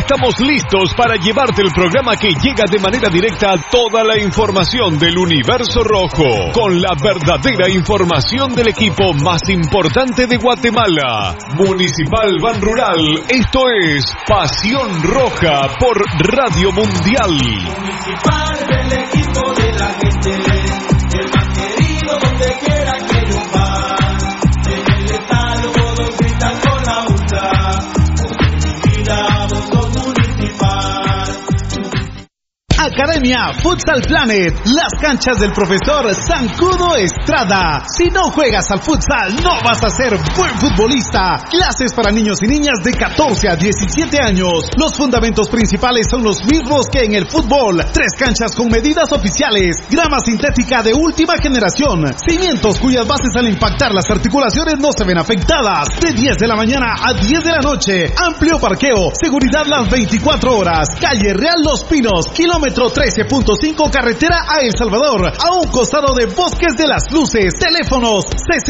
estamos listos para llevarte el programa que llega de manera directa a toda la información del universo rojo, con la verdadera información del equipo más importante de Guatemala, Municipal Ban Rural. Esto es Pasión Roja por Radio Mundial. Municipal del equipo de la gente, el más querido donde quiera que yo va. En el estadio todos gritan con la ultra, porque mi vida vos sos Municipal. Academia Futsal Planet, las canchas del profesor Zancudo Estrada. Si no juegas al futsal, no vas a ser buen futbolista. Clases para niños y niñas de 14 a 17 años. Los fundamentos principales son los mismos que en el fútbol. 3 canchas con medidas oficiales. Grama sintética de última generación. Cimientos cuyas bases al impactar las articulaciones no se ven afectadas. De 10 de la mañana a 10 de la noche. Amplio parqueo. Seguridad las 24 horas. Calle Real Los Pinos, kilómetro 13.5 carretera a El Salvador, a un costado de Bosques de las Luces. Teléfonos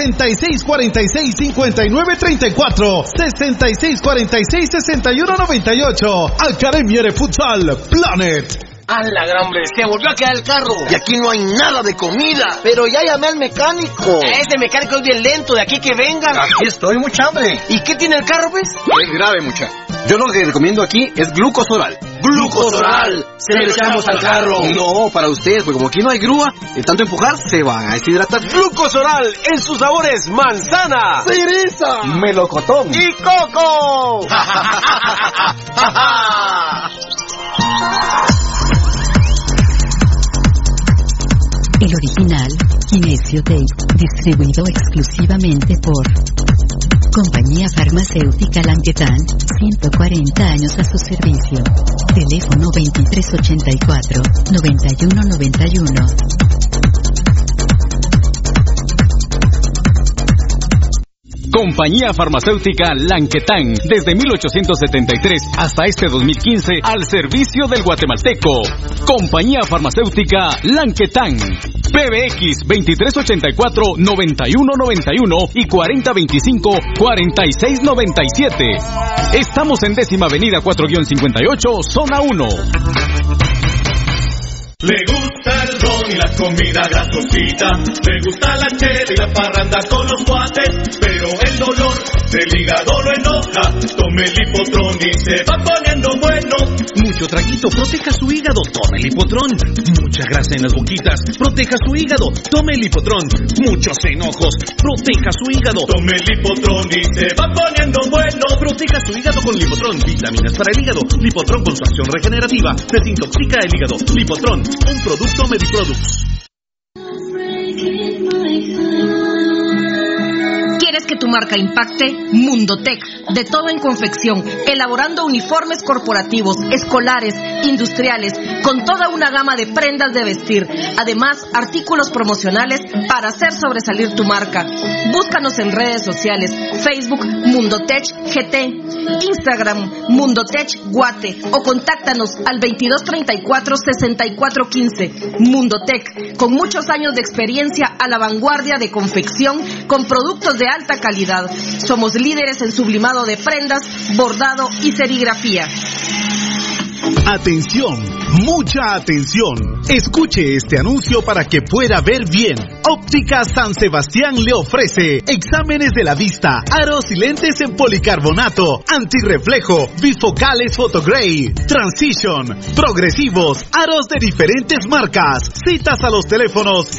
6646-5934, 6646-6198. Academia de Futsal Planet. ¡A la gran hombre! ¡Se volvió a quedar el carro! Y aquí no hay nada de comida. Pero ya llamé al mecánico. Ese mecánico es bien lento, de aquí que vengan. Aquí estoy, mucha hambre. ¿Y qué tiene el carro, pues? Es grave, mucha. Yo lo que recomiendo aquí es Glucosoral. ¡Glucosoral! ¡Se lo echamos al carro! No, para ustedes, porque como aquí no hay grúa, de tanto empujar, se van a deshidratar. Glucosoral en sus sabores manzana, cereza, melocotón y coco. El original, Kinesio Tape, distribuido exclusivamente por Compañía Farmacéutica Languetan, 140 años a su servicio. Teléfono 2384-9191. Compañía Farmacéutica Languetan, desde 1873 hasta este 2015, al servicio del guatemalteco. Compañía Farmacéutica Languetan. PBX 2384-9191 y 4025-4697. Estamos en 10ª Avenida 4-58, Zona 1. Le gusta el ron y la comida grasosita, le gusta la chela y la parranda con los cuates, pero el dolor del hígado lo enoja. Tome Lipotrón y se va poniendo bueno. Mucho traguito, proteja su hígado, tome Lipotrón. Mucha grasa en las boquitas, proteja su hígado, tome Lipotrón. Muchos enojos, proteja su hígado, tome Lipotrón y se va poniendo bueno. Proteja su hígado con Lipotrón, vitaminas para el hígado. Lipotrón con su acción regenerativa, desintoxica el hígado. Lipotrón, un producto Mediproducts. ¿Quieres que tu marca impacte? Mundotech, de todo en confección, elaborando uniformes corporativos, escolares, industriales, con toda una gama de prendas de vestir. Además, artículos promocionales para hacer sobresalir tu marca. Búscanos en redes sociales, Facebook Mundotech GT, Instagram Mundotech Guate o contáctanos al 2234-6415. Mundotech, con muchos años de experiencia a la vanguardia de confección con productos de alta calidad. Somos líderes en sublimado de prendas, bordado y serigrafía. Atención, mucha atención. Escuche este anuncio para que pueda ver bien. Óptica San Sebastián le ofrece exámenes de la vista, aros y lentes en policarbonato, antirreflejo, bifocales Photogray, Transition, progresivos, aros de diferentes marcas. Citas a los teléfonos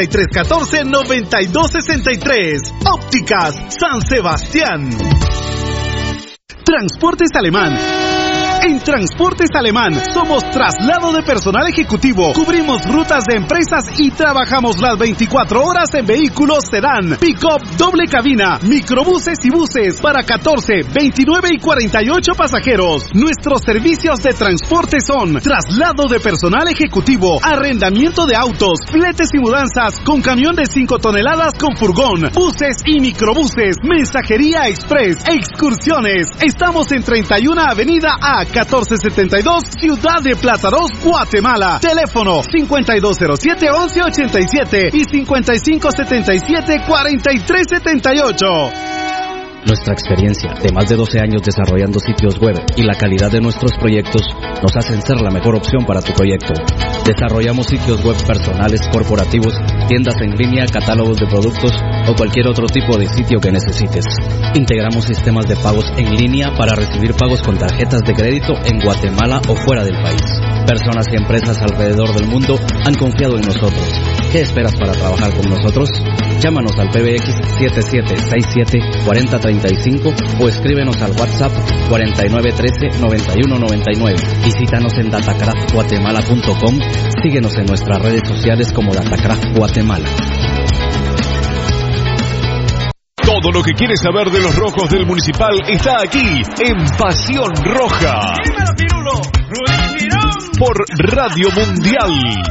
5314-9263. Ópticas San Sebastián. Transportes Alemán. En Transportes Alemán somos traslado de personal ejecutivo, cubrimos rutas de empresas y trabajamos las 24 horas en vehículos sedán, pick-up, doble cabina, microbuses y buses para 14, 29 y 48 pasajeros. Nuestros servicios de transporte son traslado de personal ejecutivo, arrendamiento de autos, fletes y mudanzas con camión de 5 toneladas con furgón, buses y microbuses, mensajería express, excursiones. Estamos en 31 Avenida A 1472, Ciudad de Plátanos, Guatemala. Teléfono 5207-1187 y 5577-4378. Nuestra experiencia de más de 12 años desarrollando sitios web y la calidad de nuestros proyectos nos hacen ser la mejor opción para tu proyecto. Desarrollamos sitios web personales, corporativos, tiendas en línea, catálogos de productos o cualquier otro tipo de sitio que necesites. Integramos sistemas de pagos en línea para recibir pagos con tarjetas de crédito en Guatemala o fuera del país. Personas y empresas alrededor del mundo han confiado en nosotros. ¿Qué esperas para trabajar con nosotros? Llámanos al PBX 7767-4035 o escríbenos al WhatsApp 4913-9199. Visítanos en datacraftguatemala.com. Síguenos en nuestras redes sociales como Datacraft Guatemala. Todo lo que quieres saber de los rojos del Municipal está aquí en Pasión Roja. ¡Dímelo, Pirulo! Por Radio Mundial.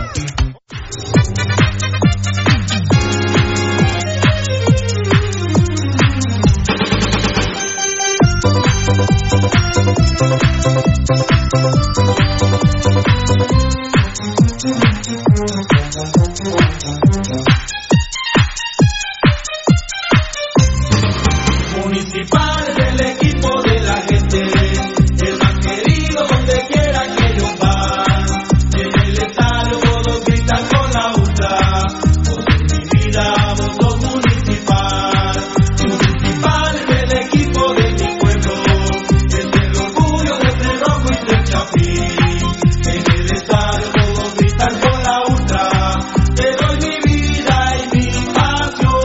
Municipal del equipo de la gente, el más querido donde quiera que ellos van. En el estadio todos gritan con la ultra, vos en mi vida, vos sos municipal. Municipal del equipo de mi pueblo, es el orgullo de Tres Rojo y Tres Chapín. En el estadio todos gritan con la ultra, te doy mi vida y mi pasión.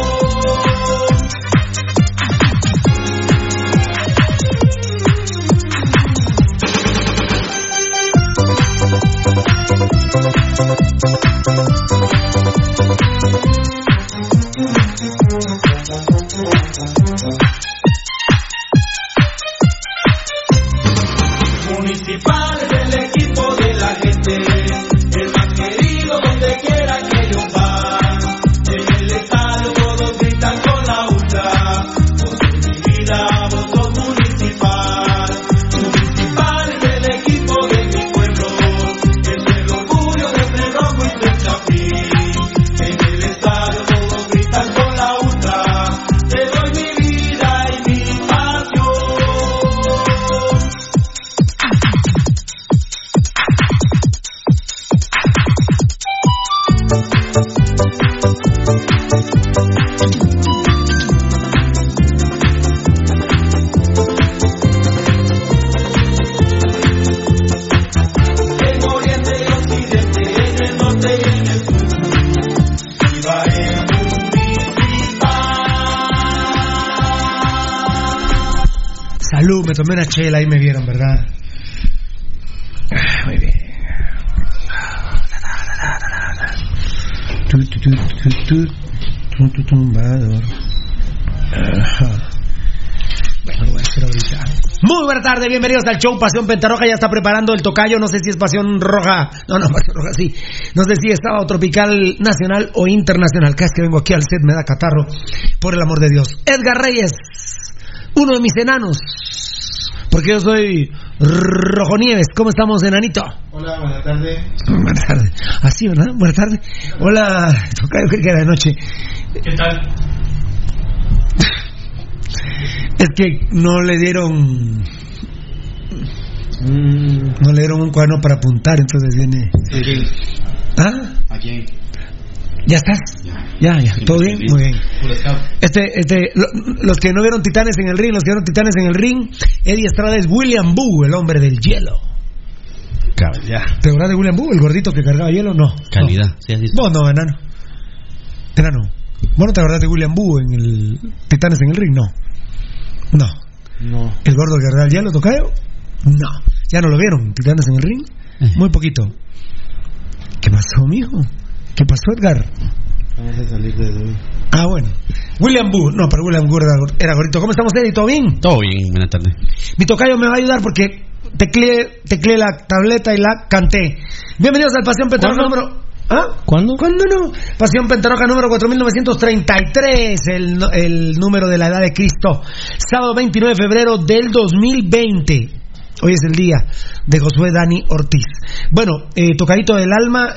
Municipal del equipo de la gente, el más querido donde quiera que ellos van. En el estadio todos gritan con la ultra, vos en mi vida, vos sos municipal. Municipal del equipo de mi pueblo, es el orgullo de Tres Rojo y Tres Chapín. En el estadio todos gritan con la ultra, te doy mi vida y mi pasión. En oriente y occidente, en el norte y en el sur, viva el municipal. Salud, me tomé una chela y me vieron, ¿verdad? Muy bien. Tumbador. Bueno, lo voy a hacer ahorita. Muy buena tarde, bienvenidos al show Pasión Pentarroja. Ya está preparando el tocayo, no sé si es Pasión Roja. No, Pasión Roja, sí. No sé si es sábado tropical nacional o internacional. Cada vez que vengo aquí al set me da catarro. Por el amor de Dios. Edgar Reyes, uno de mis enanos. Porque yo soy Rojonieves. ¿Cómo estamos, enanito? Hola, buenas tardes. Buenas tardes. Así, ¿verdad? Buenas tardes. Hola, tocayo, creo que era de noche. ¿Qué tal? Es que no le dieron un cuaderno para apuntar, entonces viene. ¿A quién? ¿Ah? ¿A quién? ¿Ya estás? Ya. ¿Todo bien? Muy bien. Los que no vieron Titanes en el ring, Eddie Estrada es William Boo, el hombre del hielo. Claro, ya. ¿Te acuerdas de William Boo, el gordito que cargaba hielo? No. Calidad, no. ¿Sí has visto? Vos no, enano. ¿Vos no te acordás de William Boo en el Titanes en el ring? No. ¿El gordo que cargaba el hielo, tocayo? No. ¿Ya no lo vieron, Titanes en el ring? Muy poquito. ¿Qué pasó, mijo? ¿Qué pasó, Edgar? Vamos a salir de hoy. Ah, bueno. William Boo. No, pero William Boo era gordito. ¿Cómo estamos, Eddie? ¿Todo bien? Todo bien, buenas tardes. Mi tocayo me va a ayudar porque tecleé la tableta y la canté. Bienvenidos al Pasión Pentarroja número... ¿Ah? ¿Cuándo? ¿Cuándo no? Pasión Pentarroja número 4933, el número de la edad de Cristo. Sábado 29 de febrero del 2020. Hoy es el día de Josué Dani Ortiz. Bueno, tocadito del alma.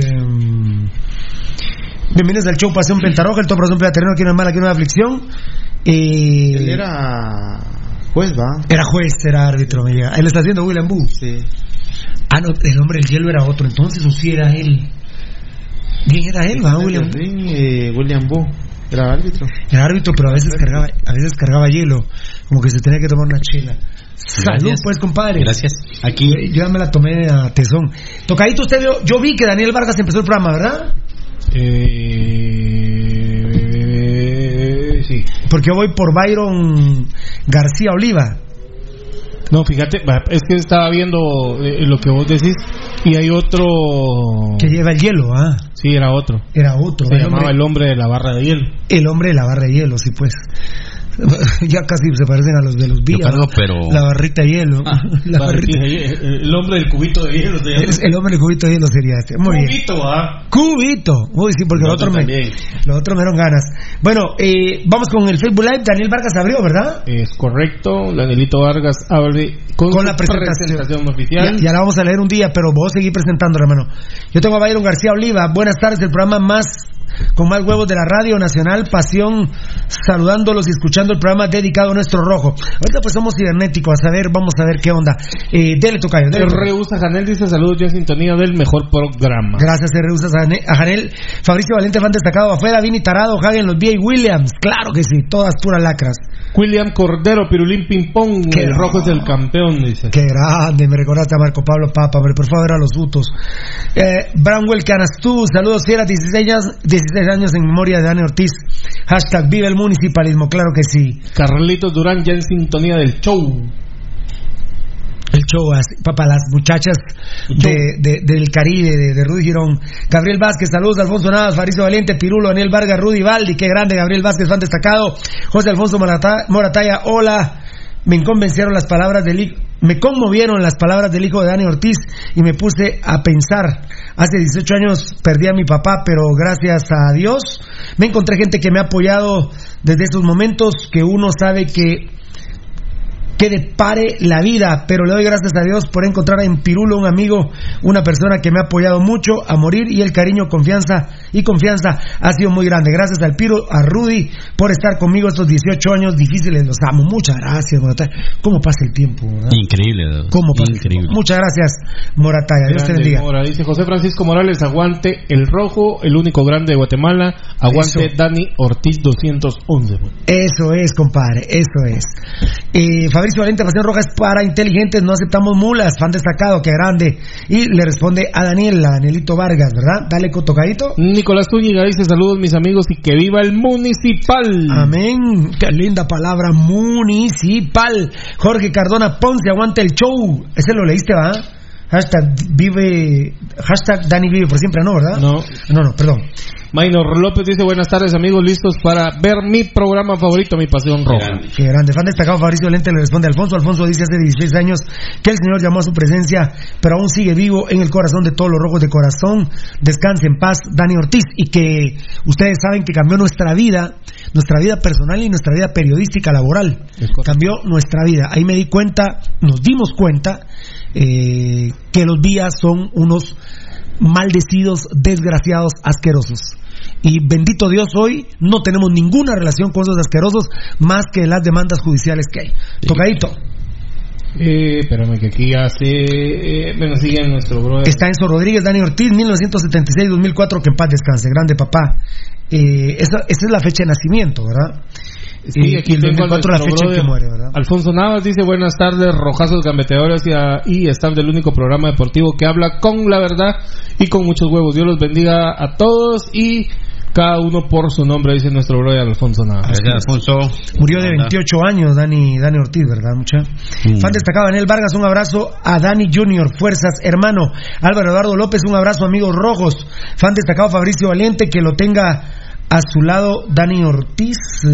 Bienvenidos al show Pasión Pentarroja, el top razón terreno, aquí no es mala, aquí no hay aflicción. Él era juez, ¿va? Era juez, era árbitro, me llega. Él está haciendo William Boo. Sí. Ah, no, el hombre del hielo era otro, entonces, o sí era él. ¿Quién era él, va? William Boo. Era árbitro. Era árbitro, pero a veces cargaba hielo, como que se tenía que tomar una chela. Salud, gracias. Pues, compadre. Gracias. Aquí. Yo ya me la tomé a tesón. Tocadito, usted vio, yo vi que Daniel Vargas empezó el programa, ¿verdad? Sí. Porque yo voy por Byron García Oliva. No, fíjate, es que estaba viendo lo que vos decís y hay otro que lleva el hielo, ¿ah? Sí, era otro. Se llamaba el hombre de la barra de hielo. El hombre de la barra de hielo, sí, pues. Ya casi se parecen a los de los vías. La barrita de hielo. El hombre del cubito de hielo. El hombre del cubito de hielo sería este. Muy cubito, bien. Cubito. Uy, sí, porque los otros me dieron ganas. Bueno, vamos con el Facebook Live. Daniel Vargas abrió, ¿verdad? Es correcto. Danielito Vargas abre con la presentación oficial. Ya la vamos a leer un día, pero vos seguís presentando, hermano. Yo tengo a Byron García Oliva. Buenas tardes, el programa con más huevos de la Radio Nacional, pasión, saludándolos y escuchando el programa dedicado a nuestro rojo. Ahorita pues somos cibernéticos, vamos a ver qué onda. Dele, tocayo. Reusa Janel dice saludos ya en sintonía del mejor programa. Gracias, Reusa a Janel. Fabricio Valente, fan destacado afuera. Vini Tarado, Hagen, los B.A. Williams. Claro que sí, todas puras lacras. William Cordero, Pirulín Ping Pong. El rojo es el campeón, dice. Qué grande, me recordaste a Marco Pablo Papa, por favor, a los utos. Branwell Canastú, saludos fieras, 16 años en memoria de Dani Ortiz. Hashtag vive el municipalismo, claro que sí. Carlitos Durán ya en sintonía del show. El show, para las muchachas del Caribe, de Rudy Girón. Gabriel Vázquez, saludos. Alfonso Navas, Faricio Valiente, Pirulo, Daniel Vargas, Rudy Valdi, qué grande. Gabriel Vázquez, fan destacado. José Alfonso Morataya, hola. Me conmovieron las palabras del hijo de Dani Ortiz y me puse a pensar. Hace 18 años perdí a mi papá, pero gracias a Dios me encontré gente que me ha apoyado desde esos momentos que uno sabe que depare la vida, pero le doy gracias a Dios por encontrar en Pirulo un amigo, una persona que me ha apoyado mucho a morir, y el cariño, confianza ha sido muy grande. Gracias al Piro, a Rudy por estar conmigo estos 18 años difíciles, los amo. Muchas gracias, Morataya. ¿Cómo pasa el tiempo, verdad? Increíble. ¿Cómo pasa el tiempo? Muchas gracias, Morataya. Dios te bendiga. Dice José Francisco Morales, aguante el rojo, el único grande de Guatemala, aguante eso. Dani Ortiz 211. Eso es, compadre, eso es. Fabricio Valente, Pasión Roja es para inteligentes, no aceptamos mulas, fan destacado, qué grande. Y le responde a Danielito Vargas, ¿verdad? Dale, tocadito. Nicolás Zúñiga dice saludos mis amigos y que viva el municipal. Amén, qué linda palabra, municipal. Jorge Cardona Ponce, aguante el show. Ese lo leíste, ¿va? Hashtag Dani vive por siempre, ¿no, verdad? No, perdón. Maynor López dice buenas tardes amigos, listos para ver mi programa favorito, Mi Pasión Roja. Qué grande, fan destacado. Fabricio Valente le responde a Alfonso dice hace 16 años que el Señor llamó a su presencia, pero aún sigue vivo en el corazón de todos los rojos de corazón. Descanse en paz, Dani Ortiz. Y que ustedes saben que cambió nuestra vida personal y nuestra vida periodística laboral. Cambió nuestra vida. Ahí nos dimos cuenta que los días son unos maldecidos, desgraciados, asquerosos. Y bendito Dios, hoy no tenemos ninguna relación con esos asquerosos más que las demandas judiciales que hay. Tocadito. Espérame que aquí me sigue nuestro brother. Está Enzo Rodríguez, Dani Ortiz, 1976-2004, que en paz descanse, grande papá. Esa es la fecha de nacimiento, ¿verdad? Sí, aquí el 2004 la fecha en que muere, ¿verdad? Alfonso Navas dice buenas tardes, rojazos gambeteadores y staff del único programa deportivo que habla con la verdad y con muchos huevos. Dios los bendiga a todos y cada uno por su nombre, dice nuestro brother Alfonso Navas. Gracias, Alfonso. Murió de 28 años Dani Ortiz, ¿verdad, mucha? Fan destacado Daniel Vargas, un abrazo a Dani Junior, fuerzas hermano. Álvaro Eduardo López, un abrazo amigos rojos. Fan destacado Fabricio Valiente, que lo tenga a su lado Dani Ortiz.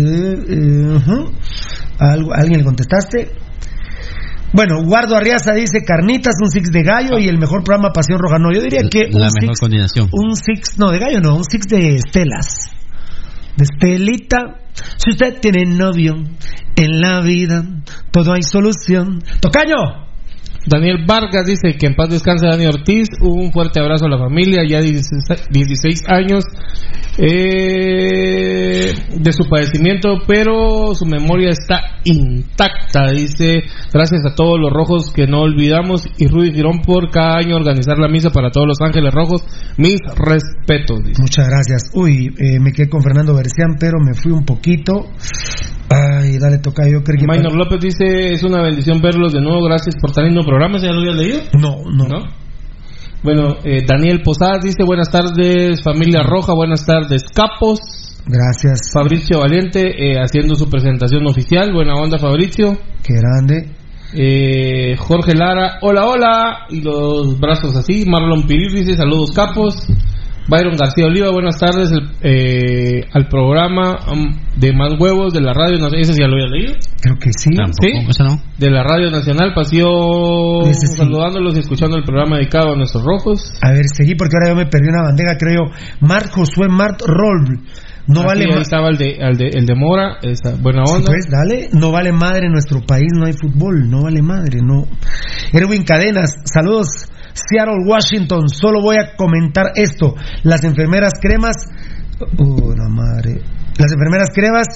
¿Alguien le contestaste? Bueno, Guardo Arriaza dice carnitas, un six de gallo y el mejor programa Pasión Roja. No, yo diría que la mejor combinación. Un six, no, de gallo no, un six de estelas. De Estelita. Si usted tiene novio en la vida, todo hay solución. ¡Tocayo! Daniel Vargas dice que en paz descanse Dani Ortiz. Un fuerte abrazo a la familia, ya 16 años de su padecimiento, pero su memoria está intacta. Dice, gracias a todos los rojos que no olvidamos, y Rudy Girón por cada año organizar la misa para todos los ángeles rojos. Mis respetos, dice. Muchas gracias. Me quedé con Fernando Bercián, pero me fui un poquito. Ay, dale, toca. Yo creo que Maynor López dice, es una bendición verlos de nuevo, gracias por tan lindo programa. ¿Ya lo habías leído? No. Bueno, Daniel Posadas dice, buenas tardes familia roja, buenas tardes capos. Gracias. Fabricio Valiente haciendo su presentación oficial, buena onda Fabricio. Qué grande. Jorge Lara, hola, y los brazos así. Marlon Pirir dice, saludos capos. Byron García Oliva, buenas tardes al programa de Más Huevos de la Radio Nacional. ¿Ese ya lo había leído? Creo que sí. ¿Sí? ¿Eso no? De la Radio Nacional, pasió saludándolos y escuchando el programa dedicado a nuestros rojos. A ver, seguí porque ahora yo me perdí una bandeja, creo yo. Mart Josué Mart Roll. No aquí vale ahí estaba el de Mora, esa buena onda. Sí, pues, dale, no vale madre en nuestro país, no hay fútbol, no vale madre, no. Erwin Cadenas, saludos. Seattle, Washington, solo voy a comentar esto. Las enfermeras cremas, la madre. Las enfermeras cremas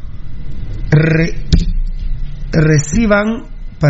rezaban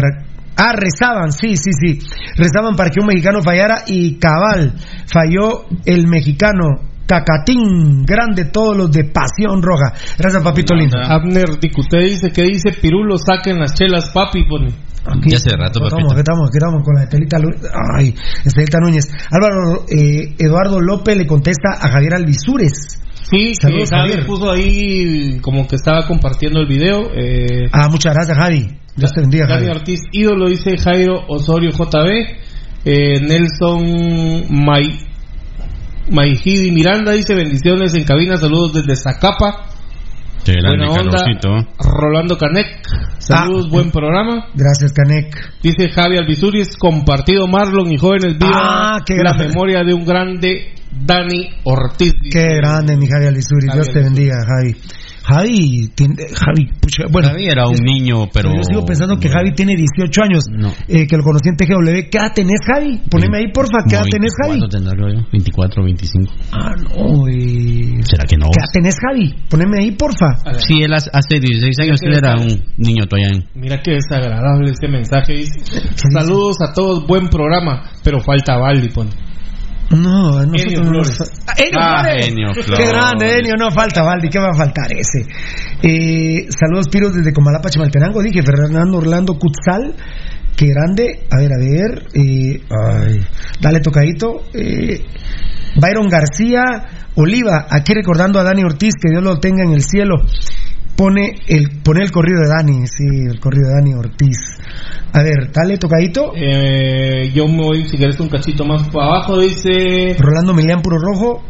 para que un mexicano fallara y cabal, falló el mexicano. Cacatín, grande todos los de Pasión Roja. Gracias, papito lindo. Abner Dicute dice, ¿qué dice Pirulo? Saquen las chelas, papi, pone. Aquí, ya hace rato, papito. Estamos con la Estelita Núñez. Álvaro Eduardo López le contesta a Javier Alvisures. Sí, saludos, Javier puso ahí como que estaba compartiendo el video. Muchas gracias, Javi. Dios te bendiga, Javi. Dani Ortiz, ídolo, dice Jairo Osorio JB. Nelson Maijidi Miranda dice, bendiciones en cabina, saludos desde Zacapa. Buena onda. Rolando Canec, saludos, buen programa. Gracias, Canec. Dice Javi Alvisuriz, compartido Marlon y jóvenes, viva la memoria de un grande Dani Ortiz. Dice. Qué grande, mi Javi Alvisuriz, Dios te bendiga, Javi. Javi, pucha, bueno, Javi era un niño, pero yo sigo pensando que Javi tiene 18 años, que lo conocí en TGW. ¿Qué edad tenés, Javi? Poneme ahí, porfa, ¿qué edad tenés, Javi? 24, 25. No, ¿será que no? ¿Qué edad tenés, Javi? Poneme ahí, porfa. Sí, él hace 16 años, él era un niño todavía. Mira qué desagradable este mensaje, dice. Saludos a todos, buen programa, pero falta Valdi, pone. No, Enio Flores. Enio Flores. Qué grande, Enio, no falta Valdi, ¿qué va a faltar ese? Saludos, Piros, desde Comalapa, Chimaltenango. Dije, Fernando Orlando Cutzal, qué grande. A ver. Dale, tocadito. Byron García Oliva, aquí recordando a Dani Ortiz, que Dios lo tenga en el cielo. Pone el corrido de Dani, sí, el corrido de Dani Ortiz. A ver, dale, tocadito. Yo me voy, si querés, un cachito más para abajo, dice Rolando Milián Puro Rojo.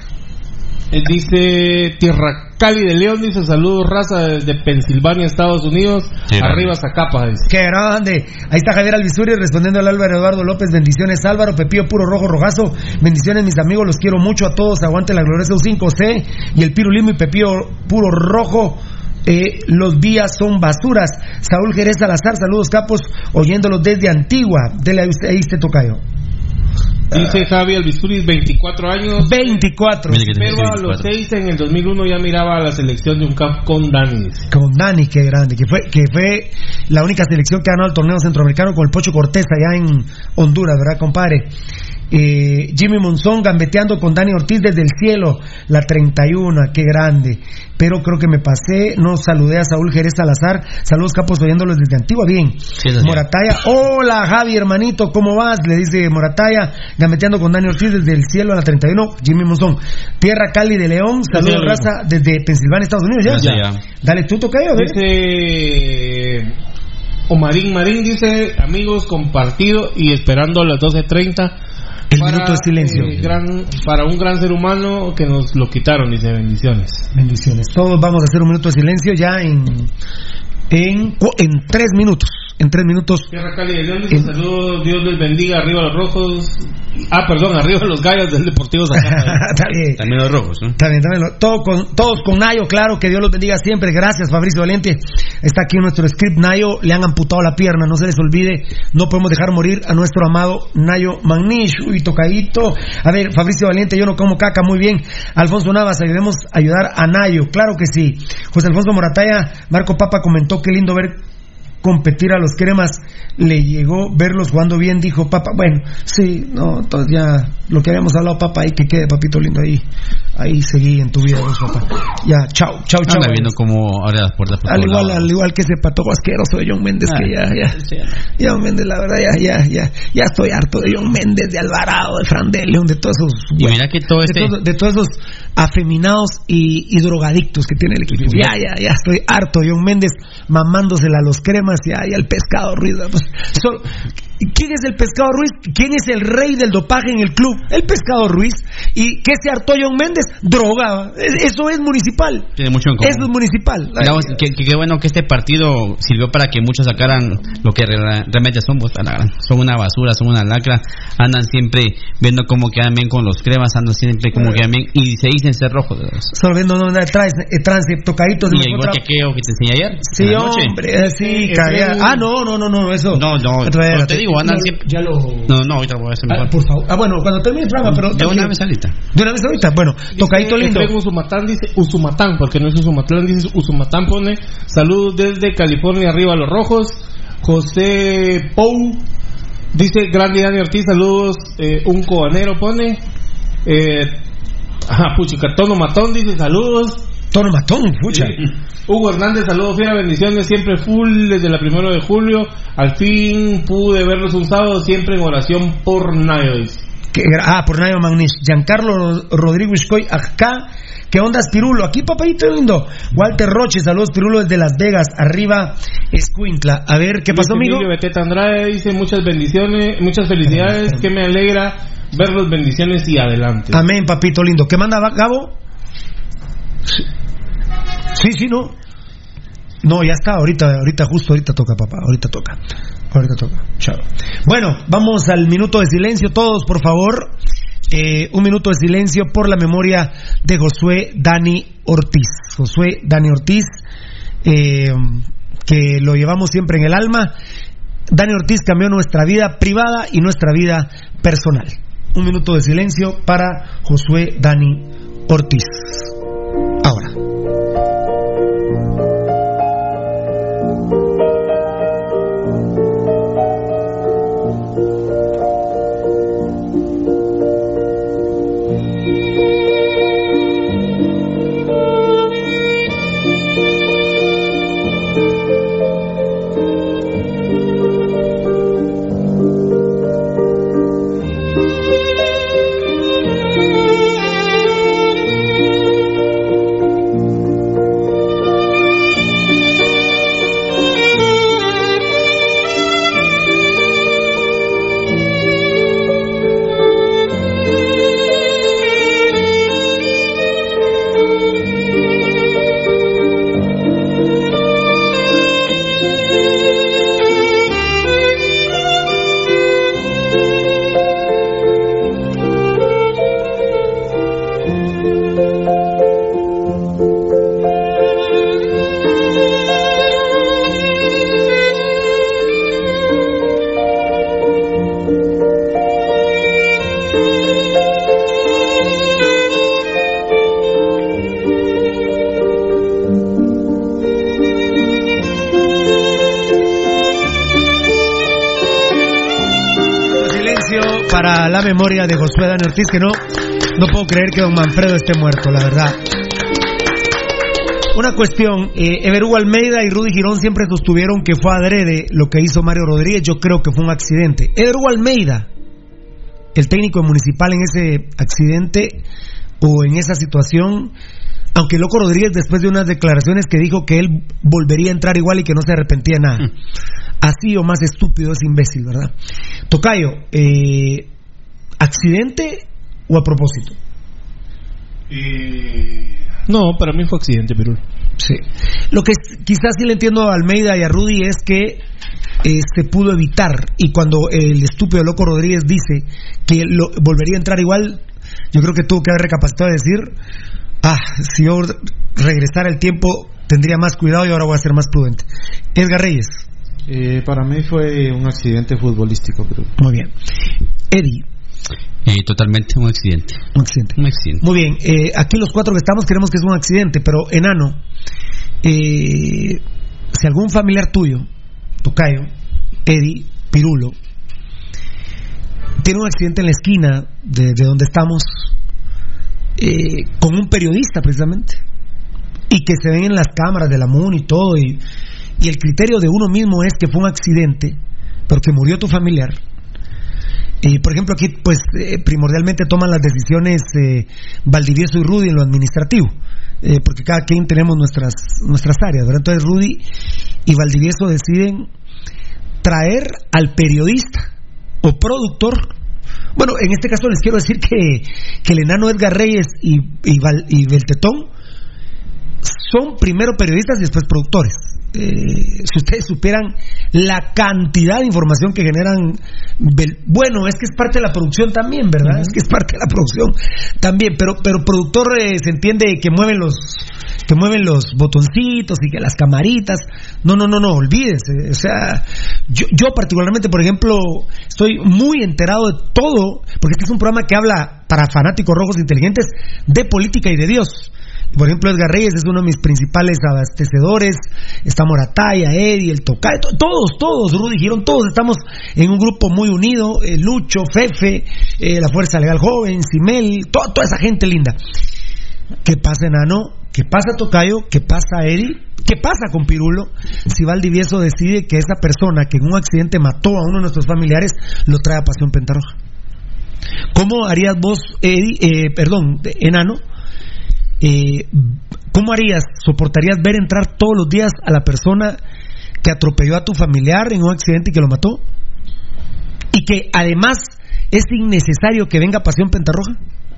Dice Tierra Cali de León, dice, saludos raza desde Pensilvania, Estados Unidos. Sí, arriba Zacapa, dice. Qué grande. Ahí está Javier Alvisuri respondiendo al Álvaro Eduardo López. Bendiciones, Álvaro. Pepillo Puro Rojo Rojazo. Bendiciones, mis amigos, los quiero mucho a todos. Aguante la gloriosa U5C y el Pirulimo y Pepillo Puro Rojo. Los vías son basuras. Saúl Jerez Salazar, saludos capos, oyéndolos desde Antigua. Dele ahí este tocayo. Dice Javi Alvisuriz, 24 años. 24. Pero a los 6 en el 2001 ya miraba a la selección de UNCAP con Dani. Con Dani, qué grande. Que fue la única selección que ganó el torneo centroamericano con el Pocho Cortés allá en Honduras, ¿verdad, compadre? Jimmy Monzón gambeteando con Dani Ortiz desde el cielo, la 31, qué grande. Pero creo que me pasé, no saludé a Saúl Jerez Salazar. Saludos capos, oyéndolos desde Antigua, bien. Sí, Morataya, hola Javi hermanito, ¿cómo vas? Le dice Morataya, gambeteando con Dani Ortiz desde el cielo, a la 31, Jimmy Monzón. Tierra Cali de León, saludos raza desde Pensilvania, Estados Unidos, ya. Dale tú, tocayo, a ver. Dice Omarín Marín, dice, amigos, compartido y esperando a las 12:30 el minuto de silencio. Para un gran ser humano que nos lo quitaron, dice, bendiciones. Bendiciones. Todos vamos a hacer un minuto de silencio ya en 3 minutos. en 3 minutos. Tierra Cali de León dice saludos, Dios les bendiga, arriba los rojos. Arriba los gallos del Deportivo Zacapa. Está bien. También los rojos, ¿no? También, todos con Nayo, claro, que Dios los bendiga siempre. Gracias, Fabricio Valente. Está aquí nuestro script. Nayo le han amputado la pierna, no se les olvide. No podemos dejar morir a nuestro amado Nayo Magnish. Uy, tocadito. A ver, Fabricio Valente, yo no como caca, muy bien. Alfonso Navas, ayudemos a ayudar a Nayo, claro que sí. José Alfonso Morataya, Marco Papa comentó, qué lindo ver competir a los cremas, le llegó verlos jugando bien, dijo Papa. Bueno, sí, no, entonces ya lo que habíamos hablado, Papa, ahí que quede, papito lindo, ahí seguí en tu vida, vos, Papa. Ya, chao. Anda viendo cómo abre las puertas por al igual que ese patojo asqueroso de John Méndez, que ya John Méndez, la verdad, ya estoy harto de John Méndez, de Alvarado, de Fran de León, de todos esos, y mira que de todos esos afeminados y drogadictos que tiene el equipo. Ya estoy harto de John Méndez mamándosela a los cremas y al Pescado Ruiz. ¿Quién es el Pescado Ruiz? ¿Quién es el rey del dopaje en el club? El Pescado Ruiz. ¿Y qué se hartó John Méndez? Droga. Eso es municipal. Tiene mucho en común. Eso es municipal. Digamos, qué bueno que este partido sirvió para que muchos sacaran lo que realmente son. Pues, son una basura, son una lacra. Andan siempre viendo cómo quedan bien con los cremas, andan siempre como quedan bien y se dicen ser rojos. Solo viendo dónde traes tocaditos. Y igual que aquello que te enseñé ayer. Sí, hombre. Sí, no, eso. No. Te digo, andan siempre. Ya lo. No, ahorita voy a hacer mejor. Por favor. Bueno, cuando termine el programa, pero. De una vez ahorita. Bueno, tocadito lindo. Usumatán dice Usumatán, porque no es Usumatlán, dice Usumatán, pone saludos desde California, arriba los rojos. José Pou dice grande Dani Ortiz, saludos. Un cobanero pone. Puchica, Tono Matón dice saludos. Tono Matón, pucha. Hugo Hernández, saludos, fiera, bendiciones, siempre full desde la 1 de julio. Al fin pude verlos un sábado, siempre en oración por Nayo. Por Nayo Magnish. Giancarlo Rodrigo Iscoy, acá. ¿Qué onda, Pirulo? Aquí, papayito lindo. Walter Roche, saludos, Pirulo, desde Las Vegas, arriba, Escuintla. A ver, ¿qué pasó, amigo? Beteta Andrade dice muchas bendiciones, muchas felicidades, que me alegra verlos, bendiciones y adelante. Amén, papito lindo. ¿Qué manda, Gabo? Sí, no. No, ya está, ahorita toca, papá, ahorita toca. Chao. Bueno, vamos al minuto de silencio, todos, por favor. Un minuto de silencio por la memoria de Josué Dani Ortiz. Josué Dani Ortiz, que lo llevamos siempre en el alma. Dani Ortiz cambió nuestra vida privada y nuestra vida personal. Un minuto de silencio para Josué Dani Ortiz. Ahora. Para la memoria de Josué Dani Ortiz, que no puedo creer que don Manfredo esté muerto, la verdad. Una cuestión, Ever Hugo Almeida y Rudy Girón siempre sostuvieron que fue adrede lo que hizo Mario Rodríguez. Yo creo que fue un accidente. Ever Hugo Almeida, el técnico Municipal, en ese accidente o en esa situación, aunque Loco Rodríguez después de unas declaraciones que dijo que él volvería a entrar igual y que no se arrepentía nada. Así o más estúpido es imbécil, ¿verdad? Tocayo, ¿accidente o a propósito? No, para mí fue accidente, pero Sí. Lo que quizás sí le entiendo a Almeida y a Rudy es que se pudo evitar, y cuando el estúpido Loco Rodríguez dice que volvería a entrar igual, yo creo que tuvo que haber recapacitado y decir, si yo regresara el tiempo tendría más cuidado y ahora voy a ser más prudente. Edgar Reyes. Para mí fue un accidente futbolístico, creo. Muy bien. Eddie. Totalmente un accidente. Un accidente. Muy bien, aquí los 4 que estamos creemos que es un accidente, pero Enano, si algún familiar tuyo, Tocayo, Eddie, Pirulo, tiene un accidente en la esquina de donde estamos, con un periodista precisamente, y que se ven en las cámaras de la MUN y todo, y el criterio de uno mismo es que fue un accidente, pero que murió tu familiar. Por ejemplo, aquí pues primordialmente toman las decisiones Valdivieso y Rudy en lo administrativo, porque cada quien tenemos nuestras áreas, ¿verdad? Entonces Rudy y Valdivieso deciden traer al periodista o productor. Bueno, en este caso les quiero decir que el enano Edgar Reyes y Beltetón son primero periodistas y después productores. Si ustedes supieran la cantidad de información que generan, bueno, es que es parte de la producción también, ¿verdad? Es que es parte de la producción también, pero productor se entiende que mueven los botoncitos y que las camaritas. No, olvídense. O sea, yo particularmente, por ejemplo, estoy muy enterado de todo, porque este es un programa que habla para fanáticos rojos inteligentes de política y de Dios. Por ejemplo, Edgar Reyes es uno de mis principales abastecedores. Está Morataya, Eddie, el Tocayo, todos, Rudy Girón, todos estamos en un grupo muy unido. Lucho, Fefe, la Fuerza Legal Joven, Simel, toda esa gente linda. ¿Qué pasa, Enano? ¿Qué pasa, Tocayo? ¿Qué pasa, Eddie? ¿Qué pasa con Pirulo? Si Valdivieso decide que esa persona que en un accidente mató a uno de nuestros familiares lo trae a Pasión Pentarroja. ¿Cómo harías vos, Enano? ¿Cómo harías, soportarías ver entrar todos los días a la persona que atropelló a tu familiar en un accidente y que lo mató? Y que además es innecesario que venga Pasión Pentarroja.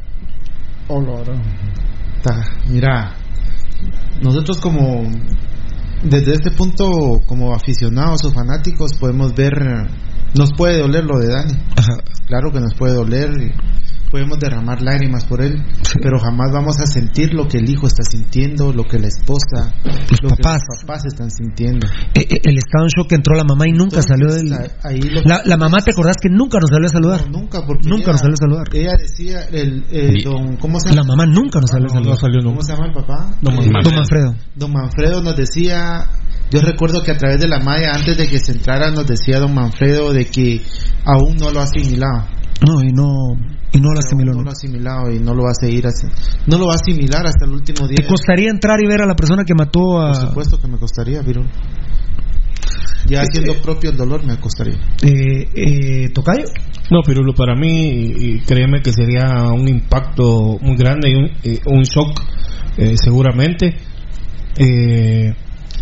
Mira, nosotros como desde este punto, como aficionados o fanáticos, podemos ver, nos puede doler lo de Dani. Ajá. Claro que nos puede doler, podemos derramar lágrimas por él, pero jamás vamos a sentir lo que el hijo está sintiendo, lo que la esposa, los papás están sintiendo. El estado en shock, entró la mamá y nunca salió del... La mamá, ¿te acordás que nunca nos salió a saludar? No, nunca, porque nunca nos salió a saludar. Ella decía, ¿cómo se llama? La mamá nunca nos salió a saludar. No salió nunca. ¿Cómo se llama el papá? Don Manfredo. Don Manfredo nos decía, yo recuerdo que a través de la malla, antes de que se entrara, nos decía Don Manfredo de que aún no lo ha asimilado. Y no lo asimiló. No lo ha asimilado y no lo va a seguir haciendo. No lo va a asimilar hasta el último día. ¿Te costaría entrar y ver a la persona que mató a...? Por supuesto que me costaría, Virul. Ya haciendo propio el dolor me costaría. ¿Tocayo? No, Pirulo, para mí, y créeme que sería un impacto muy grande y un shock, seguramente. El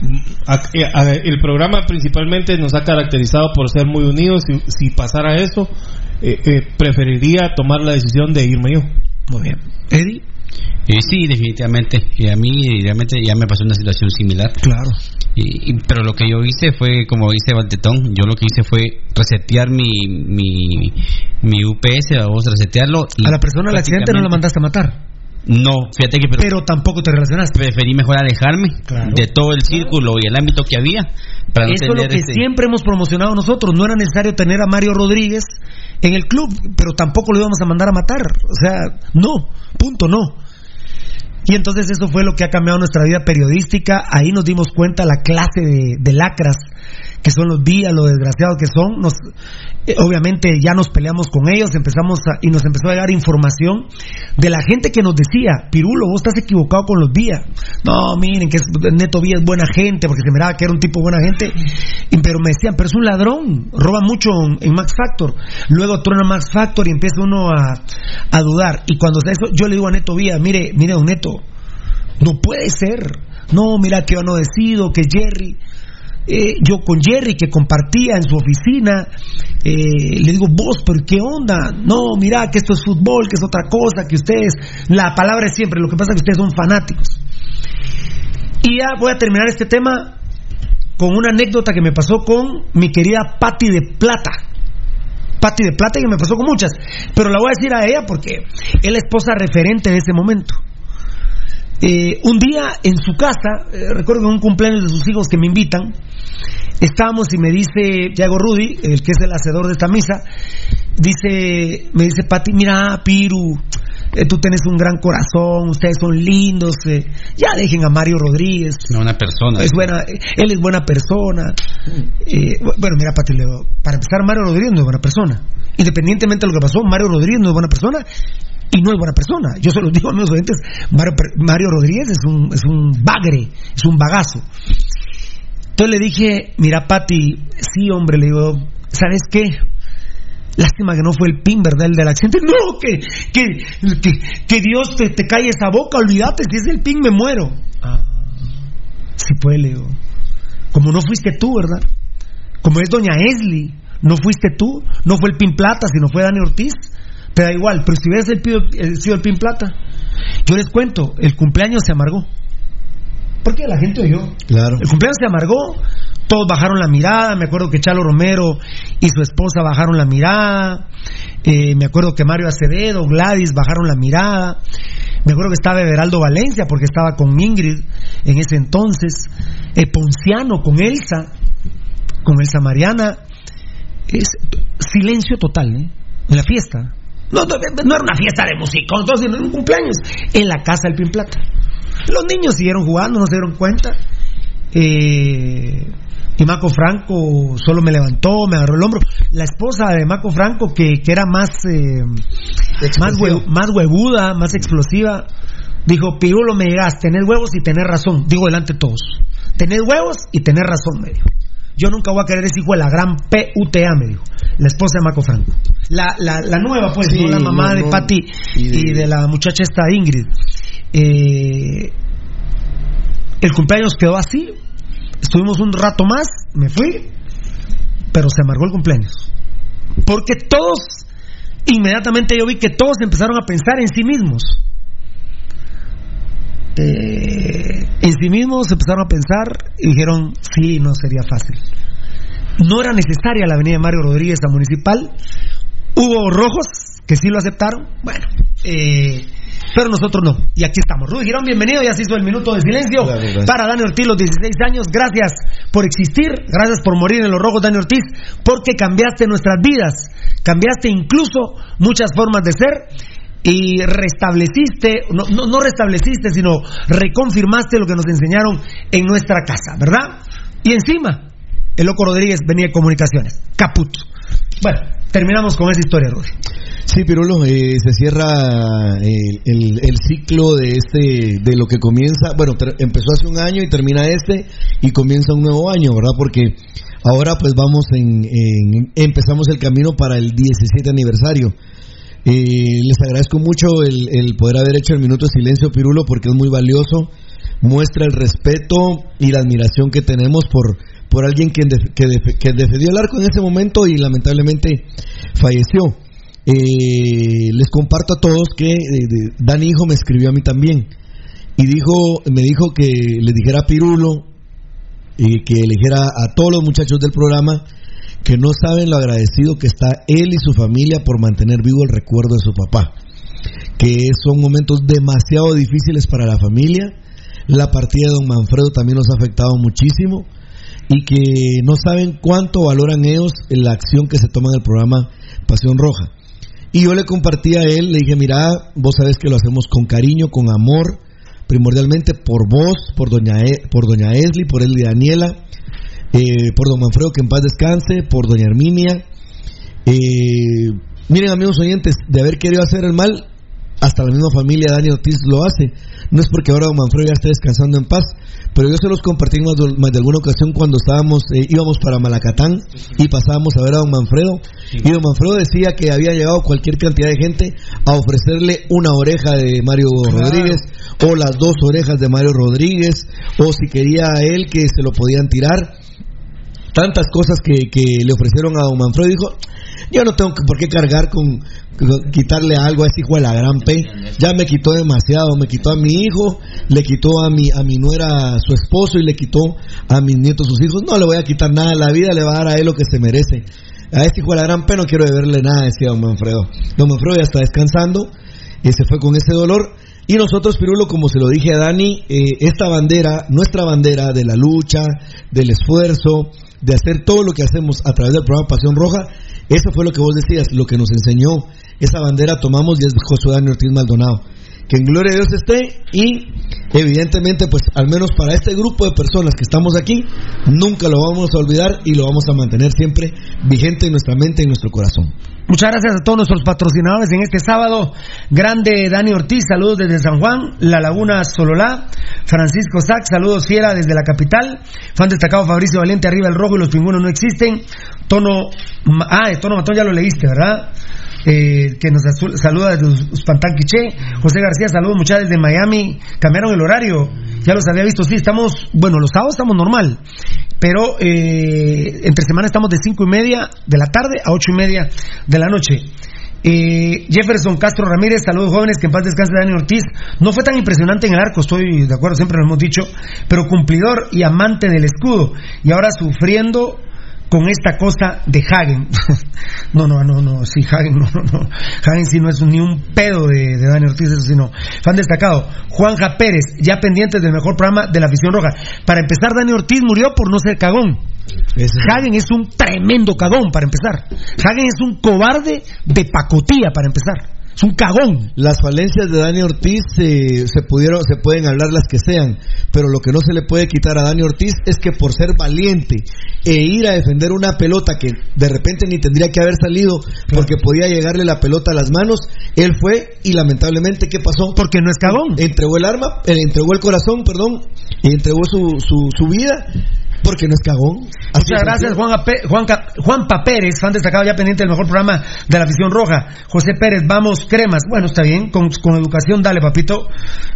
programa principalmente nos ha caracterizado por ser muy unidos. Si pasara eso, preferiría tomar la decisión de irme yo. Muy bien. ¿Eddie? Sí, definitivamente. Y a mí realmente ya me pasó una situación similar. Claro. Pero lo que yo hice fue, como dice Valtetón, yo lo que hice fue resetear mi UPS, vamos a resetearlo. ¿A la persona del accidente no la mandaste a matar? No, fíjate que... Pero tampoco te relacionaste. Preferí mejor alejarme de todo el círculo y el ámbito que había. Para eso es lo que siempre hemos promocionado nosotros. No era necesario tener a Mario Rodríguez en el club, pero tampoco lo íbamos a mandar a matar. O sea, no, punto, no. Y entonces eso fue lo que ha cambiado nuestra vida periodística. Ahí nos dimos cuenta la clase de lacras que son los vías, lo desgraciados que son. Obviamente ya nos peleamos con ellos, y nos empezó a llegar información de la gente que nos decía: Pirulo, vos estás equivocado con los vías. No, miren que Neto Vía es buena gente, porque se miraba que era un tipo buena gente, pero me decían, pero es un ladrón, roba mucho en Max Factor. Luego truena Max Factor y empieza uno a dudar. Y cuando eso, yo le digo a Neto Vía: mire don Neto, no puede ser. No, mira que yo no decido, que Jerry... yo con Jerry, que compartía en su oficina, le digo: vos, pero ¿qué onda? No, mira que esto es fútbol, que es otra cosa, que ustedes, la palabra es siempre, lo que pasa es que ustedes son fanáticos. Y voy a terminar este tema con una anécdota que me pasó con mi querida Patti de Plata. Patti de Plata, que me pasó con muchas, pero la voy a decir a ella porque es la esposa referente de ese momento. Un día en su casa, recuerdo que en un cumpleaños de sus hijos que me invitan, estábamos y me dice Yago Rudy, el que es el hacedor de esta misa, me dice Pati, mira Piru, tú tenés un gran corazón, ustedes son lindos, ya dejen a Mario Rodríguez. Una persona. Él es buena persona. Bueno, mira Pati, para empezar, Mario Rodríguez no es buena persona. Independientemente de lo que pasó, Mario Rodríguez no es buena persona. Y no es buena persona. Yo se los digo a mis oyentes, Mario Rodríguez es un bagre, es un bagazo. Entonces le dije, mira Pati, sí hombre, le digo, ¿sabes qué? Lástima que no fue el PIN, ¿verdad? El del accidente. No, que Dios te calle esa boca, olvídate, si es el PIN me muero. Sí pues, le digo, como no fuiste tú, ¿verdad? Como es doña Esli, no fuiste tú, no fue el PIN Plata, sino fue Dani Ortiz. Te da igual, pero si hubiera sido el PIN Plata, yo les cuento, el cumpleaños se amargó. Porque la gente oyó. Claro. El cumpleaños se amargó, todos bajaron la mirada. Me acuerdo que Chalo Romero y su esposa bajaron la mirada. Me acuerdo que Mario Acevedo, Gladys bajaron la mirada. Me acuerdo que estaba Everaldo Valencia porque estaba con Ingrid en ese entonces. Ponciano con Elsa Mariana. Es silencio total, en la fiesta. No era una fiesta de música, entonces era un cumpleaños en la casa del PIN Plata. Los niños siguieron jugando, no se dieron cuenta. Y Maco Franco solo me levantó, me agarró el hombro. La esposa de Maco Franco, que era más huevuda, más explosiva, dijo: Pirulo, me llegas, tenés huevos y tenés razón. Digo delante de todos, tenés huevos y tenés razón, me dijo. Yo nunca voy a querer ese hijo de la gran PUTA, me dijo. La esposa de Maco Franco. La nueva, pues, sí, ¿no? La mamá de Pati y de la muchacha esta Ingrid. El cumpleaños quedó así. Estuvimos un rato más, me fui, pero se amargó el cumpleaños. Porque todos, inmediatamente yo vi que todos empezaron a pensar en sí mismos. En sí mismos empezaron a pensar y dijeron: sí, no sería fácil. No era necesaria la avenida Mario Rodríguez a municipal. Hubo rojos que sí lo aceptaron, bueno, pero nosotros no. Y aquí estamos. Rudy Girón, bienvenido. Ya se hizo el minuto de silencio para Dani Ortiz, los 16 años. Gracias por existir, gracias por morir en los rojos, Dani Ortiz, porque cambiaste nuestras vidas, cambiaste incluso muchas formas de ser. Y restableciste, no restableciste, sino reconfirmaste lo que nos enseñaron en nuestra casa, ¿verdad? Y encima, el Loco Rodríguez venía de comunicaciones. Caput. Bueno, terminamos con esa historia, Rudy. Sí, Pirulo, se cierra el ciclo de lo que comienza. Bueno, empezó hace un año y termina y comienza un nuevo año, ¿verdad? Porque ahora pues vamos empezamos el camino para el 17 aniversario. Les agradezco mucho el poder haber hecho el minuto de silencio, Pirulo, porque es muy valioso. Muestra el respeto y la admiración que tenemos por alguien que defendió el arco en ese momento y lamentablemente falleció. Les comparto a todos que Dani Hijo me escribió a mí también y me dijo que le dijera a Pirulo y que le dijera a todos los muchachos del programa que no saben lo agradecido que está él y su familia por mantener vivo el recuerdo de su papá, que son momentos demasiado difíciles para la familia. La partida de don Manfredo también nos ha afectado muchísimo y que no saben cuánto valoran ellos la acción que se toma en el programa Pasión Roja. Y yo le compartí a él, le dije: mira, vos sabés que lo hacemos con cariño, con amor, primordialmente por vos, por doña Esli, por él y Daniela, por don Manfredo, que en paz descanse, por doña Herminia. Miren, amigos oyentes, de haber querido hacer el mal, hasta la misma familia de Dani Ortiz lo hace. No es porque ahora don Manfredo ya esté descansando en paz, pero yo se los compartí más de alguna ocasión cuando íbamos para Malacatán y pasábamos a ver a don Manfredo, y don Manfredo decía que había llegado cualquier cantidad de gente a ofrecerle una oreja de Mario Rodríguez, o las 2 orejas de Mario Rodríguez, o si quería a él que se lo podían tirar. Tantas cosas que le ofrecieron a don Manfredo. Dijo: Yo no tengo por qué cargar con quitarle algo a ese hijo de la gran P. Ya me quitó demasiado, me quitó a mi hijo, le quitó a mi nuera su esposo y le quitó a mis nietos sus hijos. No le voy a quitar nada en la vida, le va a dar a él lo que se merece. A este hijo de la gran P no quiero deberle nada, decía don Manfredo. Don Manfredo ya está descansando y se fue con ese dolor. Y nosotros, Pirulo, como se lo dije a Dani, esta bandera, nuestra bandera de la lucha, del esfuerzo, de hacer todo lo que hacemos a través del programa Pasión Roja, eso fue lo que vos decías, lo que nos enseñó. Esa bandera tomamos y es Josué Dani Ortiz Maldonado. Que en gloria de Dios esté, y evidentemente, pues al menos para este grupo de personas que estamos aquí, nunca lo vamos a olvidar y lo vamos a mantener siempre vigente en nuestra mente y en nuestro corazón. Muchas gracias a todos nuestros patrocinadores en este sábado. Grande Dani Ortiz, saludos desde San Juan. La Laguna Sololá. Francisco Sac, saludos fiera desde la capital. Fan destacado Fabricio Valente, arriba el rojo y los pingüinos no existen. Tono Matón ya lo leíste, ¿verdad? Que nos saluda desde Uspantán Quiché. José García, saludos muchachos desde Miami. Cambiaron el horario, ya los había visto. Sí, estamos, bueno, los sábados estamos normal, pero entre semana estamos de 5:30 de la tarde a 8:30 de la noche. Jefferson Castro Ramírez, saludos jóvenes, que en paz descanse Dani Ortiz. No fue tan impresionante en el arco, estoy de acuerdo, siempre lo hemos dicho, pero cumplidor y amante del escudo, y ahora sufriendo con esta cosa de Hagen. No, sí, Hagen no. Hagen sí no es ni un pedo de Dani Ortiz, eso sí no. Fan destacado, Juanja Pérez, ya pendientes del mejor programa de la afición roja. Para empezar, Dani Ortiz murió por no ser cagón. Hagen es un tremendo cagón, para empezar. Hagen es un cobarde de pacotilla, para empezar. Es un cagón. Las falencias de Dani Ortiz se pueden hablar las que sean, pero lo que no se le puede quitar a Dani Ortiz es que por ser valiente e ir a defender una pelota que de repente ni tendría que haber salido, porque podía llegarle la pelota a las manos, él fue y lamentablemente, ¿qué pasó? Porque no es cagón. Entregó el arma, entregó el corazón, y entregó su vida. Porque no es cagón. Muchas gracias, Juanpa Pérez, fan destacado, ya pendiente del mejor programa de la afición roja. José Pérez, vamos cremas. Bueno, está bien, con educación, dale, papito.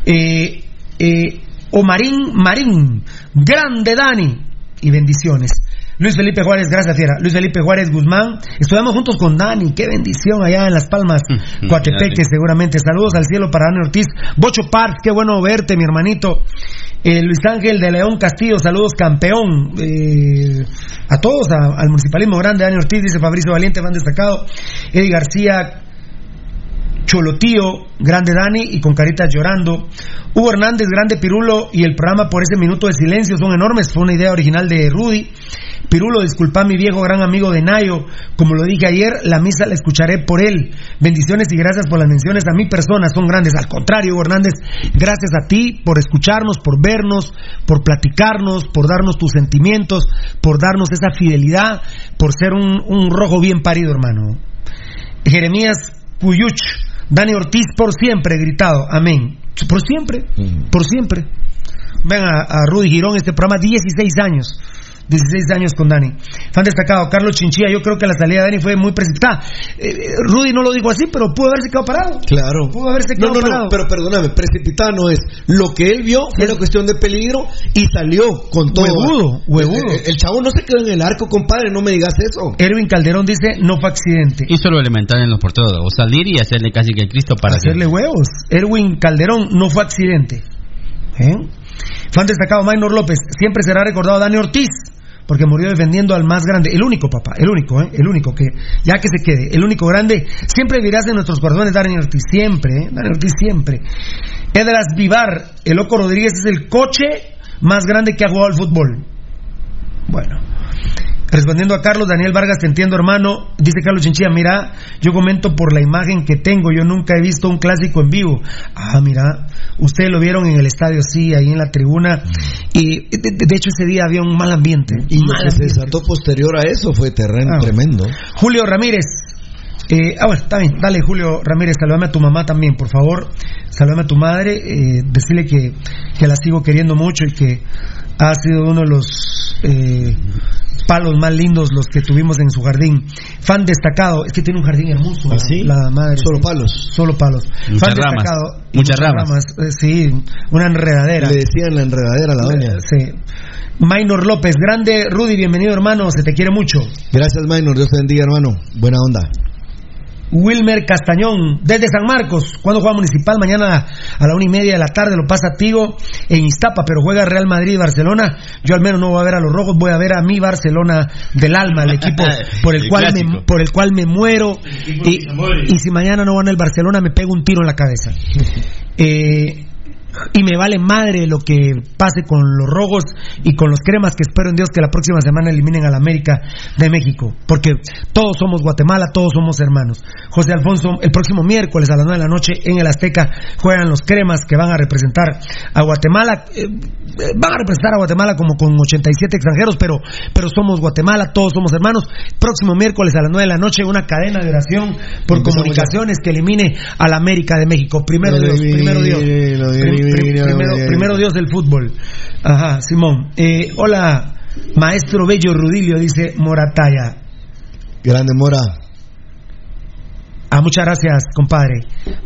Marín, grande Dani, y bendiciones. Luis Felipe Juárez, gracias fiera. Luis Felipe Juárez Guzmán, estudiamos juntos con Dani, qué bendición allá en Las Palmas, Coatepeque, seguramente. Saludos al cielo para Dani Ortiz. Bocho Parks, qué bueno verte, mi hermanito. Luis Ángel de León Castillo, saludos campeón. A todos, al municipalismo grande, Dani Ortiz, dice Fabricio Valiente, van destacado. Eddie García Cholotío, grande Dani, y con caritas llorando. Hugo Hernández, grande Pirulo, y el programa por ese minuto de silencio son enormes, fue una idea original de Rudy. Pirulo, disculpa mi viejo gran amigo de Nayo, como lo dije ayer, la misa la escucharé por él. Bendiciones y gracias por las menciones a mi persona, son grandes. Al contrario, Hugo Hernández, gracias a ti por escucharnos, por vernos, por platicarnos, por darnos tus sentimientos, por darnos esa fidelidad, por ser un rojo bien parido, hermano. Jeremías Puyuch, Dani Ortiz por siempre, gritado, amén. Por siempre, por siempre. Ven a Rudy Girón, este programa 16 años con Dani. Fan destacado, Carlos Chinchilla, yo creo que la salida de Dani fue muy precipitada. Rudy no lo dijo así, pero pudo haberse quedado parado. Claro. Pudo haberse quedado parado. No, pero perdóname, precipitada no es. Lo que él vio fue una cuestión de peligro y salió con todo. Huevudo. El chavo no se quedó en el arco, compadre, no me digas eso. Erwin Calderón dice, no fue accidente. Hizo lo elemental en los porteros, o salir y hacerle casi que el Cristo para hacerle huevos. Erwin Calderón, no fue accidente. Fan destacado, Maynor López, siempre será recordado Dani Ortiz, porque murió defendiendo al más grande, el único, papá, el único, que ya que se quede, el único grande, siempre vivirás en nuestros corazones, Dani Ortiz, siempre, Dani Ortiz, siempre. Edras Vivar, el Loco Rodríguez es el coche más grande que ha jugado al fútbol. Bueno, respondiendo a Carlos, Daniel Vargas, te entiendo, hermano. Dice Carlos Chinchilla, mira, yo comento por la imagen que tengo, yo nunca he visto un clásico en vivo. Mira, ustedes lo vieron en el estadio, sí, ahí en la tribuna, y de hecho ese día había un mal ambiente. Y lo que se desató posterior a eso fue tremendo. Julio Ramírez, bueno, está bien, dale Julio Ramírez, saludame a tu mamá también, por favor, saludame a tu madre, decirle que la sigo queriendo mucho y que ha sido uno de los palos más lindos los que tuvimos en su jardín. Fan destacado, es que tiene un jardín hermoso. ¿Así? La madre. Solo palos. Solo palos. Muchas Fan ramas. destacado. Muchas ramas. Sí, una enredadera. Le decían la enredadera a la doña. Sí. Maynor López, grande Rudy, bienvenido hermano, se te quiere mucho. Gracias Maynor, Dios te bendiga hermano, buena onda. Wilmer Castañón, desde San Marcos. ¿Cuándo juega Municipal? Mañana a la 1:30 de la tarde. Lo pasa Tigo en Iztapa, pero juega Real Madrid y Barcelona. Yo al menos no voy a ver a los rojos, voy a ver a mi Barcelona del alma, el equipo por el cual me muero. Y si mañana no gana el Barcelona, me pego un tiro en la cabeza. Y me vale madre lo que pase con los rojos y con los cremas, que espero en Dios que la próxima semana eliminen a la América de México, porque todos somos Guatemala, todos somos hermanos. José Alfonso, el próximo miércoles a las 9 de la noche en el Azteca juegan los cremas, que van a representar a Guatemala. Van a representar a Guatemala como con 87 extranjeros, pero somos Guatemala, todos somos hermanos. Próximo miércoles a las 9 de la noche una cadena de oración por comunicaciones que elimine a la América de México. Primero Dios. Primero Dios del fútbol. Ajá, Simón. Hola, maestro Bello Rudilio, dice Morataya. Grande Mora. Muchas gracias, compadre.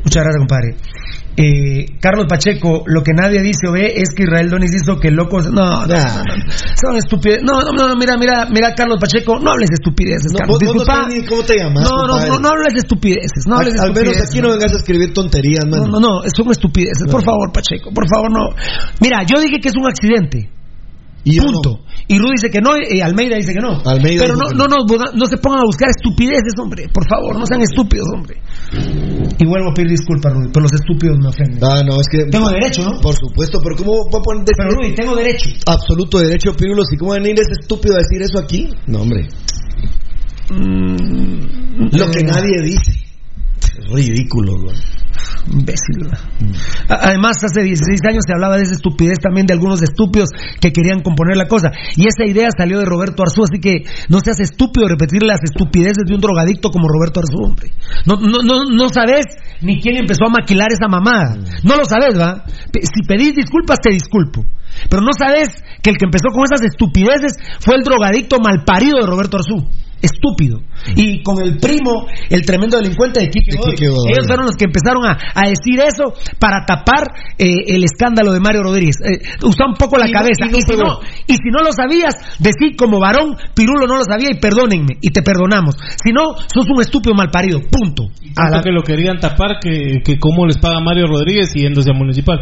Carlos Pacheco, lo que nadie dice o ve es que Israel Donis hizo que locos. No, son estúpidos. No, mira, Carlos Pacheco, no hables de estupideces, Carlos. Disculpa. ¿Cómo te llamas? No hables de estupideces. Al menos aquí no vengas a escribir tonterías, man. No, son estupideces. Por favor, Pacheco, por favor, no. Mira, yo dije que es un accidente. Punto. Y Rudy dice que no, Almeida dice que no. Pero no se pongan a buscar estupideces, hombre. Por favor, no sean estúpidos, hombre. Y vuelvo a pedir disculpas, Rudy, pero los estúpidos me ofenden. No, es que tengo derecho, ¿no? Por supuesto, pero ¿cómo va a poner? Pero Rudy, tengo derecho. Absoluto derecho, Pirulo. ¿Y cómo venir ese estúpido a decir eso aquí? No, hombre. Lo que nadie dice. Es ridículo, güey. Imbécil. Además, hace 16 años se hablaba de esa estupidez también de algunos estúpidos que querían componer la cosa, y esa idea salió de Roberto Arzú, así que no seas estúpido repetir las estupideces de un drogadicto como Roberto Arzú, hombre. No sabes ni quién empezó a maquilar esa mamada. No lo sabes, ¿va? Si pedís disculpas, te disculpo. Pero no sabes que el que empezó con esas estupideces fue el drogadicto malparido de Roberto Arzú. Estúpido. Y con el primo, el tremendo delincuente de Quique Godoy. Ellos fueron los que empezaron a decir eso para tapar el escándalo de Mario Rodríguez. Usa un poco la cabeza. Y si no lo sabías, decí como varón, Pirulo no lo sabía y perdónenme. Y te perdonamos. Si no, sos un estúpido malparido. Punto. Que lo querían tapar, que cómo les paga Mario Rodríguez yéndose a Municipal.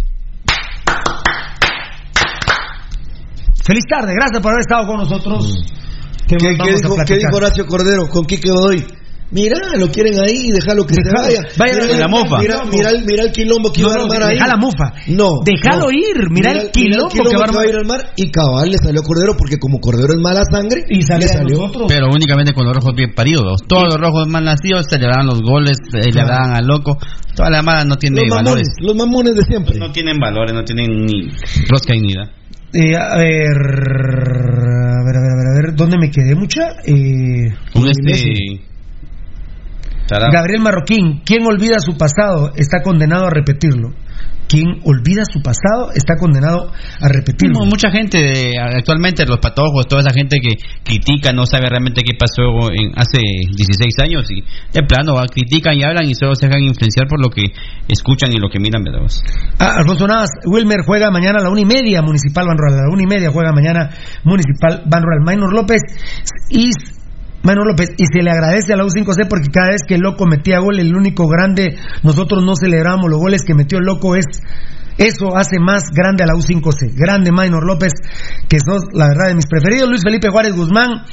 Feliz tarde, gracias por haber estado con nosotros. ¿Qué dijo Horacio Cordero con Quique Godoy? Mira, lo quieren ahí, déjalo que se vaya. Mira la mofa. Mira el quilombo que va a armar ahí. Deja la mofa. Déjalo ir. Mira el quilombo que va a ir a armar. Y cabal le salió Cordero porque como Cordero es mala sangre y le salió. Pero únicamente con los rojos bien paridos. Todos los rojos mal nacidos se le dan los goles, le dan al loco. Toda la mala no tiene valores. Los mamones de siempre. No tienen valores, no tienen ni rosca ni nada. A ver, ¿dónde me quedé, mucha? Gabriel Marroquín, ¿quién olvida su pasado está condenado a repetirlo? Quien olvida su pasado está condenado a repetirlo. Mucha gente actualmente, los patojos, toda esa gente que critica, no sabe realmente qué pasó hace 16 años y de plano critican y hablan y solo se dejan influenciar por lo que escuchan y lo que miran, ¿verdad? Alfonso Navas, Wilmer juega mañana a la 1:30 Municipal Banrural, a la 1:30 juega mañana Municipal Banrural. Maynor López, y se le agradece a la U5C porque cada vez que el Loco metía gol, el único grande, nosotros no celebramos los goles que metió el Loco, eso hace más grande a la U5C. Grande Maynor López, que sos la verdad de mis preferidos. Luis Felipe Juárez Guzmán,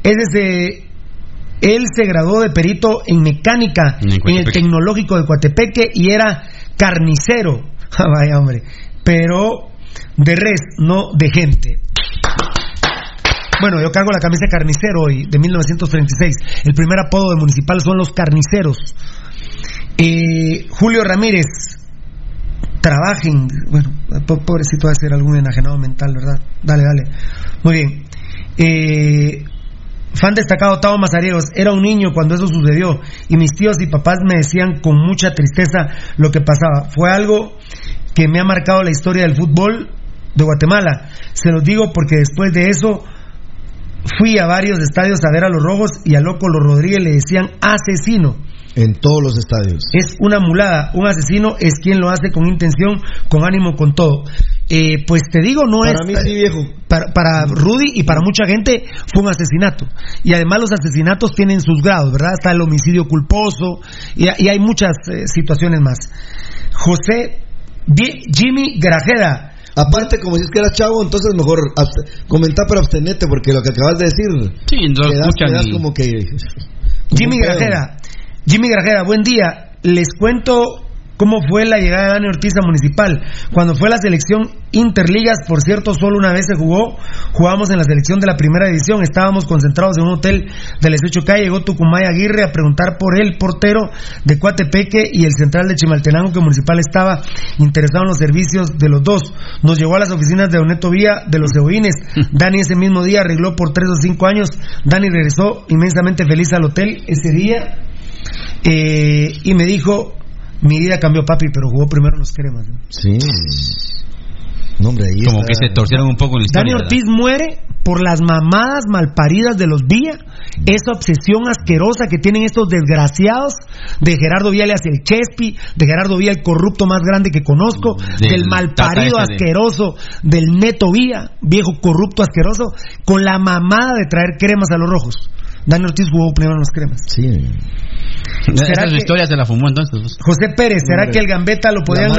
él se graduó de perito en mecánica en el Tecnológico de Coatepeque y era carnicero. Vaya hombre, pero de res, no de gente. Bueno, yo cargo la camisa de carnicero hoy, de 1936. El primer apodo de Municipal son los carniceros. Julio Ramírez, trabajen. Bueno, pobrecito va a ser algún enajenado mental, ¿verdad? Dale. Muy bien. Fan destacado Tavo Mazariegos, era un niño cuando eso sucedió y mis tíos y papás me decían con mucha tristeza lo que pasaba. Fue algo que me ha marcado la historia del fútbol de Guatemala. Se los digo porque después de eso fui a varios estadios a ver a los rojos y a Loco Los Rodríguez le decían asesino. En todos los estadios. Es una mulada. Un asesino es quien lo hace con intención, con ánimo, con todo. Pues te digo, no para es... Para mí sí, viejo. Para Rudy y para mucha gente fue un asesinato. Y además los asesinatos tienen sus grados, ¿verdad? Está el homicidio culposo y hay muchas situaciones más. Jimmy Grajeda. Aparte, como dices que eras chavo, entonces mejor comentar pero abstenete, porque lo que acabas de decir... Sí, no quedas como que... Jimmy Grajeda, buen día. Les cuento cómo fue la llegada de Dani Ortiz a Municipal. Cuando fue la selección Interligas, por cierto, solo una vez se jugamos en la selección de la primera división. Estábamos concentrados en un hotel de las 8 calles. Llegó Tucumay Aguirre a preguntar por el portero de Coatepeque y el central de Chimaltenango, que Municipal estaba interesado en los servicios de los dos. Nos llevó a las oficinas de Doneto Vía de los Cebollines. Dani ese mismo día arregló por 3 o 5 años. Dani regresó inmensamente feliz al hotel ese día y me dijo: mi vida cambió, papi, pero jugó primero en los cremas, ¿no? Sí. No, hombre, ahí como que se torcieron un poco en la historia. Dani Ortiz muere por las mamadas malparidas de los Villa, esa obsesión asquerosa que tienen estos desgraciados de Gerardo Villa hacia el Chespi, de Gerardo Villa el corrupto más grande que conozco, del malparido asqueroso del Neto Villa, viejo corrupto asqueroso, con la mamada de traer cremas a los rojos. Dani Ortiz jugó primero en los cremas. Sí. Esa historia se la fumó entonces. José Pérez, ¿será que el Gambetta lo podían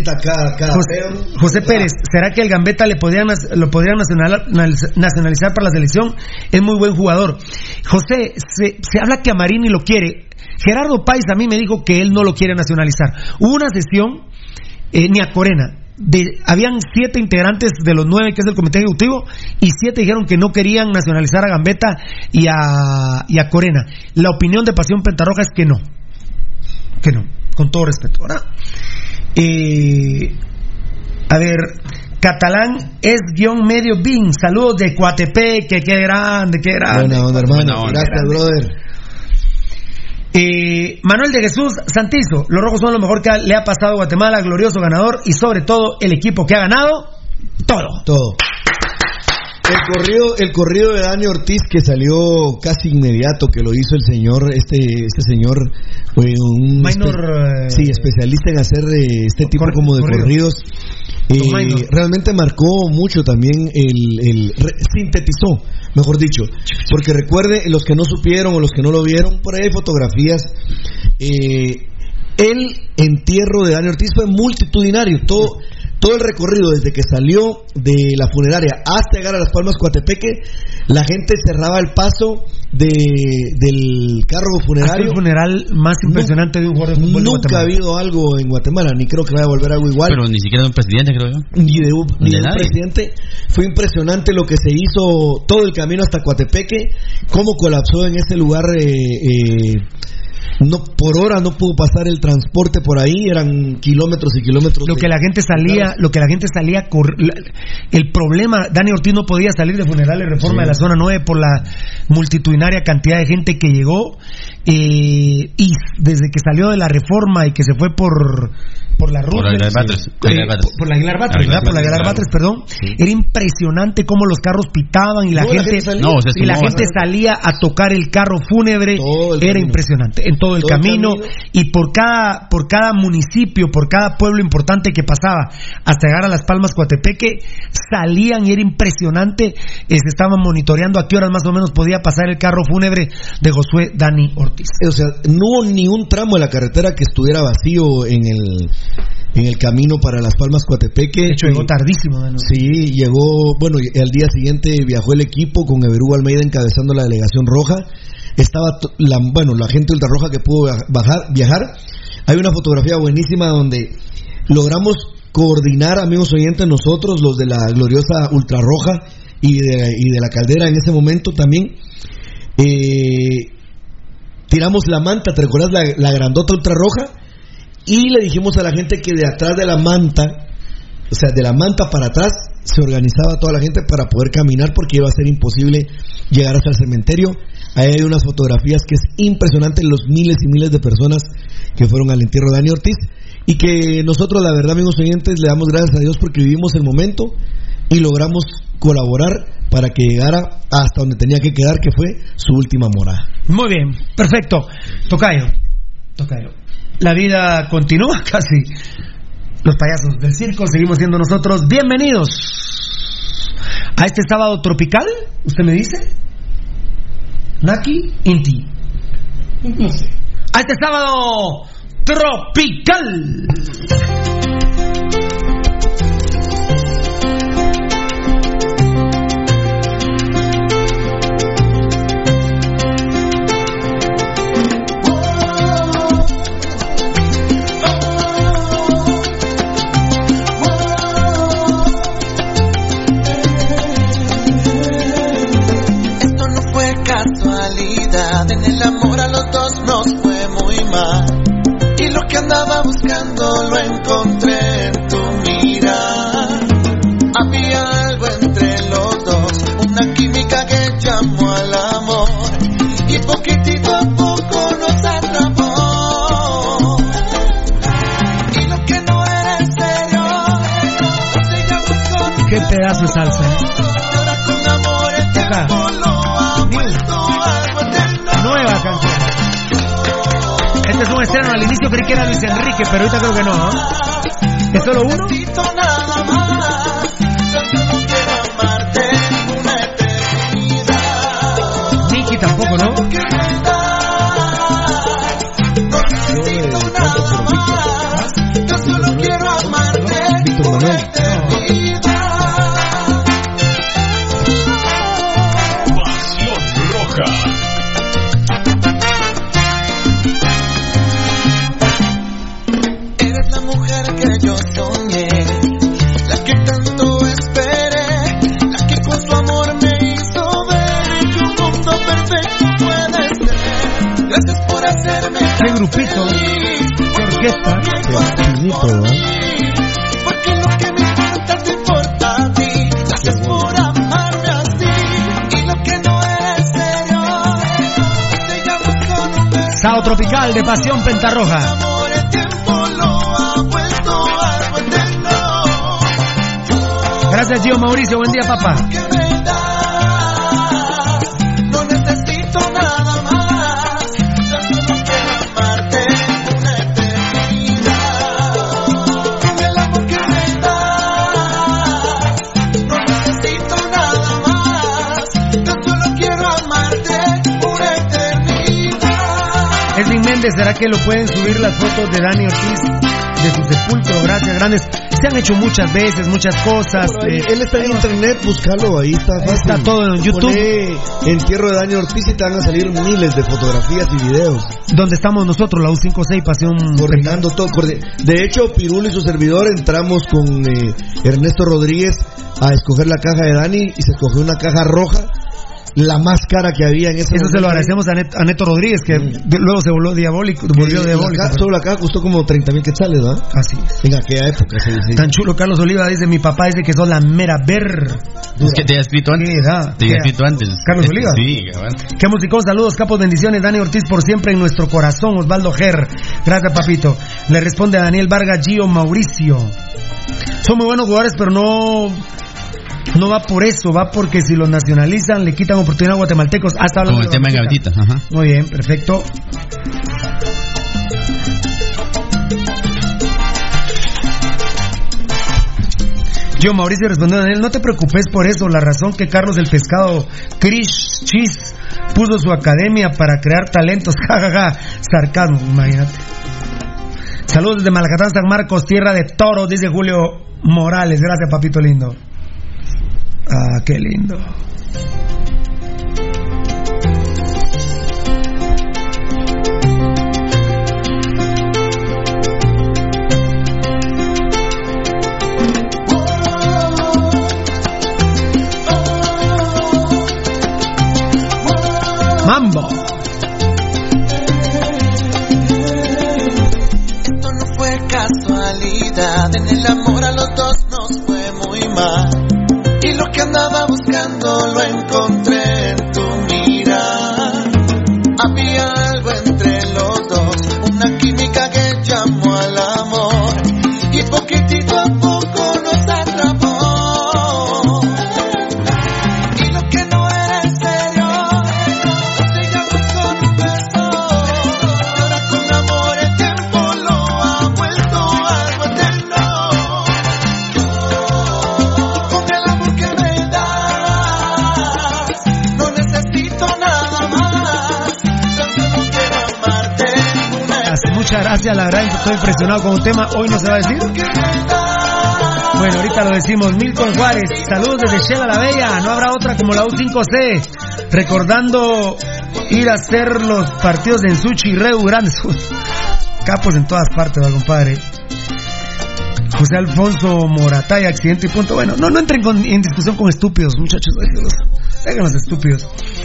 José Pérez, ¿será que el Gambetta lo podrían nacionalizar para la selección? Es muy buen jugador. José, se habla que a Marini lo quiere. Gerardo Páez a mí me dijo que él no lo quiere nacionalizar. Hubo una sesión, ni a Corena. Habían 7 integrantes de los 9 que es el comité ejecutivo y 7 dijeron que no querían nacionalizar a Gambetta y a Corena. La opinión de Pasión Pentarroja es que no, con todo respeto, ¿verdad? A ver, Catalán es _medio bin. Saludos de Coatepeque, qué grande. Buena onda, hermano. Gracias, brother. Manuel de Jesús Santizo, los rojos son lo mejor que le ha pasado a Guatemala, glorioso ganador y sobre todo el equipo que ha ganado todo. El corrido de Dani Ortiz que salió casi inmediato, que lo hizo el señor, este señor fue un especialista en hacer este tipo como de corridos. Realmente marcó mucho también, sintetizó, mejor dicho, porque recuerde, los que no supieron o los que no lo vieron, por ahí hay fotografías. El entierro de Dani Ortiz fue multitudinario, todo el recorrido desde que salió de la funeraria hasta llegar a Las Palmas Coatepeque, la gente cerraba el paso del carro funerario. El funeral más impresionante de un jugador de fútbol. Nunca ha habido algo en Guatemala, ni creo que vaya a volver algo igual. Pero ni siquiera de un presidente, creo yo. Ni de un presidente. Fue impresionante lo que se hizo todo el camino hasta Coatepeque, cómo colapsó en ese lugar. No, por hora no pudo pasar el transporte por ahí, eran kilómetros y kilómetros. Lo que la gente salía, el problema, Dani Ortiz no podía salir de Funerales Reforma de la zona 9 por la multitudinaria cantidad de gente que llegó, y desde que salió de la Reforma y que se fue por la ruta, por la Aguilar Batres, perdón, era impresionante cómo los carros pitaban y la gente salía a tocar el carro fúnebre, era impresionante en todo el camino, y por cada municipio, por cada pueblo importante que pasaba hasta llegar a Las Palmas Coatepeque, salían y era impresionante. Se estaban monitoreando a qué horas más o menos podía pasar el carro fúnebre de Josué Dani Ortiz. O sea, no hubo ni un tramo de la carretera que estuviera vacío en el camino para Las Palmas Coatepeque. De hecho, llegó tardísimo, ¿no? Sí, llegó, bueno, al día siguiente viajó el equipo con Everú Almeida encabezando la delegación roja. Estaba la gente ultrarroja que pudo viajar. Hay una fotografía buenísima donde logramos coordinar, amigos oyentes, nosotros, los de la gloriosa ultrarroja y de la Caldera en ese momento también. Tiramos la manta, ¿te recuerdas la grandota ultrarroja? Y le dijimos a la gente que de atrás de la manta, o sea, de la manta para atrás, se organizaba toda la gente para poder caminar porque iba a ser imposible llegar hasta el cementerio. Ahí hay unas fotografías que es impresionante, los miles y miles de personas que fueron al entierro de Dani Ortiz, y que nosotros, la verdad, amigos oyentes, le damos gracias a Dios porque vivimos el momento y logramos colaborar para que llegara hasta donde tenía que quedar, que fue su última morada. Muy bien, perfecto. Tocayo. La vida continúa casi. Los payasos del circo seguimos siendo nosotros. Bienvenidos a este sábado tropical. ¿Usted me dice? Naki, Inti. No sé. A este sábado tropical. En el amor a los dos nos fue muy mal, y lo que andaba buscando lo encontré en tu mirada. Había algo entre los dos, una química que llamó al amor, y poquitito a poco nos atrapó. Y lo que no era en serio, sigamos con qué pedazo de salsa, ¿eh? Y ahora con amor el tiempo lo ha vuelto algo eterno. Nueva canción. Este es un estreno. Al inicio creí que era Luis Enrique, pero ahorita creo que no, ¿eh? ¿Es solo uno? Nada más, yo solo quiero amarte una eternidad. Nicky tampoco, ¿no? No necesito nada más, yo solo quiero amarte una eternidad. Pasión Roja. Que yo soñé, la que tanto esperé, la que con su amor me hizo ver que un mundo perfecto puede ser. Gracias por hacerme qué grupito, qué orquesta, qué finito, porque lo que me importa te importa a ti. Gracias por amarme así, y lo que no es serio te llamo con un beso. Sábado tropical de Pasión Pentarroja. Gracias, Gio Mauricio. Buen día, papá. No necesito nada más, yo solo quiero amarte una eternidad. Con el amor que me das, no necesito nada más, yo solo quiero amarte una eternidad. Edwin Méndez, ¿será que lo pueden subir las fotos de Dani Ortiz de su sepulcro? Gracias, grandes. Se han hecho muchas veces, muchas cosas. Él está en internet, búscalo, ahí está fácil. Está todo en YouTube. Poné entierro de Dani Ortiz y te van a salir miles de fotografías y videos. Donde estamos nosotros, la U56 Pasión. Coordinando todo. De hecho, Pirulo y su servidor entramos con Ernesto Rodríguez a escoger la caja de Dani y se escogió una caja roja, la más cara que había en ese momento. Eso se lo agradecemos a Neto Rodríguez, que luego se volvió diabólico. Solo la caja costó como 30,000 quetzales, ¿verdad? Así es. En aquella época, sí. Tan chulo. Carlos Oliva dice: mi papá dice que sos la mera ver. Es que te había escrito antes. Te había escrito antes. Carlos Oliva. Sí, cabal. Qué musicón, saludos, capos, bendiciones. Dani Ortiz por siempre en nuestro corazón. Osvaldo Ger. Gracias, papito. Le responde a Daniel Vargas, Gio Mauricio. Son muy buenos jugadores, pero no va por eso, va porque si los nacionalizan le quitan oportunidad a guatemaltecos. Hasta con el tema de Gavitita. Ajá. Muy bien, perfecto. Yo, Mauricio, respondió a Daniel: no te preocupes por eso. La razón que Carlos el Pescado Chris Chis puso su academia para crear talentos, jajaja, sarcasmo, imagínate. Saludos desde Malacatán, San Marcos, tierra de toros, dice Julio Morales. Gracias, papito lindo. Ah, qué lindo. Mambo. Esto no fue casualidad, en el amor a los dos nos fue muy mal. Y lo que andaba buscando lo encontré en tu mirada. Había algo entre los dos, una química que llamó al amor, y poquitito a poco nos atrapó. Y Muchas gracias, la verdad estoy impresionado con un tema. Hoy no se va a decir. Bueno, ahorita lo decimos. Milton Juárez, saludos desde Shela la Bella. No habrá otra como la U5C. Recordando ir a hacer los partidos de Ensuchi y Reu Grandes. Capos en todas partes, ¿verdad, compadre? José Alfonso Morataya, accidente y punto. Bueno, no entren en discusión con estúpidos, muchachos. Déjenlos estúpidos.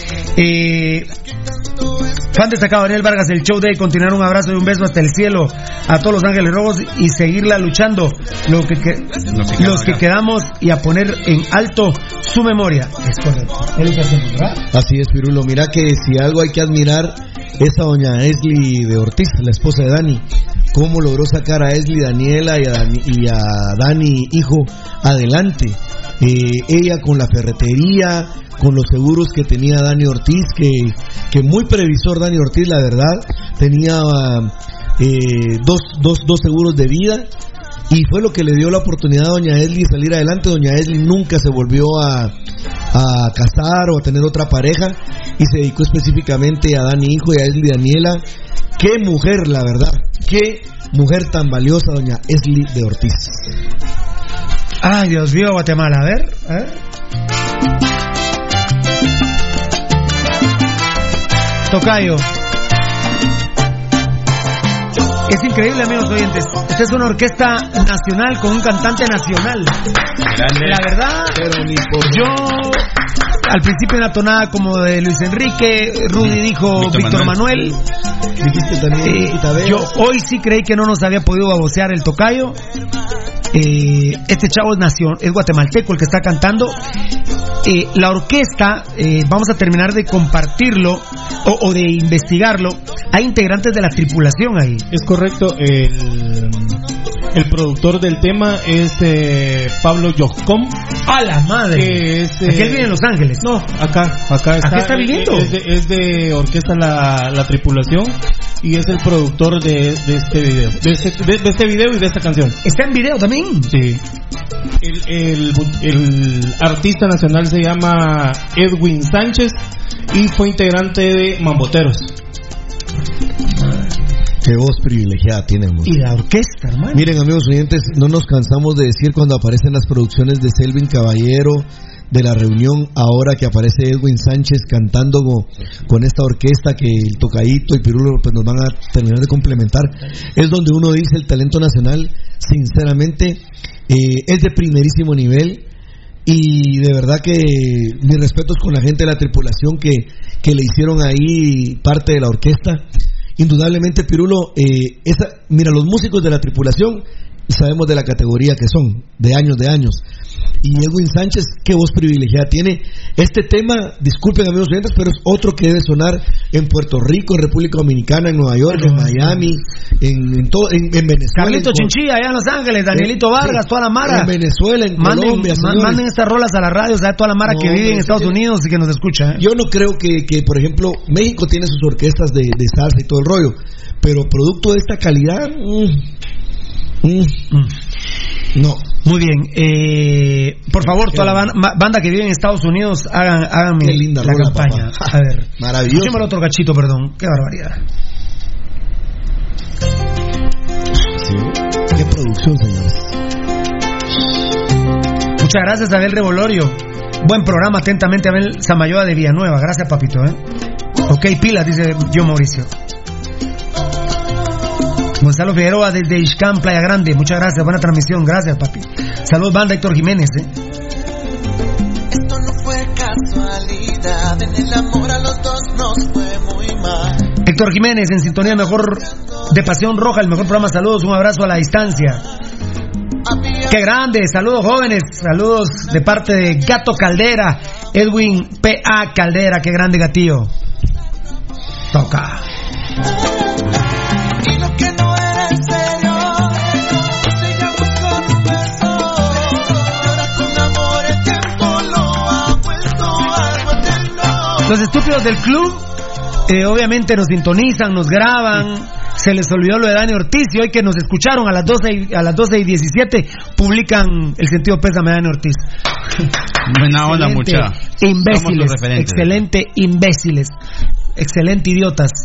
Fan destacado Daniel Vargas, el show de continuar. Un abrazo y un beso hasta el cielo a todos los Ángeles Rojos y seguirla luchando los que quedamos y a poner en alto su memoria. Es correcto. Así es, Pirulo. Mira que si algo hay que admirar es a doña Esli de Ortiz, la esposa de Dani. Cómo logró sacar a Esli, Daniela y a Dani, hijo, adelante. Ella con la ferretería, con los seguros que tenía Dani Ortiz, que muy previsor Dani Ortiz, la verdad. Tenía dos seguros de vida, y fue lo que le dio la oportunidad a doña Esli de salir adelante. Doña Esli nunca se volvió a casar o a tener otra pareja, y se dedicó específicamente a Dani hijo y a Esli Daniela. Qué mujer, la verdad, qué mujer tan valiosa doña Esli de Ortiz. Ay, Dios mío, Guatemala, a ver. Tocayo. Es increíble, amigos oyentes. Esta es una orquesta nacional con un cantante nacional. Grande. La verdad, yo al principio una tonada como de Luis Enrique, Rudy dijo Víctor Manuel. Dijiste también yo hoy sí creí que no nos había podido babosear el Tocayo. Este chavo es guatemalteco el que está cantando. La orquesta, vamos a terminar de compartirlo o de investigarlo. Hay integrantes de la tripulación ahí. Es correcto. El productor del tema es Pablo Yoscom. ¡A la madre! ¿Aquí él vive en Los Ángeles? No, acá está. ¿Aquí está viviendo? Es de orquesta la tripulación, y es el productor de este video. De este video y de esta canción. ¿Está en video también? Sí. El artista nacional se llama Edwin Sánchez y fue integrante de Mamboteros. Qué voz privilegiada tenemos. Y la orquesta, hermano. Miren, amigos oyentes, no nos cansamos de decir cuando aparecen las producciones de Selvin Caballero, de La Reunión, ahora que aparece Edwin Sánchez cantando con esta orquesta que el Tocayito y Pirulo pues nos van a terminar de complementar. Es donde uno dice el talento nacional, sinceramente, es de primerísimo nivel. Y de verdad que mis respetos con la gente de la tripulación que le hicieron ahí parte de la orquesta. Indudablemente, Pirulo, mira, los músicos de la tripulación sabemos de la categoría que son, de años. Y Edwin Sánchez, qué voz privilegiada tiene. Este tema, disculpen amigos oyentes, pero es otro que debe sonar en Puerto Rico, en República Dominicana, en Nueva York, en Miami, en Venezuela. Carlito Chinchilla, allá en Los Ángeles, Danielito Vargas, toda la mara. En Venezuela, en Colombia, manden estas rolas a las radios, a toda la mara que vive en Estados Unidos y que nos escucha. Yo no creo que, por ejemplo, México tiene sus orquestas de salsa y todo el rollo, pero producto de esta calidad... No. Muy bien. Por favor, toda la banda que vive en Estados Unidos, hagan linda la rola, campaña. Papá. A ver. Maravilloso. Escuchemos el otro cachito, perdón. Qué barbaridad. Sí. Qué producción, señores. Muchas gracias, Abel Revolorio. Buen programa, atentamente, Abel Samayoa de Villanueva. Gracias, papito. Ok, pilas, dice yo, Mauricio. Gonzalo Figueroa desde Ixcán, Playa Grande. Muchas gracias, buena transmisión. Gracias, papi. Saludos, banda Héctor Jiménez. Esto no fue casualidad. En el amor a los dos nos fue muy mal. Héctor Jiménez, en sintonía mejor de Pasión Roja, el mejor programa. Saludos, un abrazo a la distancia. Qué grande, saludos jóvenes. Saludos de parte de Gato Caldera, Edwin P.A. Caldera. Qué grande, gatillo. Toca. Los estúpidos del club obviamente nos sintonizan, nos graban. Se les olvidó lo de Dani Ortiz, y hoy que nos escucharon a las 12:17 publican el sentido pésame de Dani Ortiz. Buena onda, mucha. Imbéciles, excelente imbéciles, excelente idiotas.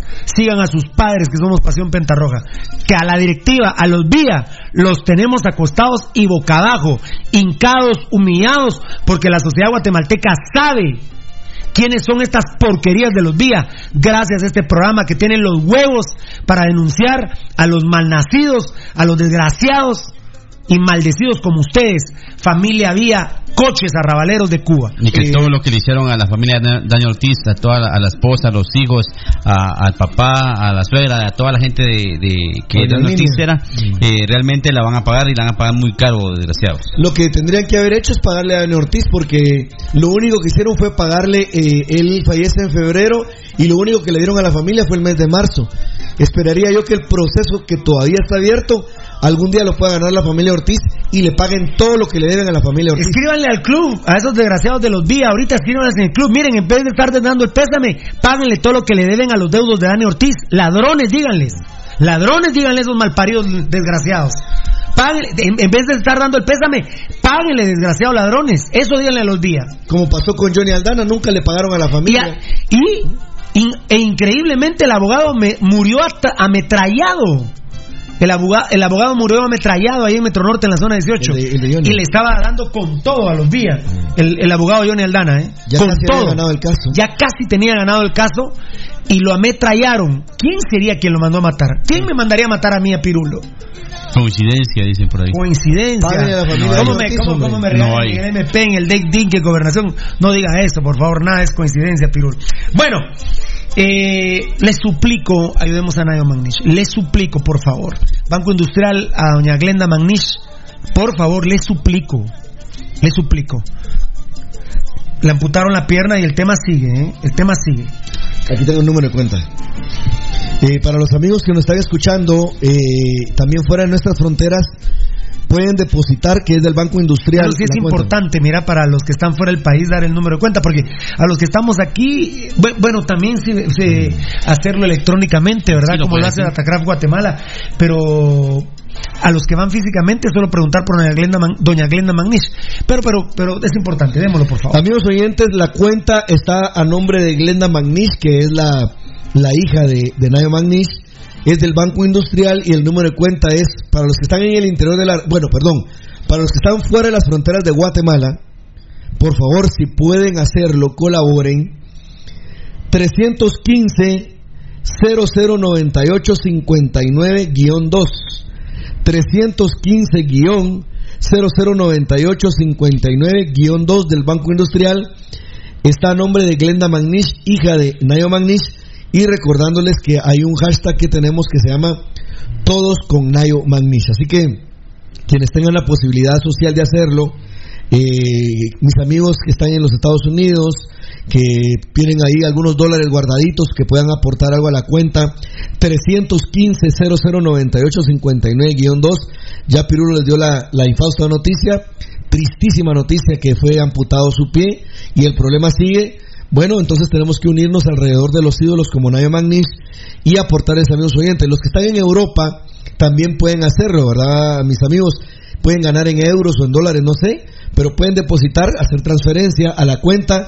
sigan a sus padres, que somos Pasión Pentarroja, que a la directiva, a los Vía, los tenemos acostados y boca abajo, hincados, humillados, porque la sociedad guatemalteca sabe quiénes son estas porquerías de los Vía, gracias a este programa que tienen los huevos para denunciar a los malnacidos, a los desgraciados y maldecidos como ustedes, familia Vía, coches arrabaleros de Cuba. Y que todo lo que le hicieron a la familia de Dani Ortiz, a la esposa, a los hijos, al papá, a la suegra, a toda la gente que Dani Ortiz era, realmente la van a pagar y la van a pagar muy caro, desgraciados. Lo que tendrían que haber hecho es pagarle a Dani Ortiz, porque lo único que hicieron fue pagarle, él fallece en febrero y lo único que le dieron a la familia fue el mes de marzo. Esperaría yo que el proceso que todavía está abierto algún día lo pueda ganar la familia Ortiz y le paguen todo lo que le deben a la familia Ortiz. Escríbanle al club, a esos desgraciados de los Vía, ahorita escríbanles en el club, miren, en vez de estar dando el pésame, páguenle todo lo que le deben a los deudos de Dani Ortiz. Ladrones, díganles esos malparidos desgraciados. Páguenle, en vez de estar dando el pésame, páguenle, desgraciados ladrones. Eso díganle a los Vía. Como pasó con Johnny Aldana, nunca le pagaron a la familia. E increíblemente el abogado murió ametrallado. El abogado murió ametrallado ahí en Metro Norte, en la zona 18. Y le estaba dando con todo a los Vía. El abogado Johnny Aldana, ya con casi todo. Había ganado el caso. Ya casi tenía ganado el caso y lo ametrallaron. ¿Quién sería quien lo mandó a matar? ¿Quién me mandaría a matar a mí, a Pirulo? Coincidencia, dicen por ahí. Coincidencia. ¿Cómo me regalan en el MP, en el DIC, que Gobernación? No diga eso, por favor, nada es coincidencia, Pirulo. Bueno, les suplico, ayudemos a Nayo Magnish. Les suplico, por favor, Banco Industrial, a doña Glenda Magnish, por favor, les suplico. Le amputaron la pierna y el tema sigue, el tema sigue. Aquí tengo el número de cuenta. Para los amigos que nos están escuchando, también fuera de nuestras fronteras, pueden depositar, que es del Banco Industrial. Pero sí es importante, mira, para los que están fuera del país, dar el número de cuenta, porque a los que estamos aquí, bueno, también hacerlo electrónicamente, ¿verdad? Sí, como lo hace Datacraft Guatemala, pero a los que van físicamente, solo preguntar por doña Glenda Magnish. Pero es importante, démoslo, por favor. Amigos oyentes, la cuenta está a nombre de Glenda Magnish, que es la hija de Nayo Magnish. Es del Banco Industrial y el número de cuenta es, para los que están en el interior para los que están fuera de las fronteras de Guatemala, por favor, si pueden hacerlo, colaboren. 315-0098-59-2 315-0098-59-2 del Banco Industrial. Está a nombre de Glenda Magnish, hija de Nayo Magnish. Y recordándoles que hay un hashtag que tenemos que se llama Todos con Nayo Magnish. Así que quienes tengan la posibilidad social de hacerlo, mis amigos que están en los Estados Unidos, que tienen ahí algunos dólares guardaditos, que puedan aportar algo a la cuenta, 315-0098-59-2. Ya Pirulo les dio la infausta noticia, tristísima noticia, que fue amputado su pie y el problema sigue. Bueno, entonces tenemos que unirnos alrededor de los ídolos como Nayo Magnish y aportarles, amigos oyentes. Los que están en Europa también pueden hacerlo, ¿verdad, mis amigos? Pueden ganar en euros o en dólares, no sé, pero pueden depositar, hacer transferencia a la cuenta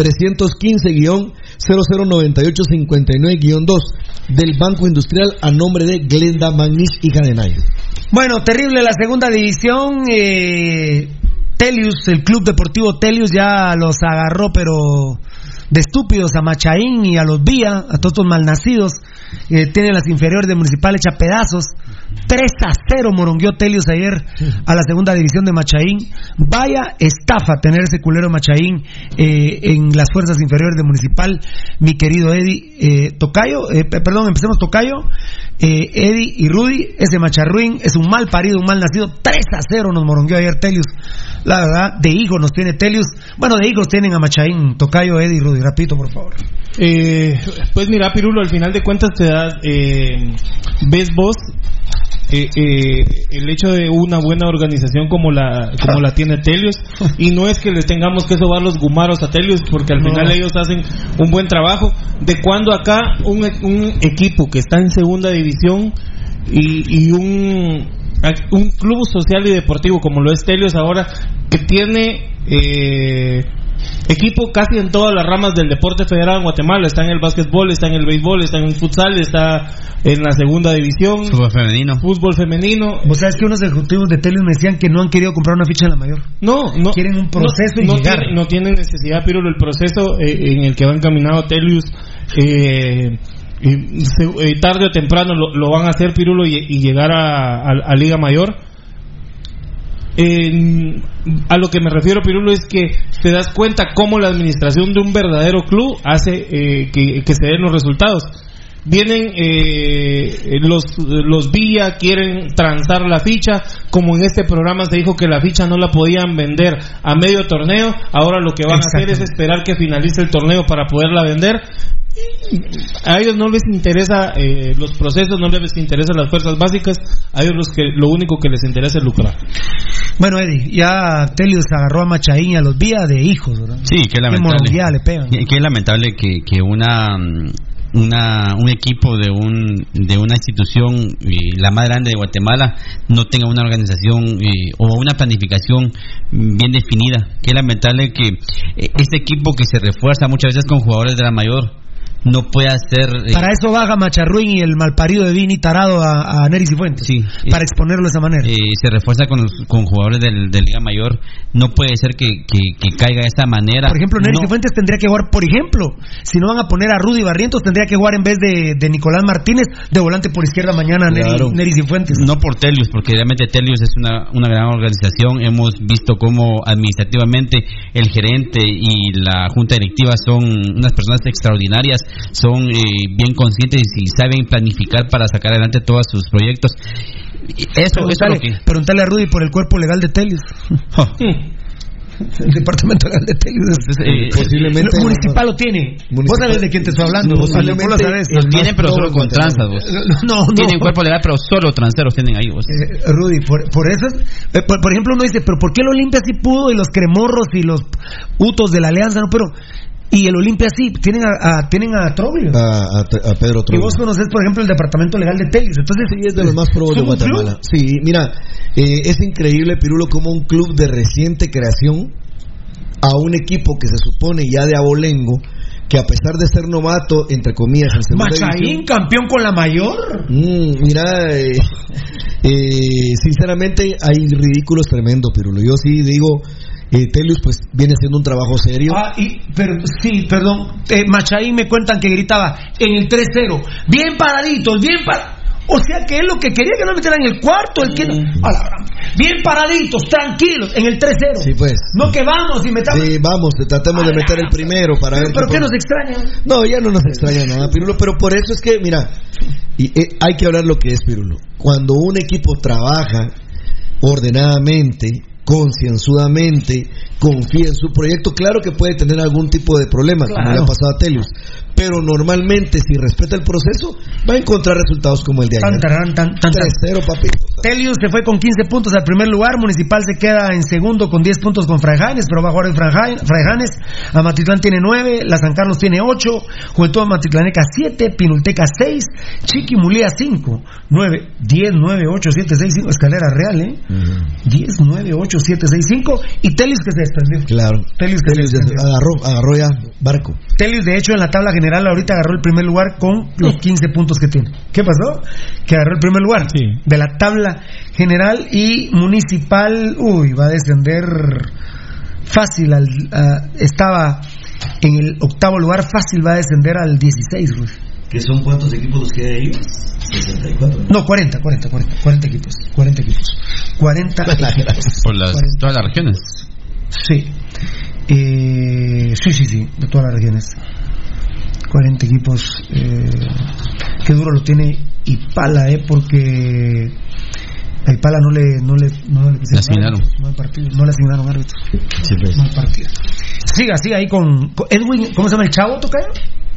315-0098-59-2 del Banco Industrial a nombre de Glenda Magnish, hija de Nayo. Bueno, terrible la segunda división. Telius, el Club Deportivo Telius ya los agarró, pero de estúpidos, a Machaín y a los Vía, a todos estos malnacidos. Tienen las inferiores de Municipal hecha pedazos. 3-0 morongueó Telius ayer a la segunda división de Machaín. Vaya estafa tener ese culero Machaín en las fuerzas inferiores de Municipal, mi querido Eddie Tocayo. Empecemos Tocayo, Eddie y Rudy. Ese Macharruín es un mal parido, un mal nacido. 3-0 nos morongueó ayer Telius. La verdad, de hijos nos tiene Telius. Bueno, de hijos tienen a Machaín, Tocayo, Eddie y Rudy. Repito, por favor. Pues mira, Pirulo, al final de cuentas te das, ves vos el hecho de una buena organización como la tiene Telius, y no es que les tengamos que sobar los gumaros a Telius, porque al final ellos hacen un buen trabajo. De cuando acá un equipo que está en segunda división y un club social y deportivo como lo es Telius ahora, que tiene equipo casi en todas las ramas del deporte federado en Guatemala. Está en el básquetbol, está en el béisbol, está en el futsal, está en la segunda división. Fútbol femenino. Vos sabes que unos ejecutivos de Telius me decían que no han querido comprar una ficha en la mayor. No. Quieren un proceso y llegar. No tienen necesidad, Pirulo, el proceso en el que va encaminado Telius. Tarde o temprano lo van a hacer, Pirulo, y llegar a Liga Mayor. A lo que me refiero, Pirulo, es que te das cuenta cómo la administración de un verdadero club hace que se den los resultados. Vienen los Villa, quieren transar la ficha, como en este programa se dijo que la ficha no la podían vender a medio torneo. Ahora lo que van a hacer es esperar que finalice el torneo para poderla vender. A ellos no les interesa los procesos, no les interesan las fuerzas básicas. A ellos lo único que les interesa es lucrar. Bueno, Eddie, ya Telius agarró a Machaín y a los Villa de hijos, ¿verdad? Sí, qué lamentable. Le pegan. Qué lamentable que un equipo de una institución la más grande de Guatemala no tenga una organización o una planificación bien definida. Qué lamentable que este equipo que se refuerza muchas veces con jugadores de la mayor no puede hacer... Para eso baja Macharruín y el malparido de Vini tarado a Neris y Fuentes. Sí, para exponerlo de esa manera. Se refuerza con jugadores de Liga Mayor. No puede ser que caiga de esa manera. Por ejemplo, Neris y Fuentes tendría que jugar, por ejemplo, si no van a poner a Rudy Barrientos, tendría que jugar en vez de Nicolás Martínez de volante por izquierda mañana, claro. Neris y Fuentes. No por Telius, porque realmente Telius es una gran organización. Hemos visto cómo administrativamente el gerente y la junta directiva son unas personas extraordinarias. Son bien conscientes y saben planificar para sacar adelante todos sus proyectos. Preguntale a Rudy por el cuerpo legal de Telius. El departamento legal de Telius posiblemente municipal lo tiene. Vos sabés de quién te estoy hablando. Posiblemente lo tienen, pero solo con tranzas. No tienen cuerpo legal, pero solo transeros tienen ahí. Rudy, por eso por ejemplo uno dice, pero ¿por qué el Olimpia sí pudo y los Cremorros y los Utos de la Alianza no? Pero y el Olimpia sí, tienen a Troglio. A Pedro Troglio. Y vos conocés, por ejemplo, el departamento legal de Telius. Entonces, sí, es de los más probos de Guatemala. Sí, mira, es increíble, Pirulo, como un club de reciente creación a un equipo que se supone ya de abolengo, que a pesar de ser novato, entre comillas, en segunda división, campeón con la mayor. Mira, sinceramente hay ridículos tremendos, Pirulo. Yo sí digo... Telius pues viene haciendo un trabajo serio. Machaín me cuentan que gritaba en el 3-0, bien paraditos, o sea que él lo que quería que no metieran en el cuarto, bien paraditos, tranquilos, en el 3-0. Sí, pues. No que vamos y metamos. Sí, vamos, tratemos de meter el primero para ver. ¿Pero qué nos extraña? No, ya no nos extraña nada, Pirulo, pero por eso es que, mira, hay que hablar lo que es, Pirulo. Cuando un equipo trabaja ordenadamente, concienzudamente, confía en su proyecto, claro que puede tener algún tipo de problema, como le ha pasado a Telius, pero normalmente si respeta el proceso va a encontrar resultados como el de ayer. 3-0, papito. Telius se fue con 15 puntos al primer lugar, Municipal se queda en segundo con 10 puntos con Fraijanes, pero va a jugar en Fraijanes. Amatitlán tiene 9, la San Carlos tiene 8, Juventud Amatitlaneca 7, Pinulteca 6, Chiquimulía 5, 9, 10, 9, 8, 7, 6, 5, escalera real, 10, 9, 8, 7, 6, 5, y Telius que se desprendió. Claro, Telius agarró ya barco. Telius, de hecho, en la tabla general ahorita agarró el primer lugar con los 15 puntos que tiene. ¿Qué pasó? Que agarró el primer lugar de la tabla general, y Municipal va a descender fácil estaba en el octavo lugar, fácil va a descender al 16, Ruth. ¿Qué son cuántos equipos los que hay ahí? 64. No, 40 equipos. 40 equipos. Por todas las regiones. Sí. Sí, de todas las regiones. 40 equipos. Qué duro lo tiene Ipala, porque a Ipala no le asignaron. No le asignaron árbitros. Sí, pues. No hay partido. Siga ahí con Edwin. ¿Cómo se llama el chavo, tocayo?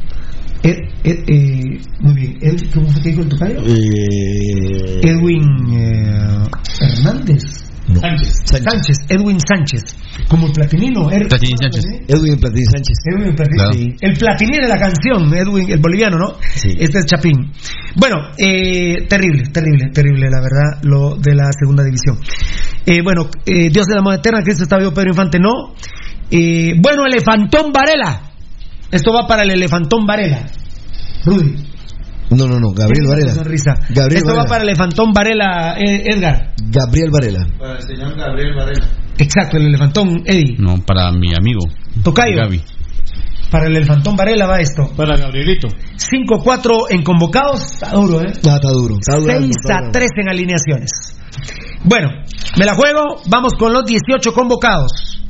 Muy bien. ¿Cómo fue que dijo el tocayo? Edwin Hernández. No. Sánchez, Edwin Sánchez, como el platinino. Platini Sánchez. Edwin Platini Sánchez. Claro. Sí. El platinino de la canción, Edwin, el boliviano, ¿no? Sí. Este es Chapín. Bueno, terrible, la verdad, lo de la segunda división. Dios de la moda eterna, Cristo está vivo, Pedro Infante no. Bueno, Elefantón Varela. Esto va para el Elefantón Varela. Rudy. No, Gabriel Varela. Esto Varela. va para el Elefantón Varela, Edgar. Gabriel Varela. Para el señor Gabriel Varela. Exacto, el Elefantón, Eddie. No, para mi amigo Tocayo. Gaby. Para el Elefantón Varela va esto. Para Gabrielito. 5-4 en convocados. Está duro, ¿eh? Está duro. 6-3 en alineaciones. Bueno, me la juego. Vamos con los 18 convocados.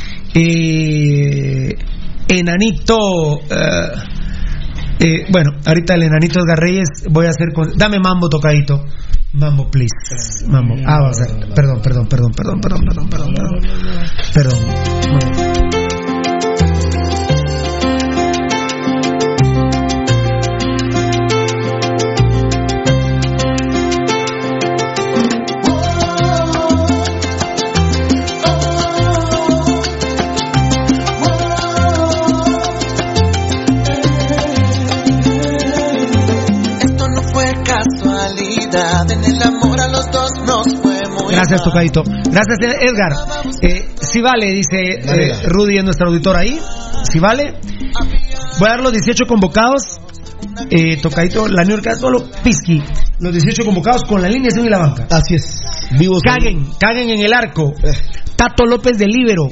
Enanito. Bueno, ahorita el Enanito Edgar Reyes. Voy a hacer con. Dame mambo, tocadito. Mambo, please. Mambo. Va a ser. Perdón. En el amor a los dos nos fue muy Gracias, tocadito. Gracias, Edgar. Si vale, dice Rudy, es nuestro auditor ahí. Si vale. Voy a dar los 18 convocados. Tocadito, la New York solo Pisky. Los 18 convocados con la alineación y la banca. Así es. Vivos. Caguen en el arco. Tato López de líbero.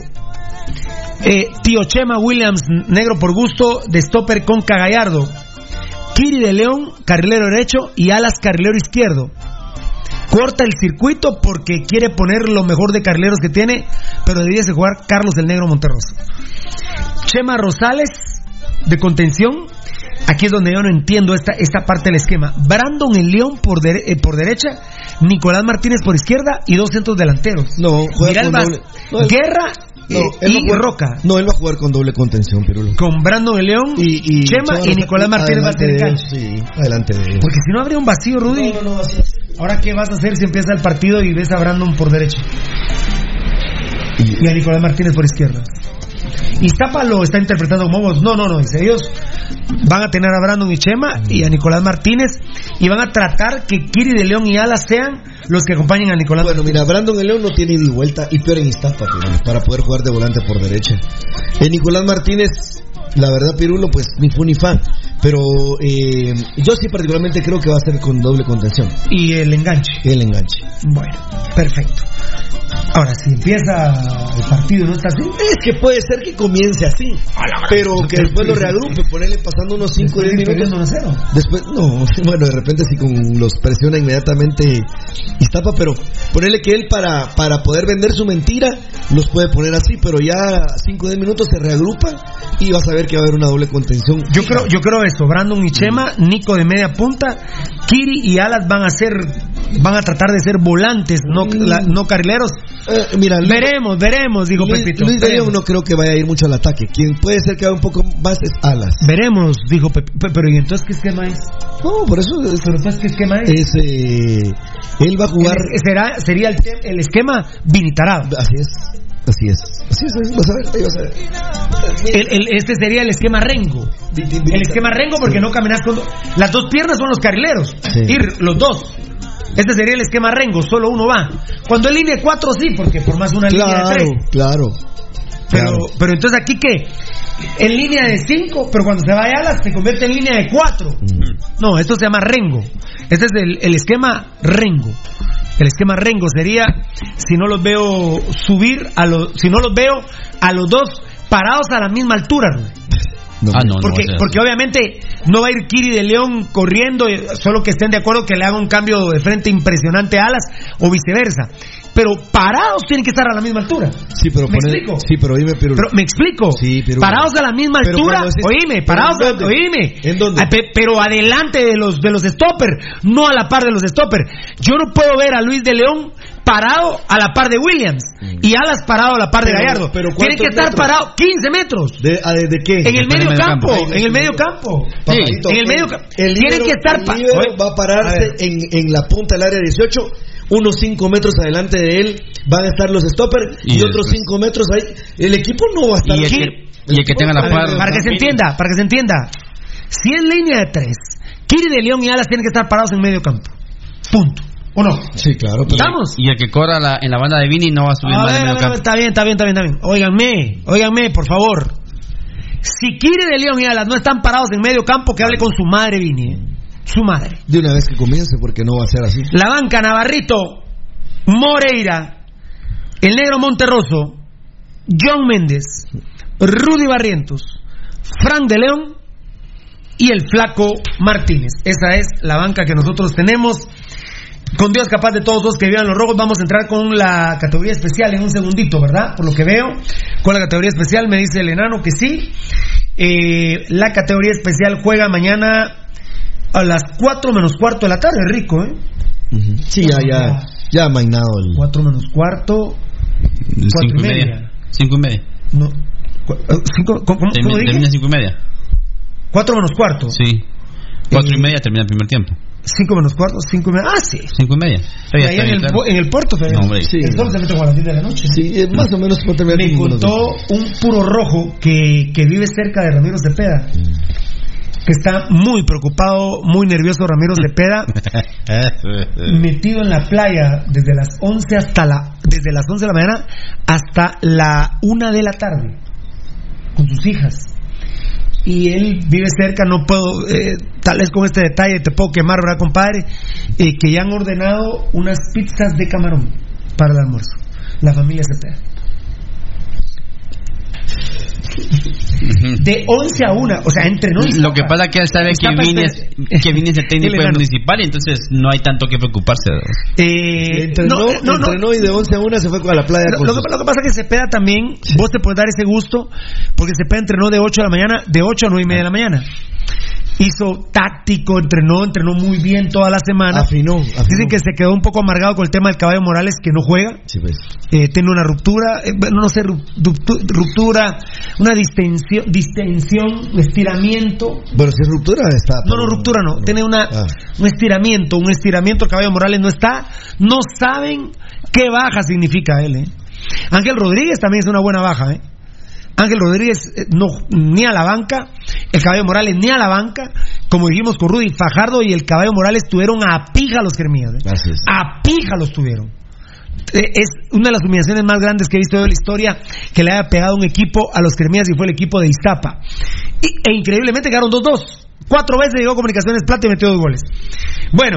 Tío Chema Williams, negro por gusto, de stopper con Cagallardo. Kiri de León, carrilero derecho, y Alas, carrilero izquierdo. Corta el circuito porque quiere poner lo mejor de carrileros que tiene, pero debiese jugar Carlos el Negro Monterroso. Chema Rosales, de contención. Aquí es donde yo no entiendo esta parte del esquema. Brandon el León por derecha, Nicolás Martínez por izquierda y 2 centros delanteros. No, juega Miguel con doble. Guerra y Roca. No, él va a jugar con doble contención, Pirulo. Con Brandon el León, y Chema y Nicolás Martínez va a tener cancha. Sí, adelante de él. Porque si no habría un vacío, Rudy. No, así. Ahora, ¿qué vas a hacer si empieza el partido y ves a Brandon por derecha? Y a Nicolás Martínez por izquierda. Iztapa lo está interpretando como vos. No, dice, ellos van a tener a Brandon y Chema y a Nicolás Martínez, y van a tratar que Kiri de León y Alas sean los que acompañen a Nicolás. Bueno, mira, Brandon el León no tiene ida y vuelta, y peor en Iztapa, para poder jugar de volante por derecha. Nicolás Martínez, la verdad, Pirulo, pues ni fu ni fa, pero yo sí particularmente creo que va a ser con doble contención. Y el enganche. Bueno, perfecto. Ahora, si empieza el partido, ¿no está así? Es que puede ser que comience así, pero que después lo reagrupe, ponerle pasando unos 5 o 10 minutos. Después, no, bueno, de repente sí los presiona inmediatamente Iztapa, pero ponerle que él para poder vender su mentira, los puede poner así, pero ya 5 o 10 minutos se reagrupa y vas a ver que va a haber una doble contención. Yo creo esto, Brandon y Chema, Nico de media punta, Kiri y Alas van a tratar de ser volantes, no carrileros. Mira, veremos, dijo Pepito. Luis de León no creo que vaya a ir mucho al ataque. Quien puede ser que haga un poco más es Alas. Veremos, dijo Pepito. Pero ¿y entonces qué esquema es? No, por eso. ¿Pero entonces qué esquema es? Él va a jugar. Sería el esquema Vinitarado. Así es, vas a ver. Este sería el esquema Rengo. El esquema Rengo, porque no caminas con las dos piernas, son los carrileros. Sí. Ir los dos. Este sería el esquema Rengo, solo uno va. Cuando en línea 4 sí, porque formas una línea de 3. Claro. Pero entonces aquí ¿qué? En línea de 5, pero cuando se vaya Alas se convierte en línea de 4. No, esto se llama Rengo. Este es el esquema Rengo. El esquema Rengo sería, si no los veo subir si no los veo a los dos parados a la misma altura. Porque obviamente no va a ir Kiri de León corriendo, solo que estén de acuerdo que le haga un cambio de frente impresionante a Alas o viceversa. Pero parados tienen que estar a la misma altura. Sí, pero ¿Me explico? Sí, pero oíme, Pirulo. Pero me explico. Sí, Pirulo. Parados a la misma altura. Oíme, parados. Oíme. ¿En dónde? Pero adelante de los stoppers, no a la par de los stoppers. Yo no puedo ver a Luis de León parado a la par de Williams y Alas parado a la par de Gallardo. Tienen que estar parados 15 metros. ¿De qué? En el medio campo. En el medio campo. Sí. En el medio campo. Tienen que estar parados. Va a pararse en la punta del área 18. Unos 5 metros adelante de él van a estar los stoppers y otros 5 metros ahí. El equipo no va a estar aquí. Y el que tenga la par. Para que se entienda. Si es línea de 3, Kiri de León y Alas tienen que estar parados en medio campo. Punto. ¿O no? Sí, claro. ¿Estamos? Y el que corra en la banda de Vini no va a subir más de medio campo. Está bien. Óiganme, por favor. Si Kiri de León y Alas no están parados en medio campo, que hable con su madre, Vini. Su madre. De una vez que comience, porque no va a ser así. La banca, Navarrito, Moreira, el negro Monterroso, John Méndez, Rudy Barrientos, Frank de León y el Flaco Martínez. Esa es la banca que nosotros tenemos. Con Dios capaz de todos los que vivan los rojos. Vamos a entrar con la categoría especial en un segundito, ¿verdad? Por lo que veo, con la categoría especial me dice el enano que sí. La categoría especial juega mañana a las 4 menos cuarto de la tarde, rico, ¿eh? Sí, ya ha mainado el... 4 menos cuarto, 4:30. 5:30. No. ¿Cómo dije? Termina 5:30. 4 menos cuarto. Sí. 4:30 termina el primer tiempo. 5 menos cuarto, 5:30. Ah, sí. 5:30. Ahí en el puerto todavía. No, hombre. Sí. El sol se mete como a las 10 de la noche. Sí, más o menos puede terminar. Me contó un puro rojo que vive cerca de Ramiro Cepeda. Que está muy preocupado, muy nervioso Ramiro Cepeda, metido en la playa desde las 11 de la mañana hasta la 1 de la tarde con sus hijas. Y él vive cerca, no puedo, tal vez con este detalle te puedo quemar, ¿verdad, compadre? Que ya han ordenado unas pizzas de camarón para el almuerzo, la familia Cepeda. De 11 a 1, o sea, entrenó. Lo que pasa es que él sabe que Vini es el técnico del municipal y entonces no hay tanto que preocuparse. Entrenó y de 11 a 1 se fue a la playa. Lo que pasa es que Cepeda también, vos te puedes dar ese gusto, porque Cepeda entrenó de 8 de la mañana, de 8 a 9:30 de la mañana. Hizo táctico, entrenó muy bien toda la semana. Afinó. Dicen que se quedó un poco amargado con el tema del Caballo Morales, que no juega. Sí, pues. Tiene una ruptura, ruptura, una distensión, estiramiento. Pero si ruptura está. No, ruptura no. Tiene un estiramiento. El Caballo Morales no está. No saben qué baja significa él. Ángel Rodríguez también es una buena baja. Ángel Rodríguez ni a la banca, el Caballo Morales ni a la banca, como dijimos con Rudy. Fajardo y el Caballo Morales tuvieron a pija los Cremías, a pija los tuvieron. Es una de las humillaciones más grandes que he visto de la historia, que le haya pegado un equipo a los Cremías y fue el equipo de Iztapa, e increíblemente quedaron 2-2. 4 veces llegó Comunicaciones Plata y metió 2 goles. Bueno,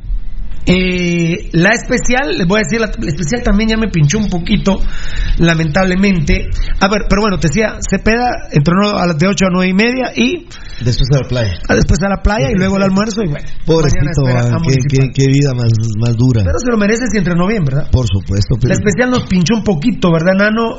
la especial, les voy a decir, la especial también ya me pinchó un poquito, lamentablemente. A ver, pero bueno, te decía, Cepeda entrenó a las de 8 a 9:30 y después a la playa. Y luego el almuerzo y bueno. Pobrecito, qué vida más dura. Pero se lo merece si entrenó bien, ¿verdad? Por supuesto. La especial nos pinchó un poquito, ¿verdad, Nano?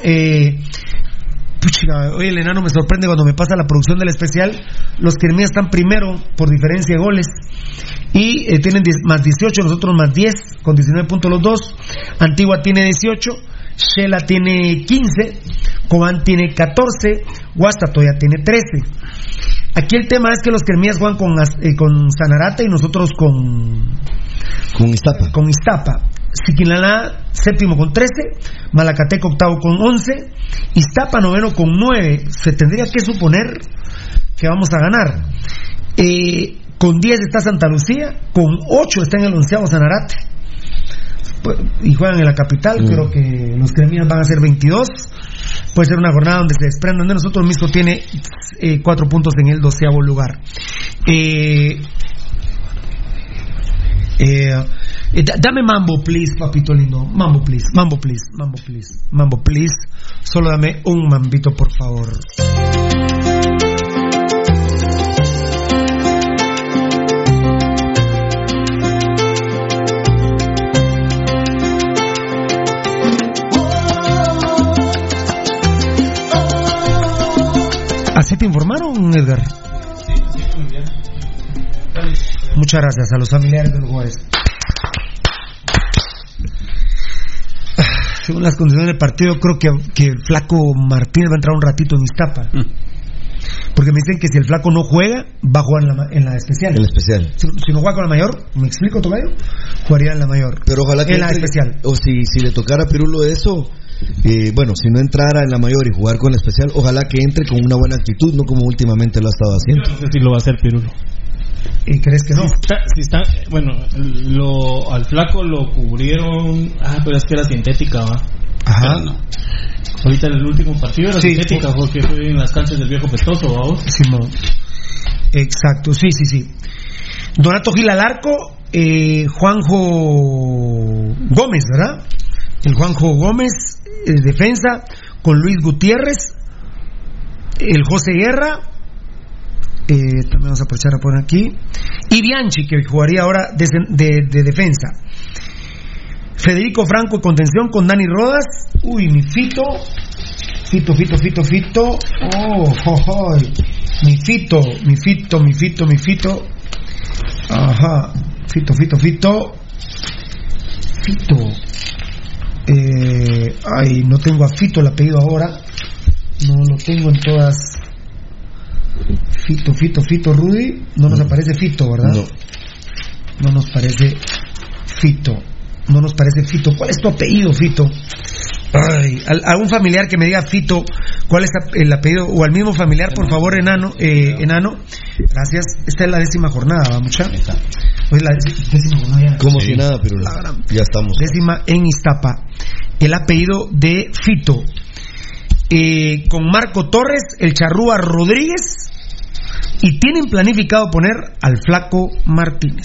Oye, el enano me sorprende cuando me pasa la producción del especial. Los Quermías están primero por diferencia de goles y tienen más 18, nosotros más 10, con 19 puntos los dos. Antigua tiene 18, Shela tiene 15, Cobán tiene 14, Guastatoya tiene 13. Aquí el tema es que los Quermías juegan con Sanarate y nosotros con Iztapa. Siquinalá séptimo con 13, Malacateco octavo con 11, Iztapa noveno con 9. Se tendría que suponer que vamos a ganar. Con 10 está Santa Lucía, con 8 está en el 11º Sanarate y juegan en la capital. Creo que los Cremías van a ser 22. Puede ser una jornada donde se desprendan de nosotros. Misco tiene 4 puntos en el 12º lugar. Dame mambo, please, papito lindo. Mambo, please. Solo dame un mambito, por favor. ¿Así te informaron, Edgar? Muchas gracias a los familiares de los jugadores. Según las condiciones del partido, creo que el Flaco Martínez va a entrar un ratito en Iztapa. Porque me dicen que si el Flaco no juega, va a jugar en la especial. En la especial. Si no juega con la mayor, ¿me explico, Tocayo? Jugaría en la mayor. Pero ojalá que en la especial. O si le tocara a Pirulo eso, bueno, si no entrara en la mayor y jugar con la especial, ojalá que entre con una buena actitud, no como últimamente lo ha estado haciendo. No sé si lo va a hacer Pirulo. ¿Y crees que no? Si está, bueno, al flaco lo cubrieron. Pero es que era sintética, ¿va? Ajá. No. Ahorita el último partido era sintética, porque fue en las canchas del Viejo Pestoso, ¿vamos? Simón. Exacto, sí. Donato Gil al arco, Juanjo Gómez, ¿verdad? El Juanjo Gómez, defensa, con Luis Gutiérrez, el José Guerra, también vamos a aprovechar a poner aquí, y Bianchi, que jugaría ahora de defensa. Federico Franco en contención con Dani Rodas. Uy, mi Fito. Oh, mi Fito. Ajá. Fito. Ay, no tengo a Fito el apellido ahora. No lo tengo en todas. Fito, Rudy. No nos aparece Fito, ¿verdad? No nos parece Fito. ¿Cuál es tu apellido, Fito? Ay, algún familiar que me diga, Fito, ¿cuál es el apellido? O al mismo familiar, por favor, Enano. Gracias. Esta es la 10ª jornada, ¿va, mucha? Pues la 10ª jornada ya. Como si nada, pero ya estamos. 10ª en Iztapa. El apellido de Fito. Con Marco Torres, el Charrúa Rodríguez. Y tienen planificado poner al Flaco Martínez.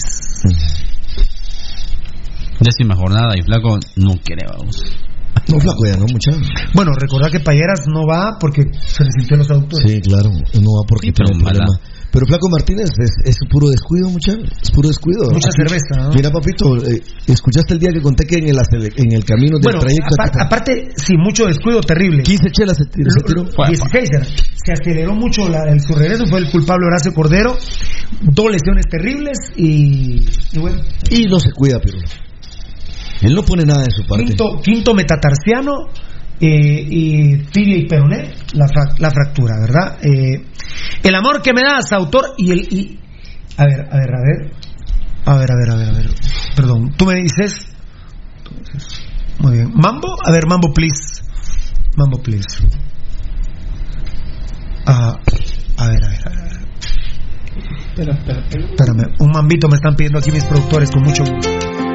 10ª jornada y Flaco no quiere, vamos. No, Flaco ya no, mucha. Bueno, recordad que Payeras no va porque se le sintió los autores. Sí, claro, no va porque tiene problema. Pero Flaco Martínez es puro descuido, mucha. Es puro descuido. Mucha cerveza, ¿no? Mira, papito, ¿escuchaste el día que conté que en el camino del trayecto? Aparte, sí, mucho descuido terrible. 15 chelas se tiró. 16 era. Se aceleró mucho su regreso, fue el culpable Horacio Cordero. 2 lesiones terribles y bueno. Y no se cuida, pero él no pone nada de su parte. Quinto metatarsiano y tibia y peroné, la fractura, ¿verdad? El amor que me das, autor, a ver. Perdón, tú me dices. Muy bien. Mambo, Mambo, please. A ver. Espérame, un mambito me están pidiendo aquí mis productores con mucho gusto.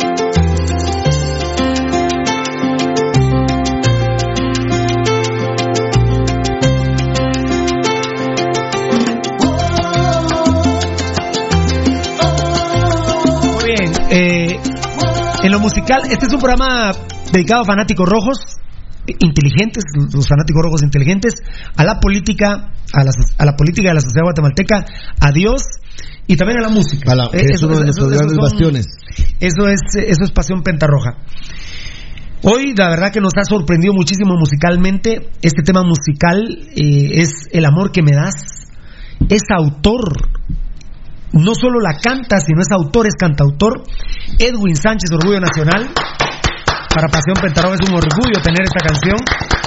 En lo musical, este es un programa dedicado a fanáticos rojos inteligentes, los fanáticos rojos inteligentes, a la política, a la política de la sociedad guatemalteca, a Dios y también a la música. Es uno de nuestros grandes bastiones. Eso es Pasión Pentarroja. Hoy la verdad que nos ha sorprendido muchísimo musicalmente. Este tema musical es El amor que me das. Es autor, no solo la canta, sino es autor, es cantautor. Edwin Sánchez, Orgullo Nacional. Para Pasión Pentarroja es un orgullo tener esta canción.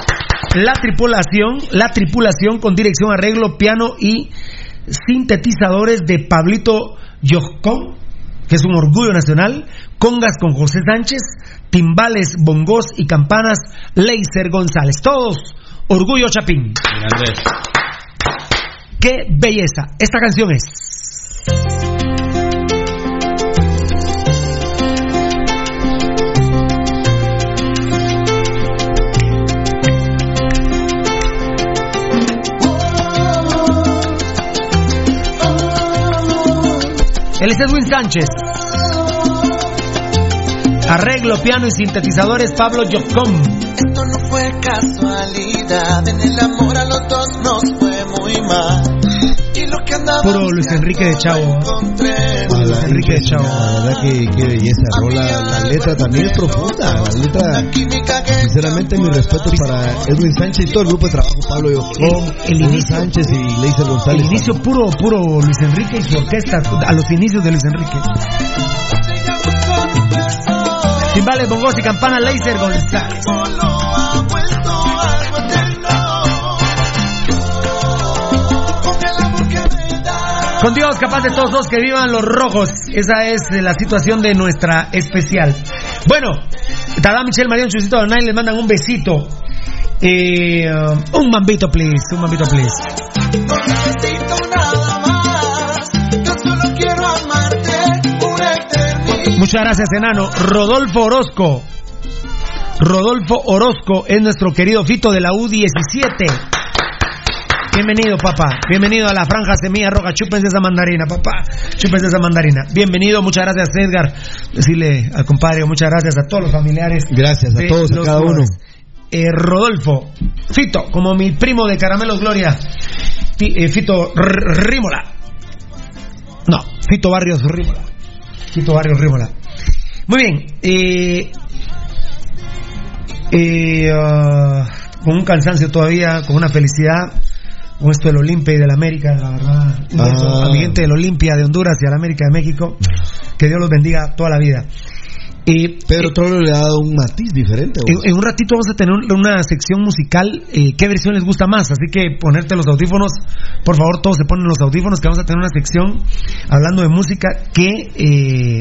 La tripulación con dirección, arreglo, piano y sintetizadores de Pablito Yojcón, que es un orgullo nacional. Congas con José Sánchez, timbales, bongos y campanas, Leiser González. Todos Orgullo Chapín. Andrés. ¡Qué belleza! Esta canción es... Él es Edwin Sánchez. Arreglo, piano y sintetizadores, Pablo Yojcón. Esto no fue casualidad, en el amor a los dos nos fue muy mal. Y lo que andaba puro Luis Enrique de Chavo. Luis Enrique de Chavo. La verdad que belleza. La letra también es profunda. La letra, sinceramente, mis respetos para Edwin Sánchez y todo el grupo de trabajo, Pablo Yojcón, Edwin Sánchez y Leiser González. El inicio puro Luis Enrique y su orquesta, a los inicios de Luis Enrique. Timbales, bongos y campana, Leiser González. Con Dios, capaz de todos los que vivan los rojos. Esa es la situación de nuestra especial. Bueno, Tadá, Michelle, Mariano, Chusito, Donay les mandan un besito. Un mambito, please. Un mambito, please. No necesito nada más. Yo solo quiero Muchas gracias, enano. Rodolfo Orozco es nuestro querido Fito de la U17. Bienvenido, papá. Bienvenido a la franja semilla roja. Chúpense esa mandarina, papá. Chúpense esa mandarina. Bienvenido. Muchas gracias, Edgar. Decirle al compadre, muchas gracias a todos los familiares. Gracias a todos, a cada uno. Rodolfo, Fito, como mi primo de Caramelos Gloria, Fito Rímola. No, Fito Barrios Rímola. Muy bien. Con un cansancio todavía, con una felicidad, con esto del Olimpia y del América, la verdad. Un beso a mi gente del Olimpia de Honduras y a la América de México. Que Dios los bendiga toda la vida. Pedro Troilo le ha dado un matiz diferente. En un ratito vamos a tener una sección musical. ¿Qué versión les gusta más? Así que ponerte los audífonos. Por favor, todos se ponen los audífonos, que vamos a tener una sección hablando de música. ¿Qué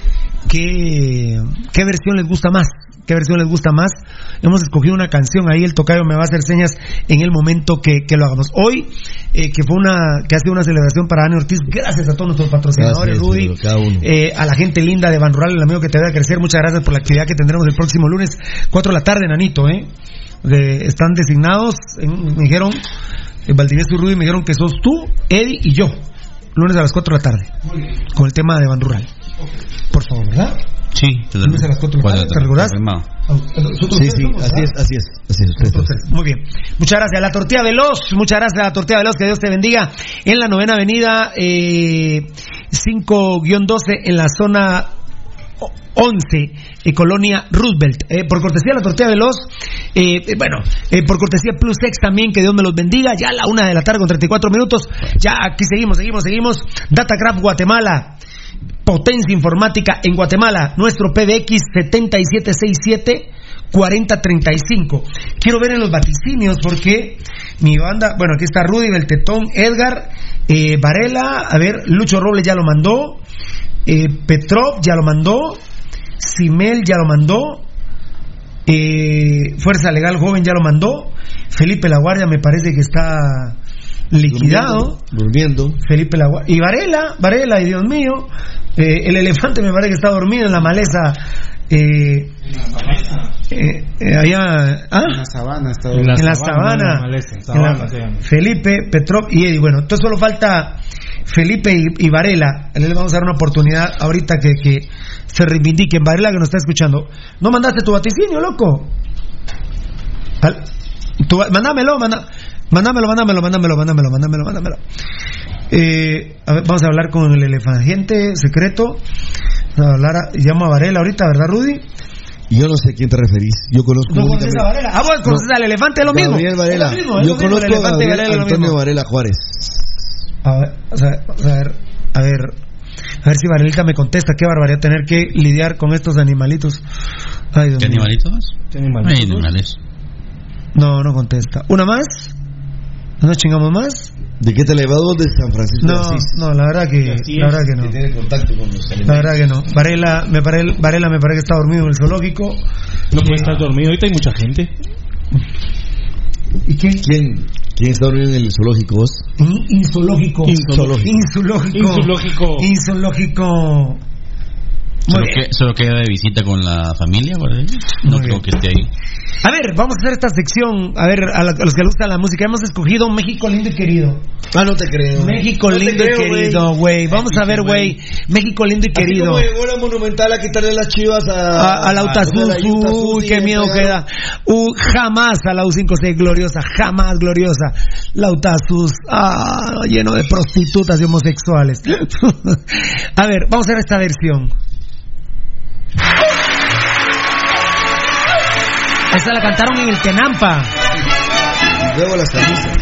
versión les gusta más? ¿Qué versión les gusta más? Hemos escogido una canción, ahí el tocayo me va a hacer señas en el momento que lo hagamos. Hoy, que ha sido una celebración para Dani Ortiz, gracias a todos nuestros patrocinadores, Rudy, a la gente linda de Ban Rural, el amigo que te va a crecer, muchas gracias por la actividad que tendremos el próximo lunes, 4 de la tarde, Nanito, están designados, me dijeron, Valdivieso y Rudy me dijeron que sos tú, Eddie y yo, lunes a las 4 de la tarde, con el tema de Ban Rural. Por favor, ¿verdad? Sí, ¿te recordás? Sí, así es. Muy bien. Muchas gracias a la Tortilla Veloz, que Dios te bendiga. En la 9ª Avenida 5-12 en la zona 11, Colonia Roosevelt. Por cortesía de la Tortilla Veloz, por cortesía Plus X también, que Dios me los bendiga. Ya a la 1 de la tarde con 34 minutos. Ya aquí seguimos. Datacraft Guatemala. Potencia informática en Guatemala. Nuestro PBX 7767-4035. Quiero ver en los vaticinios porque mi banda, aquí está Rudy, Beltetón, Edgar, Varela, a ver, Lucho Robles ya lo mandó, Petrov ya lo mandó, Simel ya lo mandó, Fuerza Legal Joven ya lo mandó, Felipe La Guardia me parece que está liquidado, durmiendo. Felipe La Guardia y Varela, y Dios mío, el elefante me parece que está dormido en la maleza. Allá, en la sabana, Felipe, Petrov y Eddie. Bueno, entonces solo falta Felipe y Varela. Le vamos a dar una oportunidad ahorita que se reivindiquen. Varela, que nos está escuchando, ¿no mandaste tu vaticinio, loco? Mándamelo. A ver, vamos a hablar con el elefante secreto. Llamo a Varela ahorita, ¿verdad, Rudy? Yo no sé a quién te referís. Yo conozco. ¿No conoces a Varela? Vos conoces al elefante, es lo mismo. Gabriel Varela. Yo conozco a Gabriel Antonio Varela Juárez. A ver si Varelita me contesta. Qué barbaridad tener que lidiar con estos animalitos. Ay, Dios ¿Qué mío. animalitos? Animales. No contesta. ¿Una más? ¿No chingamos más? ¿De qué te elevador de San Francisco de Asís? No, la verdad que no. Que tiene contacto con los animales. La verdad que no. Varela me parece que está dormido en el zoológico. No puede estar dormido, ahorita hay mucha gente. ¿Y quién? ¿Quién está dormido en el zoológico, vos? Inzoológico. Solo queda de visita con la familia, ¿verdad? No creo que esté ahí. A ver, vamos a hacer esta sección. A ver, a los que les gusta la música, hemos escogido México lindo y querido. No te creo. México lindo y querido, güey. Vamos a ver, güey. México lindo y querido. Así como llegó la Monumental a quitarle las chivas a la UTASUS. Uy, qué miedo que da. Jamás a la U5C gloriosa, jamás gloriosa. La UTASUS, lleno de prostitutas y homosexuales. A ver, vamos a ver esta versión. Esa la cantaron en el Tenampa. Luego las camisas.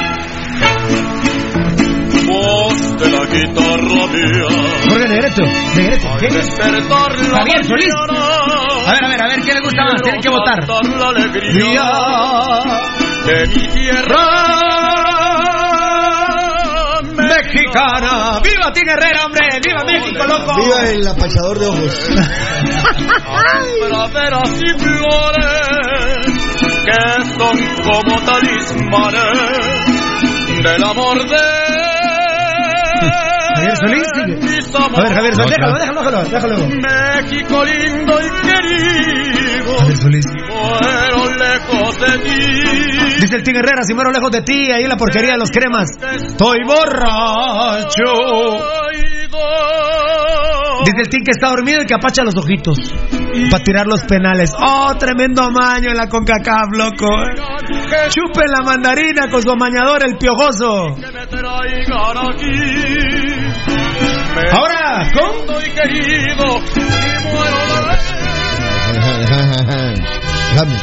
Voz de la guitarra mía. Jorge Negrete. ¿Qué? Javier Solís. A ver, ¿qué le gusta más? Tienen que votar. La alegría de mi tierra mexicana. ¡Viva Tina Herrera, hombre! ¡Viva México, loco! ¡Viva el apachador de ojos! Praderas y flores que son como talismanes del amor de Javier Solís sigue. A ver, Javier Solís, déjalo. México lindo y querido. Javier Solís. Muero lejos de ti. Dice el Tigre Herrera, si muero lejos de ti, ahí en la porquería de los cremas. Estoy borracho. Dice el Tigre que está dormido y que apacha los ojitos para tirar los penales. Oh, tremendo amaño en la CONCACAF, loco. Chupen la mandarina con su amañador, el piojoso. Ahora, ¿cómo? Déjame.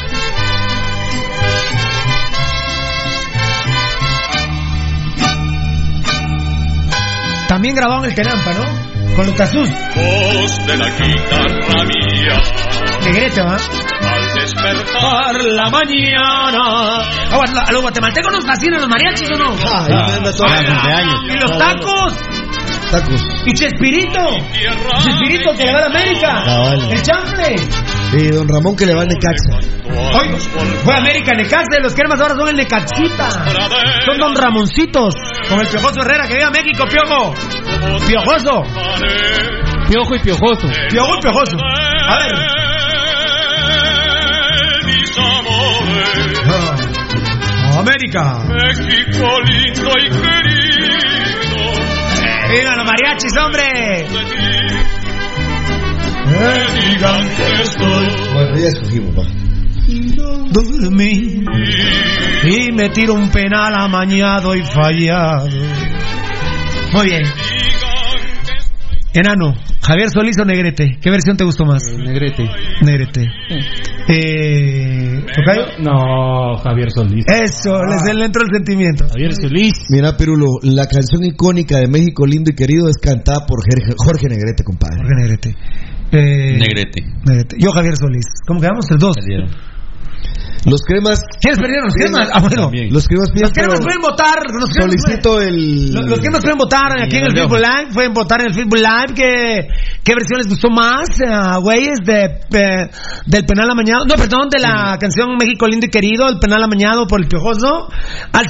También grabado en el Tenampa, ¿no? Con los Tazús. Voz de la guitarra mía. Negrete, ¿va? Al despertar la mañana. ¿A los guatemaltecos nos fascinan los mariachis o no? ¿Y los tacos? ¿Y Chespirito? ¿Chespirito que le va a la América? Cabal. ¿El chanfle? Y don Ramón que le va al Necaxa. Hoy fue América, Necaxa, los cremas ahora son el Necaxita. Son don Ramoncitos. Con el Piojoso Herrera, que viva México, Piojo. Piojoso. Piojo y Piojoso. Piojo y Piojoso. A ver. América. México lindo y querido. ¡Vivan los mariachis, hombre! Digan que estoy. Bueno, ya escogimos, va. Dormí y me tiro un penal amañado y fallado. Muy bien. Enano, Javier Solís o Negrete, ¿qué versión te gustó más? Negrete. ¿Tocayo? No, Javier Solís. Eso, le entró el sentimiento. Javier Solís. Mira, Pirulo, la canción icónica de México lindo y querido es cantada por Jorge Negrete, compadre. Jorge Negrete. Negrete. Yo, Javier Solís. ¿Cómo quedamos? El 2. Los cremas. ¿Quiénes perdieron? Los cremas. Ah, bueno. Los cremas pueden votar. Solicito el. Los cremas pueden votar aquí en el Facebook Live. Pueden votar en el Facebook Live. ¿Qué versión les gustó más? Güeyes del penal amañado. No, perdón, de la canción México lindo y querido. El penal amañado por el Piojoso. Al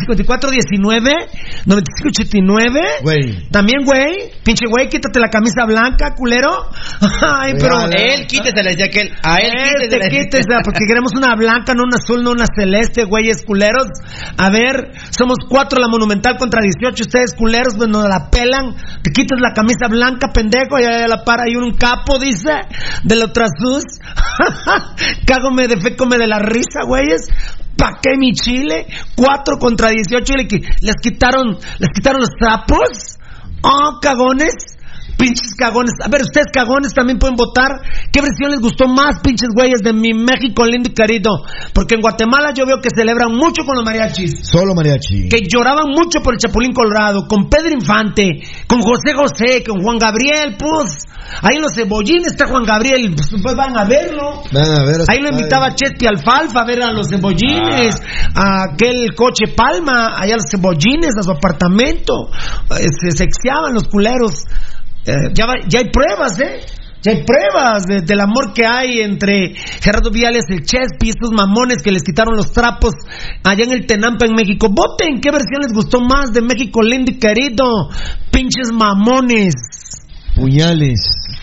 5419-9589. Güey. También, güey. Pinche güey, quítate la camisa blanca, culero. Ay, pero. Él quítetela, ya que él. A él quítesela, porque queremos una blanca, no una azul, no una celeste, güeyes culeros. A ver, somos 4 la Monumental contra 18. Ustedes culeros, pues nos la pelan. Te quitas la camisa blanca, pendejo. Ya la para ahí un capo, dice, de los trasus. Cágome de la risa, güeyes. ¿Pa' qué mi Chile? 4 contra 18 y les quitaron los trapos. Oh, cagones. Pinches cagones. A ver, ustedes cagones también pueden votar. ¿Qué versión les gustó más, pinches güeyes, de mi México lindo y querido? Porque en Guatemala yo veo que celebran mucho con los mariachis. Solo mariachi. Que lloraban mucho por el Chapulín Colorado, con Pedro Infante, con José José, con Juan Gabriel, pues. Ahí en los Cebollines está Juan Gabriel, pues van a verlo. Ahí lo invitaba Chespi Alfalfa a ver a los Cebollines, a aquel coche Palma, allá a los Cebollines, a su apartamento. Se sexeaban los culeros. Ya hay pruebas, ya hay pruebas del amor que hay entre Gerardo Viales, el Chespi, estos mamones que les quitaron los trapos allá en el Tenampa, en México. Voten, ¿qué versión les gustó más de México lindo y querido? Pinches mamones. Puñales.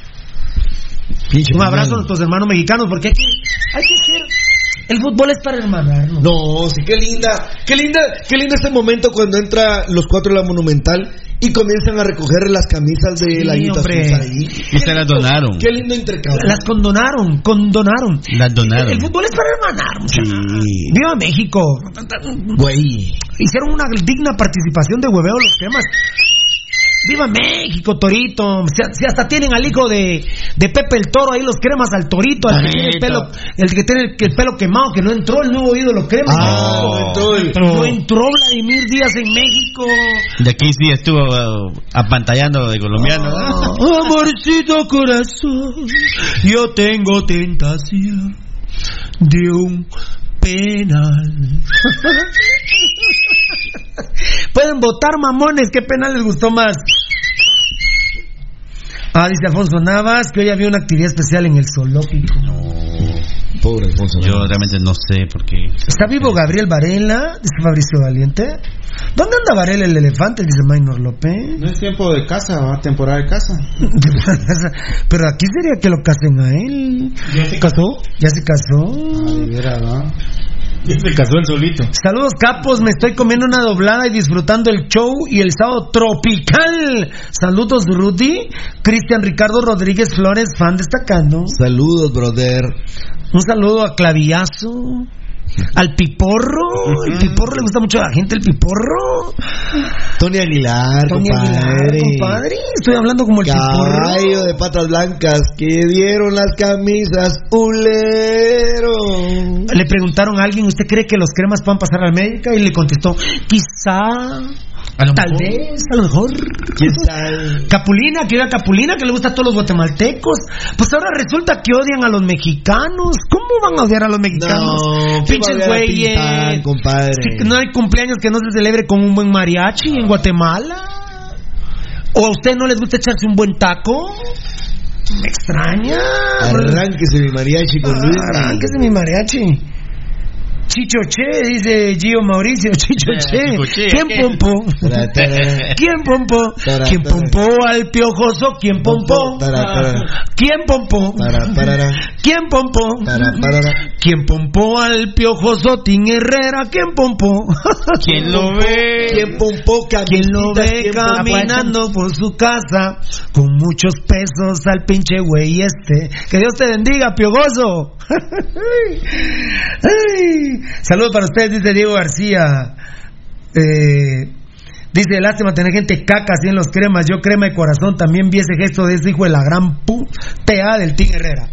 Un abrazo a nuestros hermanos mexicanos, porque hay que ser. El fútbol es para hermanarnos. No, sí, qué linda este momento cuando entra los 4 de la Monumental y comienzan a recoger las camisas de la Ayuntamiento ahí. Y se las donaron. Qué lindo intercambio. Las condonaron. Las donaron. El fútbol es para hermanarnos. Sí. ¡Viva México! Güey. Hicieron una digna participación de hueveo los temas. ¡Viva México, Torito! Si hasta tienen al hijo de Pepe el Toro, ahí los cremas al Torito, al que tiene el que tiene el pelo quemado, que no entró el nuevo ídolo crema. No entró Vladimir Díaz en México. De aquí sí estuvo apantallando de colombiano. Amorcito corazón, yo tengo tentación de un penal. Pueden votar, mamones. ¿Qué penal les gustó más? Dice Alfonso Navas que hoy había una actividad especial en el zoológico. pobre Alfonso. Yo realmente no sé por qué. ¿Está vivo Gabriel Varela? Dice Fabricio Valiente. ¿Dónde anda Varela el elefante? Dice Maynor López. No es tiempo de casa, va, temporada de casa. Pero aquí sería que lo casen a él. ¿Ya se casó? Ya se casó. Ay, vera, va. Ya se casó él solito. Saludos, capos, me estoy comiendo una doblada y disfrutando el show y el sábado tropical. Saludos, Rudy. Cristian Ricardo Rodríguez Flores, fan destacando. Saludos, brother. Un saludo a Clavillazo, al Piporro. El Piporro le gusta mucho a la gente, el Piporro. Tony Aguilar, compadre. Estoy hablando como el Piporro. Caballo de patas blancas que dieron las camisas ulero. Le preguntaron a alguien, ¿usted cree que los cremas puedan pasar a América? Y le contestó, quizá, tal vez, a lo mejor. ¿Quién sabe? Capulina, que era Capulina, que le gusta a todos los guatemaltecos. Pues ahora resulta que odian a los mexicanos. ¿Cómo van a odiar a los mexicanos? No, pinches güeyes. Compadre. No hay cumpleaños que no se celebre con un buen mariachi en Guatemala. ¿O a usted no les gusta echarse un buen taco? Me extraña. Arránquese mi mariachi con Luis. Arránquese mi mariachi. Chicho Che, dice Gio Mauricio. Chicho Che. ¿Quién pompó? ¿Quién pompó? ¿Quién pompó al piojoso? ¿Quién pompó? ¿Quién pompó? ¿Quién pompó? ¿Quién pompó al piojoso Tim Herrera? ¿Quién pompó? ¿Quién lo ve? ¿Quién pompó? ¿Quién lo ve caminando por su casa con muchos pesos al pinche güey este? Que Dios te bendiga, piojoso. Saludos para ustedes, dice Diego García. Dice, lástima tener gente caca así en los cremas. Yo crema de corazón también vi ese gesto de ese hijo de la gran putea del Tim Herrera.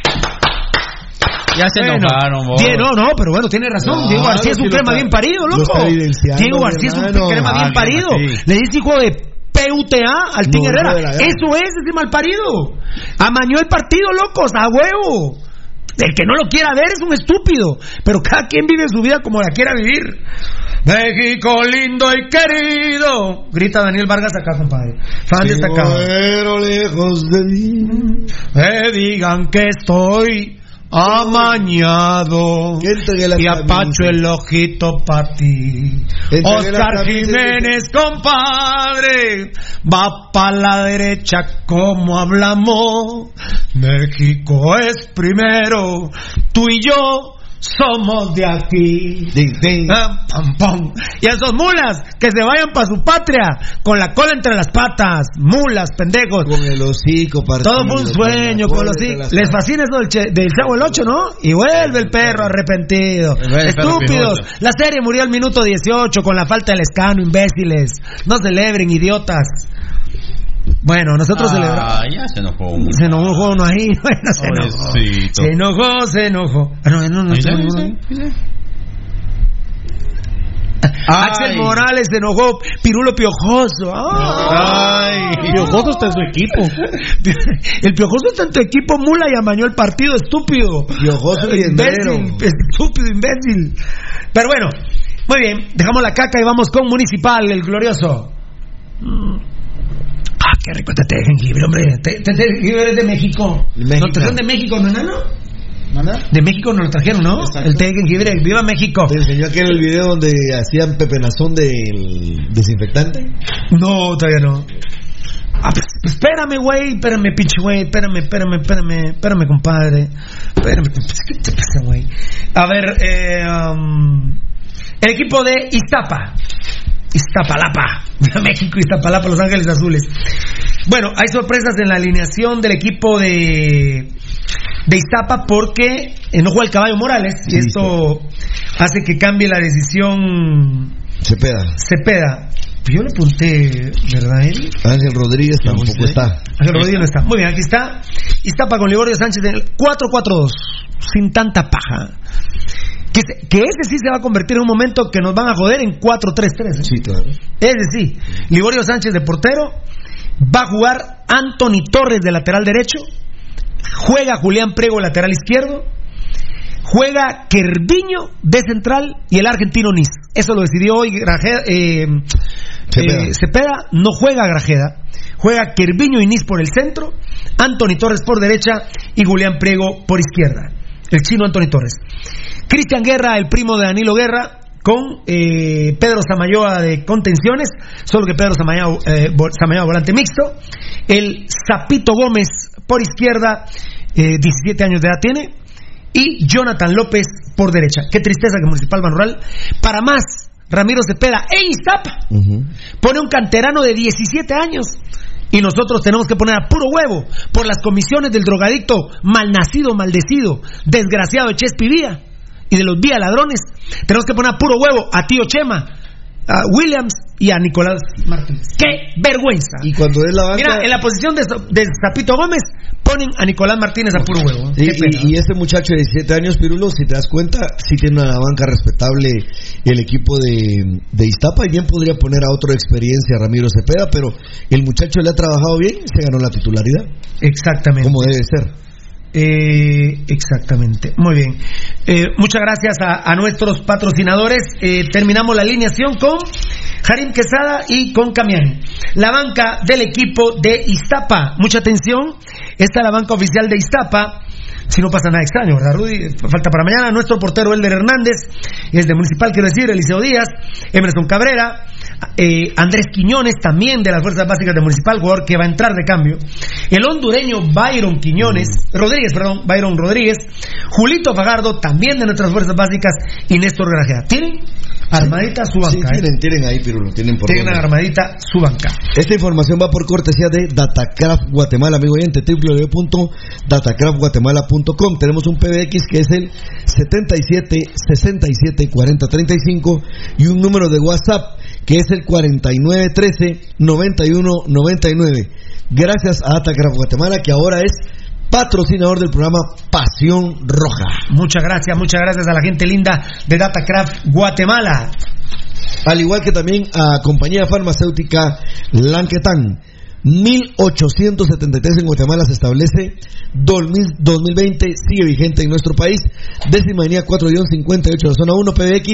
Ya se enojaron, vos. No, pero bueno, tiene razón. Diego García es un crema bien parido, loco. Diego García es un crema bien parido. Le dice hijo de PUTA al Tim Herrera. Eso es ese mal parido. Amañó el partido, locos, a huevo. El que no lo quiera ver es un estúpido. Pero cada quien vive su vida como la quiera vivir. México lindo y querido, grita Daniel Vargas acá, compadre. Fan destacado. Pero lejos de mí. Me digan que estoy amañado y apacho el ojito pa' ti. Oscar Jiménez, compadre, va pa' la derecha como hablamos. México es primero, tú y yo somos de aquí. Ding, ding. Pam, pam. Y esos mulas que se vayan pa' su patria con la cola entre las patas. Mulas, pendejos. Con el hocico partido. Todo fue un sueño con los hocicos. Les fascina eso del Chavo el 8, ¿no? Y vuelve el perro arrepentido. Estúpidos. La serie murió al minuto 18 con la falta del escano, imbéciles. No celebren, idiotas. Bueno, nosotros celebramos. Ya se enojó uno. Se enojó uno ahí. Bueno, se enojó. No. Axel Morales se enojó. Pirulo Piojoso. El Piojoso está en su equipo. El Piojoso está en tu equipo, mula, y amañó el partido, estúpido. Piojoso y imbécil. Estúpido, imbécil. Pero bueno, muy bien. Dejamos la caca y vamos con Municipal, el glorioso. Qué rico té de jengibre, hombre. Té de jengibre es de México. ¿No trajeron de México, no, enano? De México nos lo trajeron, ¿no? Exacto. El té de jengibre. ¡Viva México! ¿Te enseñó aquel el video donde hacían pepenazón del desinfectante? No, todavía no. Pues, espérame, güey. Espérame, pinche güey. Espérame, compadre. Espérame. ¿Qué te pasa, güey? A ver, el equipo de Iztapalapa, México, Iztapalapa, Los Ángeles Azules. Bueno, hay sorpresas en la alineación del equipo de Iztapa porque no juega el Caballo Morales y esto hace que cambie la decisión. Cepeda. Yo le apunté, ¿verdad, él? Ángel Rodríguez tampoco está. Ángel Rodríguez no está. Muy bien, aquí está. Iztapa con Liborio Sánchez en el 4-4-2, sin tanta paja. Que ese sí se va a convertir en un momento que nos van a joder en 4-3-3. Sí, claro. Ese sí. Liborio Sánchez de portero. Va a jugar Anthony Torres de lateral derecho. Juega Julián Prego lateral izquierdo. Juega Kerviño de central y el argentino Nis. Eso lo decidió hoy Cepeda. No juega Grajeda. Juega Kerviño y Nis por el centro. Anthony Torres por derecha y Julián Prego por izquierda. el chino Anthony Torres. Cristian Guerra, el primo de Danilo Guerra, con Pedro Samayoa de contenciones, solo que Pedro Samayoa volante mixto. El Zapito Gómez por izquierda, 17 años de edad tiene, y Jonathan López por derecha. Qué tristeza que Municipal Banrural, para más, Ramiro Cepeda en Iztapa pone un canterano de 17 años y nosotros tenemos que poner a puro huevo por las comisiones del drogadicto malnacido, maldecido, desgraciado de Chespi Vía y de los Vía ladrones. Tenemos que poner a puro huevo a Tío Chema, a Williams y a Nicolás Martínez. ¡Qué vergüenza! Y cuando es la banca... Mira, en la posición de Zapito Gómez ponen a Nicolás Martínez a puro huevo. Sí, y este muchacho de 17 años, Pirulo, si te das cuenta, sí tiene una banca respetable el equipo de Iztapa, y bien podría poner a otro de experiencia, Ramiro Cepeda, pero el muchacho le ha trabajado bien y se ganó la titularidad. Exactamente. Como debe ser. Exactamente, muy bien. Muchas gracias a nuestros patrocinadores. Terminamos la alineación con Harim Quesada y con Camiani. La banca del equipo de Iztapa, mucha atención, esta es la banca oficial de Iztapa. Si no pasa nada extraño, ¿verdad, Rudy? Falta para mañana nuestro portero Elder Hernández, es de Municipal, quiero decir, Eliseo Díaz, Emerson Cabrera, Andrés Quiñones, también de las Fuerzas Básicas de Municipal, jugador que va a entrar de cambio, el hondureño Byron Rodríguez, Julito Fagardo, también de nuestras Fuerzas Básicas, y Néstor Grajeda. ¿Tienen armadita su banca? Sí, tienen ahí, Pirulo, tienen armadita su banca. Esta información va por cortesía de Datacraft Guatemala, amigo oyente, www.datacraftguatemala.com. Tenemos un PBX que es el 77 67 40 35 y un número de WhatsApp que es el 49 13 91 99. Gracias a Datacraft Guatemala, que ahora es patrocinador del programa Pasión Roja. Muchas gracias a la gente linda de Datacraft Guatemala. Al igual que también a compañía farmacéutica Lanquetán. 1873 en Guatemala se establece, 2020 sigue vigente en nuestro país. 10ª 4-58 de zona 1, PBX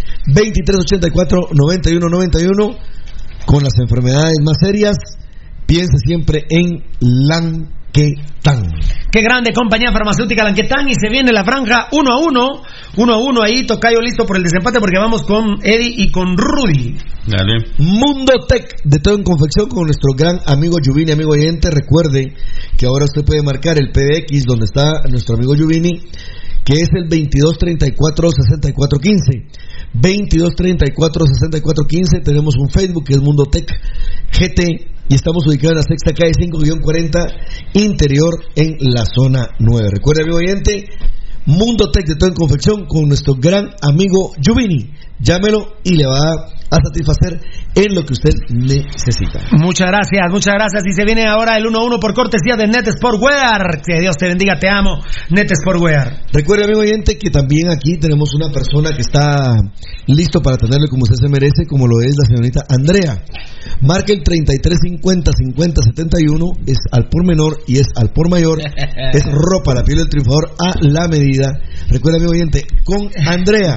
2384-9191. Con las enfermedades más serias, piense siempre en Lanquetán. Qué grande compañía farmacéutica Lanquetán, y se viene la franja 1-1 ahí, tocayo listo por el desempate porque vamos con Eddie y con Rudy. Dale. Mundo Tech, de todo en confección, con nuestro gran amigo Yuvini, amigo oyente. Recuerde que ahora usted puede marcar el PBX donde está nuestro amigo Yuvini, que es el 2234-6415. 2234-6415. Tenemos un Facebook que es Mundo Tech GT, y estamos ubicados en la sexta calle 5-40 interior en la zona 9. Recuerde, amigo oyente, Mundo Tech de todo en confección con nuestro gran amigo Yuvini. Llámelo y le va a satisfacer en lo que usted necesita. Muchas gracias. Y se viene ahora el 1-1 por cortesía de Net Sportwear. Que Dios te bendiga, te amo, Net Sportwear. Recuerde, amigo oyente, que también aquí tenemos una persona que está listo para atenderle como usted se merece, como lo es la señorita Andrea. Marca el 3350-5071, es al por menor y es al por mayor. Es ropa, la piel del triunfador a la medida. Recuerda, amigo oyente, con Andrea,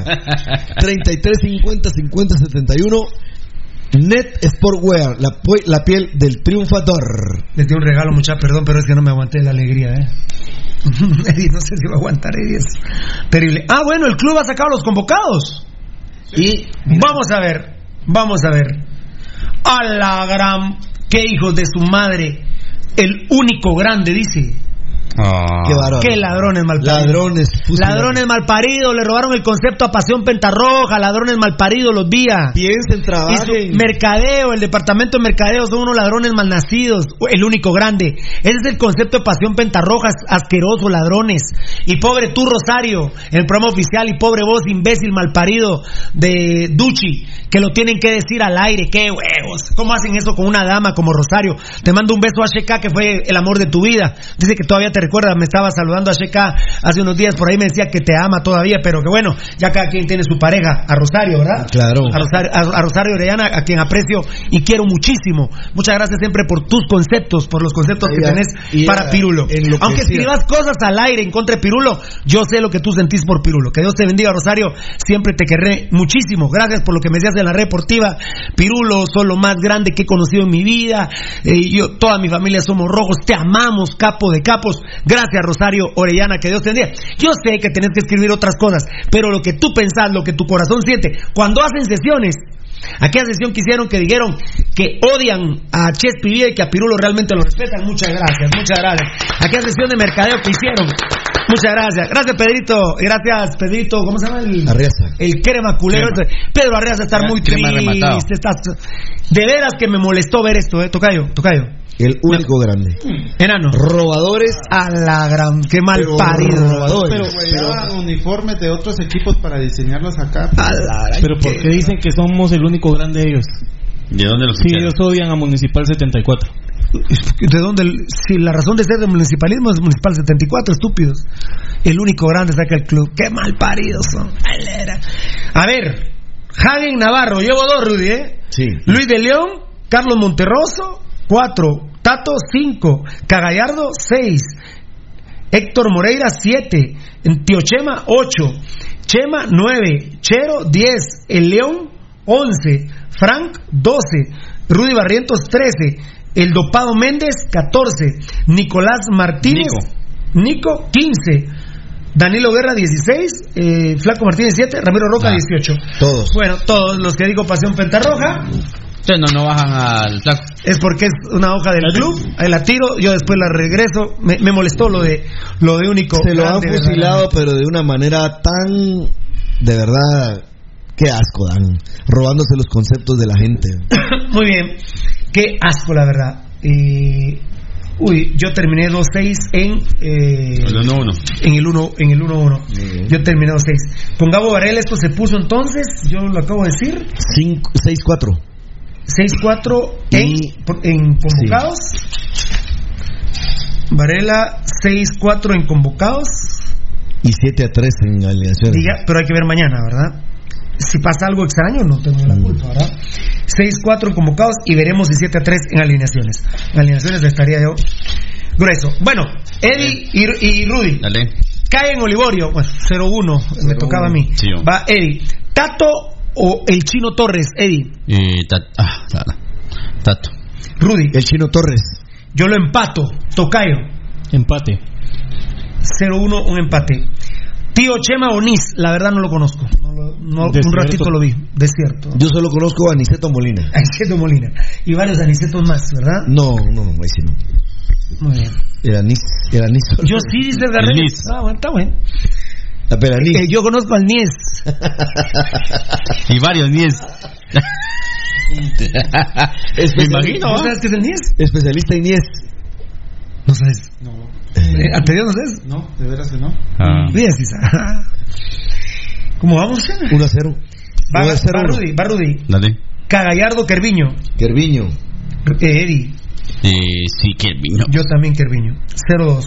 3350-5071, Net Sportwear, la piel del triunfador. Les di un regalo, mucha perdón, pero es que no me aguanté la alegría, Eddie, no sé si va a aguantar, Eddie, es terrible. Bueno, el club ha sacado los convocados. Sí. Y vamos a ver. A la gran, qué hijos de su madre, el único grande, dice. Qué ladrones malparidos. Ladrones malparidos, le robaron el concepto a Pasión Pentarroja, ladrones malparidos, los Vía. Piensen, trabajen. Y su mercadeo, el departamento de mercadeo, son unos ladrones malnacidos, el único grande. Ese es el concepto de Pasión Pentarroja, asqueroso, ladrones. Y pobre tú, Rosario, en el programa oficial, y pobre vos, imbécil malparido de Duchi, que lo tienen que decir al aire. Qué huevos, ¿cómo hacen eso con una dama como Rosario? Te mando un beso a Sheka, que fue el amor de tu vida. Dice que todavía te recuerda, me estaba saludando a Sheka hace unos días, por ahí me decía que te ama todavía, pero que bueno, ya cada quien tiene su pareja. A Rosario, ¿verdad? Claro. A Rosario Orellana, a quien aprecio y quiero muchísimo. Muchas gracias siempre por tus conceptos, por los conceptos que tenés para Pirulo. Aunque escribas cosas al aire en contra de Pirulo, yo sé lo que tú sentís por Pirulo. Que Dios te bendiga, Rosario, siempre te querré muchísimo. Gracias por lo que me decías en la red deportiva. Pirulo, sos lo más grande que he conocido en mi vida. Toda mi familia somos rojos, te amamos, capo de capos. Gracias, Rosario Orellana, que Dios te bendiga. Yo sé que tenés que escribir otras cosas, pero lo que tú pensás, lo que tu corazón siente, cuando hacen sesiones, aquella sesión que hicieron que dijeron que odian a Chespi Villa y que a Pirulo realmente lo respetan, muchas gracias. Aquella sesión de mercadeo que hicieron, muchas gracias. Gracias, Pedrito, ¿cómo se llama? Arreaza. El crema culero. Pedro Arreaza estar muy crema triste. De veras que me molestó ver esto, Tocayo. El único grande. Enano. Robadores. A la gran... Qué mal parido. Pero uniformes de otros equipos para diseñarlos acá. Pero ¿por qué dicen que somos el único grande de ellos? ¿De dónde los Sí, ellos odian a Municipal 74. ¿De dónde? Si la razón de ser del municipalismo es Municipal 74, estúpidos. El único grande saca el club. Qué mal paridos son. A ver, Hagen Navarro, llevo 2, Rudy, Sí. Luis de León, Carlos Monterroso, 4, Tato, 5, Cagallardo, 6, Héctor Moreira, 7, Tío Chema, 8, Chema, 9, Chero, 10, El León, 11, Frank, 12, Rudy Barrientos, 13, El Dopado Méndez, 14, Nicolás Martínez, Nico 15, Danilo Guerra, 16, Flaco Martínez, 7, Ramiro Roca, 18. Todos. Bueno, todos los que digo Pasión Pentarroja. No bajan al Flaco. Es porque es una hoja del club. Ahí la tiro, yo después la regreso. Me molestó lo de único. Se lo han fusilado, pero de una manera tan... De verdad... Qué asco dan, robándose los conceptos de la gente. Muy bien, qué asco la verdad. Yo terminé 2-6 en el 1-1. En el 1-1. Yo terminé 2-6. Con Gabo Varela esto se puso entonces, yo lo acabo de decir. 6-4. 6-4 en convocados. Sí. Varela 6-4 en convocados. Y 7-3 en alineaciones. Pero hay que ver mañana, ¿verdad? Si pasa algo extraño, no tengo la culpa, ¿verdad? 6-4 convocados y veremos si 7-3 en alineaciones. En alineaciones estaría yo grueso. Bueno, Eddie y Rudy. Dale. Cae en Olivorio. Bueno, 0-1. Me tocaba a mí. Sí, va Eddie. ¿Tato o el Chino Torres, Eddie? Tato. Rudy. El Chino Torres. Yo lo empato. Tocayo. Empate. 0-1, un empate. Tío Chema o Nis, la verdad no lo conozco. Un ratito lo vi, desierto. Yo solo conozco a Aniceto Molina. Aniceto Molina. Y varios Anicetos más, ¿verdad? No, ahí sí no. Muy bien. Era Nis. Yo sí, dice el Garrett. Bueno, está bueno. Pero yo conozco al Nies. Y varios Nies. Me imagino. ¿No sabes qué es el Nies? Especialista en Nies. ¿No sabes? No. ¿Ante Dios no sabes? No, de veras que no. Bien, ¿cómo vamos? 1-0. Va Rudy. Dale. Cagallardo, Kerviño. Eddie. Sí, Kerviño. Yo también Kerviño. 0-2.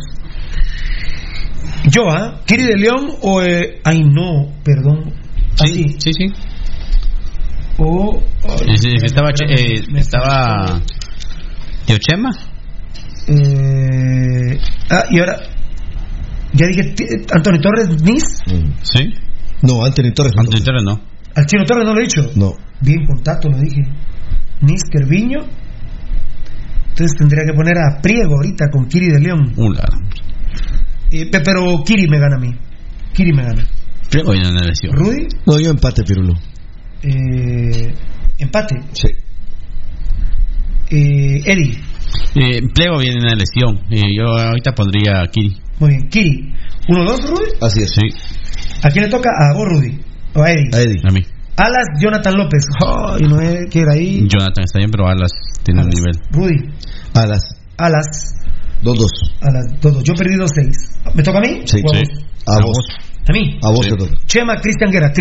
Yo, Kiri de León o... ay, no, perdón. Sí. Estaba Tío Chema. Y ahora ya dije Anthony Torres, Nis. Sí. No, Anthony Torres no. Al Chino Torres no lo he dicho. No. Bien, contacto lo dije. Nis, Kerviño. Entonces tendría que poner a Priego ahorita con Kiri de León. Pero Kiri me gana a mí. Priego viene en la lesión. ¿Rudy? No, yo empate, Pirulo. Empate. Sí. Eddie. Priego viene en la lesión. Yo ahorita pondría a Kiri. Muy bien, Kiri. 1-2, Rudy. Así es. Sí. ¿A quién le toca? ¿A vos, Rudy? ¿O a Eddie? A mí. Alas, Jonathan López. Y no quiere ahí. Jonathan está bien, pero Alas tiene un nivel. Rudy. Alas. 2-2. Alas, 2-2. Yo perdí 2-6. ¿Me toca a mí? Sí. ¿A vos? ¿A mí? A vos te toca. Chema, Cristian Guerra.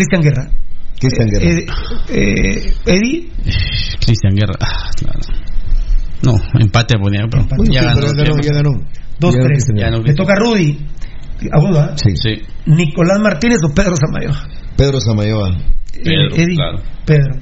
Eddie. Cristian Guerra. Claro. No, empate ponía, pero ya ganó. 2-3. Me toca a Rudy. ¿A vos, va? Sí. ¿Nicolás Martínez o Pedro Samayoa? Pedro Samayoa. Eddie. Claro. Pedro.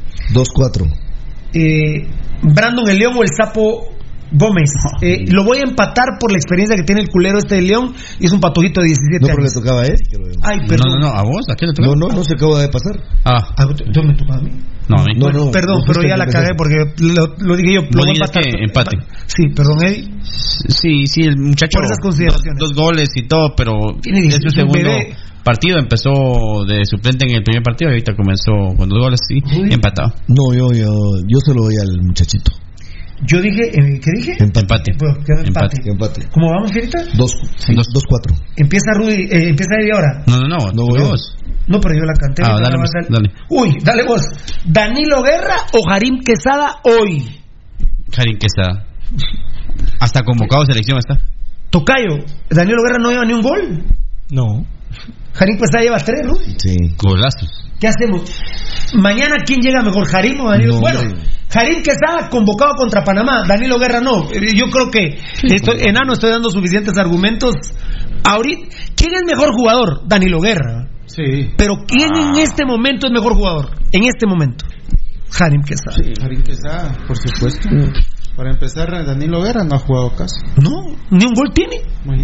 2-4. Brandon el León o el Sapo Gómez. Lo voy a empatar por la experiencia que tiene el culero este de León. Y es un patojito de 17 años. No, porque le tocaba a él. Ay, perdón. No, ¿a vos? ¿A qué le tocaba? No se acaba de pasar. ¿Entonces me tocaba a mí? No. Perdón, pero ya la cagué porque lo dije yo. Lo voy a empatar. Empate. Sí, perdón, Eddie. Sí, el muchacho. Por esas consideraciones. Dos goles y todo, pero es su segundo partido. Empezó de suplente en el primer partido y ahorita comenzó con 2 goles, sí, empatado. No, yo se lo doy al muchachito. Yo dije, ¿qué dije? Empate. Empate. ¿Cómo vamos, Fierita? 2-4. Empieza Eddie ahora. No, vos. No, pero yo la canté. Dale. Uy, dale vos. ¿Danilo Guerra o Harim Quesada hoy? Harim Quesada. Hasta convocado selección está. Tocayo, ¿Danilo Guerra no lleva ni un gol? No. Harim Quesada lleva 3, ¿no? Sí. Golazos. ¿Qué hacemos? Mañana, ¿quién llega mejor, Harim o Danilo? Bueno, Harim Quesada convocado contra Panamá, Danilo Guerra no. Yo creo que estoy dando suficientes argumentos. Ahorita, ¿quién es mejor jugador? Danilo Guerra. Sí. Pero ¿quién en este momento es mejor jugador? En este momento. Harim Quesada. Sí, Harim Quesada, por supuesto. Para empezar, Danilo Guerra no ha jugado casi. No, ni un gol tiene.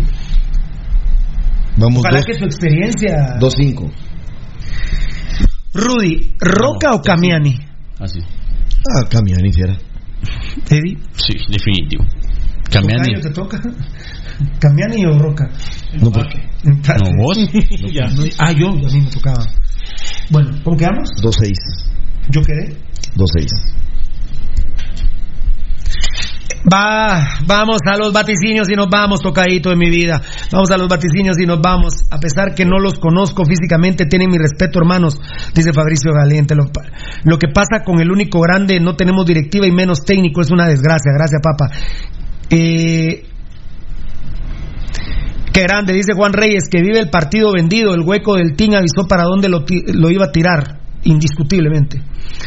Vamos. Ojalá que su experiencia. 2-5. Rudy, ¿Roca o Camiani? Así. Camiani, fiera. ¿Eddie? Sí, definitivo. Camiani. ¿Te toca? ¿Camiani o Roca? No, ¿por qué? No, vos. Yo, a mí me tocaba. Bueno, ¿cómo quedamos? 2-6. ¿Yo quedé? 2-6. Vamos a los vaticinios y nos vamos, tocadito de mi vida. Vamos a los vaticinios y nos vamos. A pesar que no los conozco físicamente, tienen mi respeto, hermanos, dice Fabricio Galiente. Lo que pasa con el único grande, no tenemos directiva y menos técnico, es una desgracia. Gracias, papá. Qué grande, dice Juan Reyes, que vive el partido vendido. El hueco del Team avisó para dónde lo iba a tirar. Indiscutiblemente.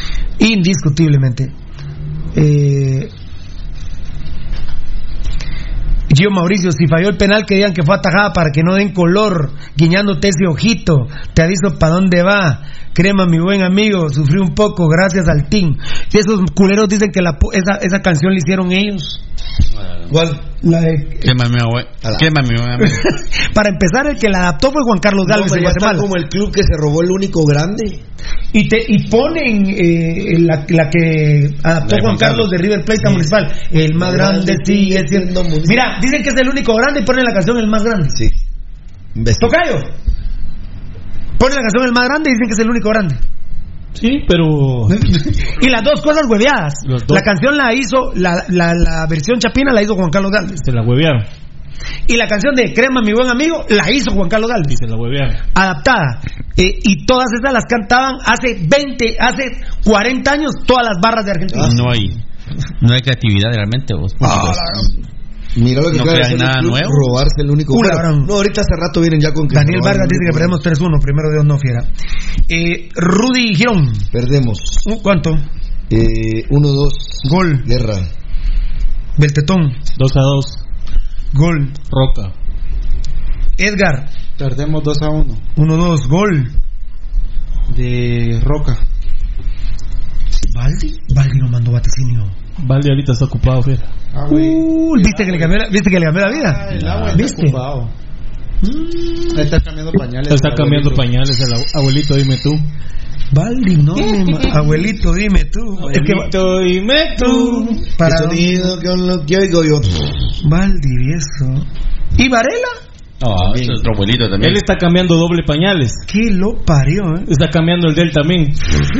Gio Mauricio, si falló el penal que digan que fue atajada para que no den color, guiñándote ese ojito, te aviso para dónde va. Crema, mi buen amigo, sufrí un poco gracias al team. Y esos culeros dicen que esa canción la hicieron ellos. ¿Cuál? La de... Quémame, buen amigo. Para empezar, el que la adaptó fue Juan Carlos Gálvez de Guatemala. Como el club que se robó el único grande. Y ponen la que adaptó Juan Carlos de River Plate Municipal. El más grande sigue siendo municipal. Mira, dicen que es el único grande y ponen la canción El más grande. Sí. Tocayo. Ponen la canción El más grande y dicen que es el único grande. Sí, pero... Y las dos cosas hueveadas. La canción la hizo, la versión chapina la hizo Juan Carlos Gálvez. Se la huevearon. Y la canción de Crema, mi buen amigo, la hizo Juan Carlos Gálvez. Y se la huevearon. Adaptada. Y todas esas las cantaban hace 40 años todas las barras de Argentina. No hay creatividad realmente, vos. Mira lo que no crean nada nuevo. Robarse el único. No, ahorita hace rato vienen ya con que Daniel Vargas dice que perdemos 3-1. Primero Dios no fiera. Rudy Girón. Perdemos. ¿Cuánto? 1-2. Gol. Guerra. Beltetón. 2-2. Gol. Roca. Edgar. Perdemos 2-1. 1-2. Gol. De Roca. ¿Valdi? Valdi no mandó vaticinio. Valdi ahorita está ocupado, fiera. ¿Viste que le cambió la vida? El agua ¿Viste? Está ocupado. Está cambiando pañales. Está cambiando pañales el abuelito, dime tú. Valdi, no, abuelito, dime tú. Abuelito, dime tú. Para sonido con lo que oigo yo. Valdi, eso. ¿Y Varela? Es otro abuelito también. Él está cambiando doble pañales. ¿Qué lo parió, Está cambiando el de él también.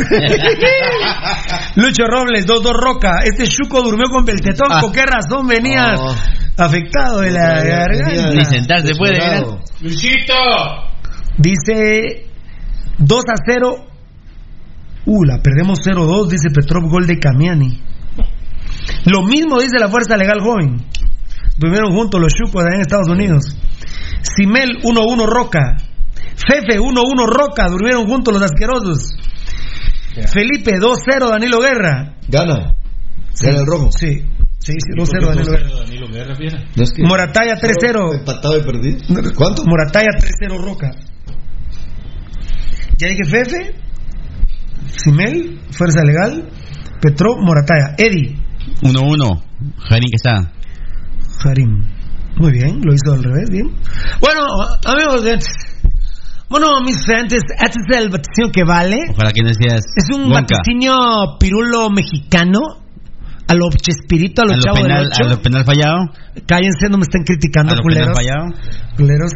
Lucho Robles, 2-2 Roca. Este Chuco durmió con Beltetón. ¿Por qué razón venías afectado de la garganta? Ni sentarse puede. Luchito. Dice 2-0. La perdemos 0-2. Dice Petrov, gol de Camiani. Lo mismo dice la Fuerza Legal Joven. Durmieron juntos los Chucos allá en Estados Unidos. Simel 1-1 Roca. Fefe 1-1 Roca. Durmieron juntos los asquerosos. Felipe 2-0 Danilo Guerra. Gana. Gana el rojo. Sí, 2-0 Danilo Guerra. No es que Moratalla 3-0. Empatado y perdido. ¿Cuánto? Moratalla 3-0 Roca. Ya dije Fefe, Simel, Fuerza Legal, Petro, Moratalla. Eddie 1-1 Harim Quesada. Harim. Muy bien, lo hizo al revés, bien. Bueno, amigos, Bueno, mis frentes, este es el vaticinio que vale. Para quien decías. Es un vaticinio pirulo mexicano. A lo Chespirito, a lo Chavo del Ocho. A lo penal fallado. Cállense, no me estén criticando, a lo culeros. Penal fallado. Culeros.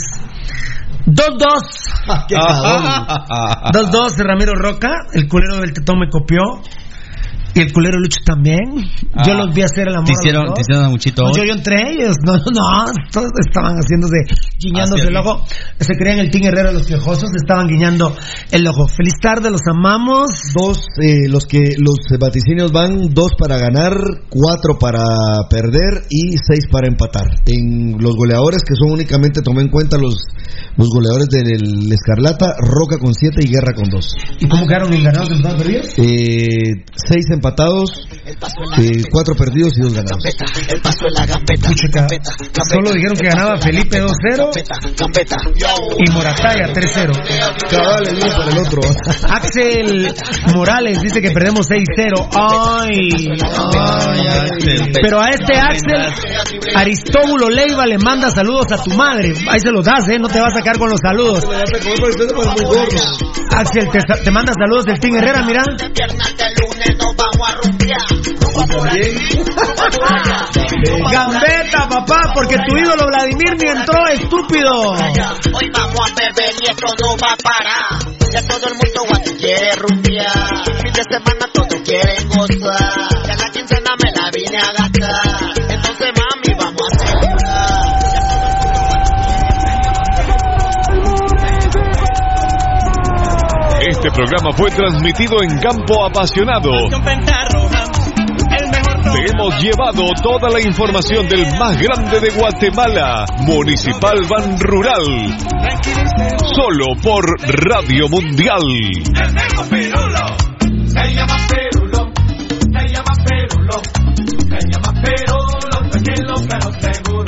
2-2. ¡Qué cabrón! 2-2, Ramiro Roca. El culero del Tetón me copió. Y el culero Lucho también. Yo los vi hacer el amor. ¿Te hicieron a muchito? No, yo entre ellos. No. Todos estaban guiñándose el ojo. Se creían el Team Herrera, los quejosos. Estaban guiñando el ojo. Feliz tarde, los amamos. Los vaticinios van 2 para ganar, 4 para perder y 6 para empatar. En los goleadores, que son únicamente, tomé en cuenta los goleadores del Escarlata, Roca con 7 y Guerra con 2. ¿Y cómo quedaron en ganados, en perdidos? 6 empatados, 4 perdidos y 2 ganados. Solo dijeron que ganaba Felipe 2-0 y Morataya 3-0. Cabal, el uno para el otro. Axel Morales dice que perdemos 6-0. Ay. Pero a este Axel, Aristóbulo Leiva le manda saludos a tu madre. Ahí se los das, no te vas a sacar con los saludos. Axel, te manda saludos del Team Herrera, mira. Gambeta, papá, porque tu ídolo Vladimir ni entró, estúpido. Hoy vamos a beber y esto no va a parar. Ya todo el mundo quiere rumbear. Fin de semana todos quieren gozar. Ya la quincena me la vine a gastar. Entonces mami, vamos a celebrar. Este programa fue transmitido en Campo Apasionado. Te hemos llevado toda la información del más grande de Guatemala, Municipal Ban Rural. Solo por Radio Mundial. El negro pirulo se llama Perú.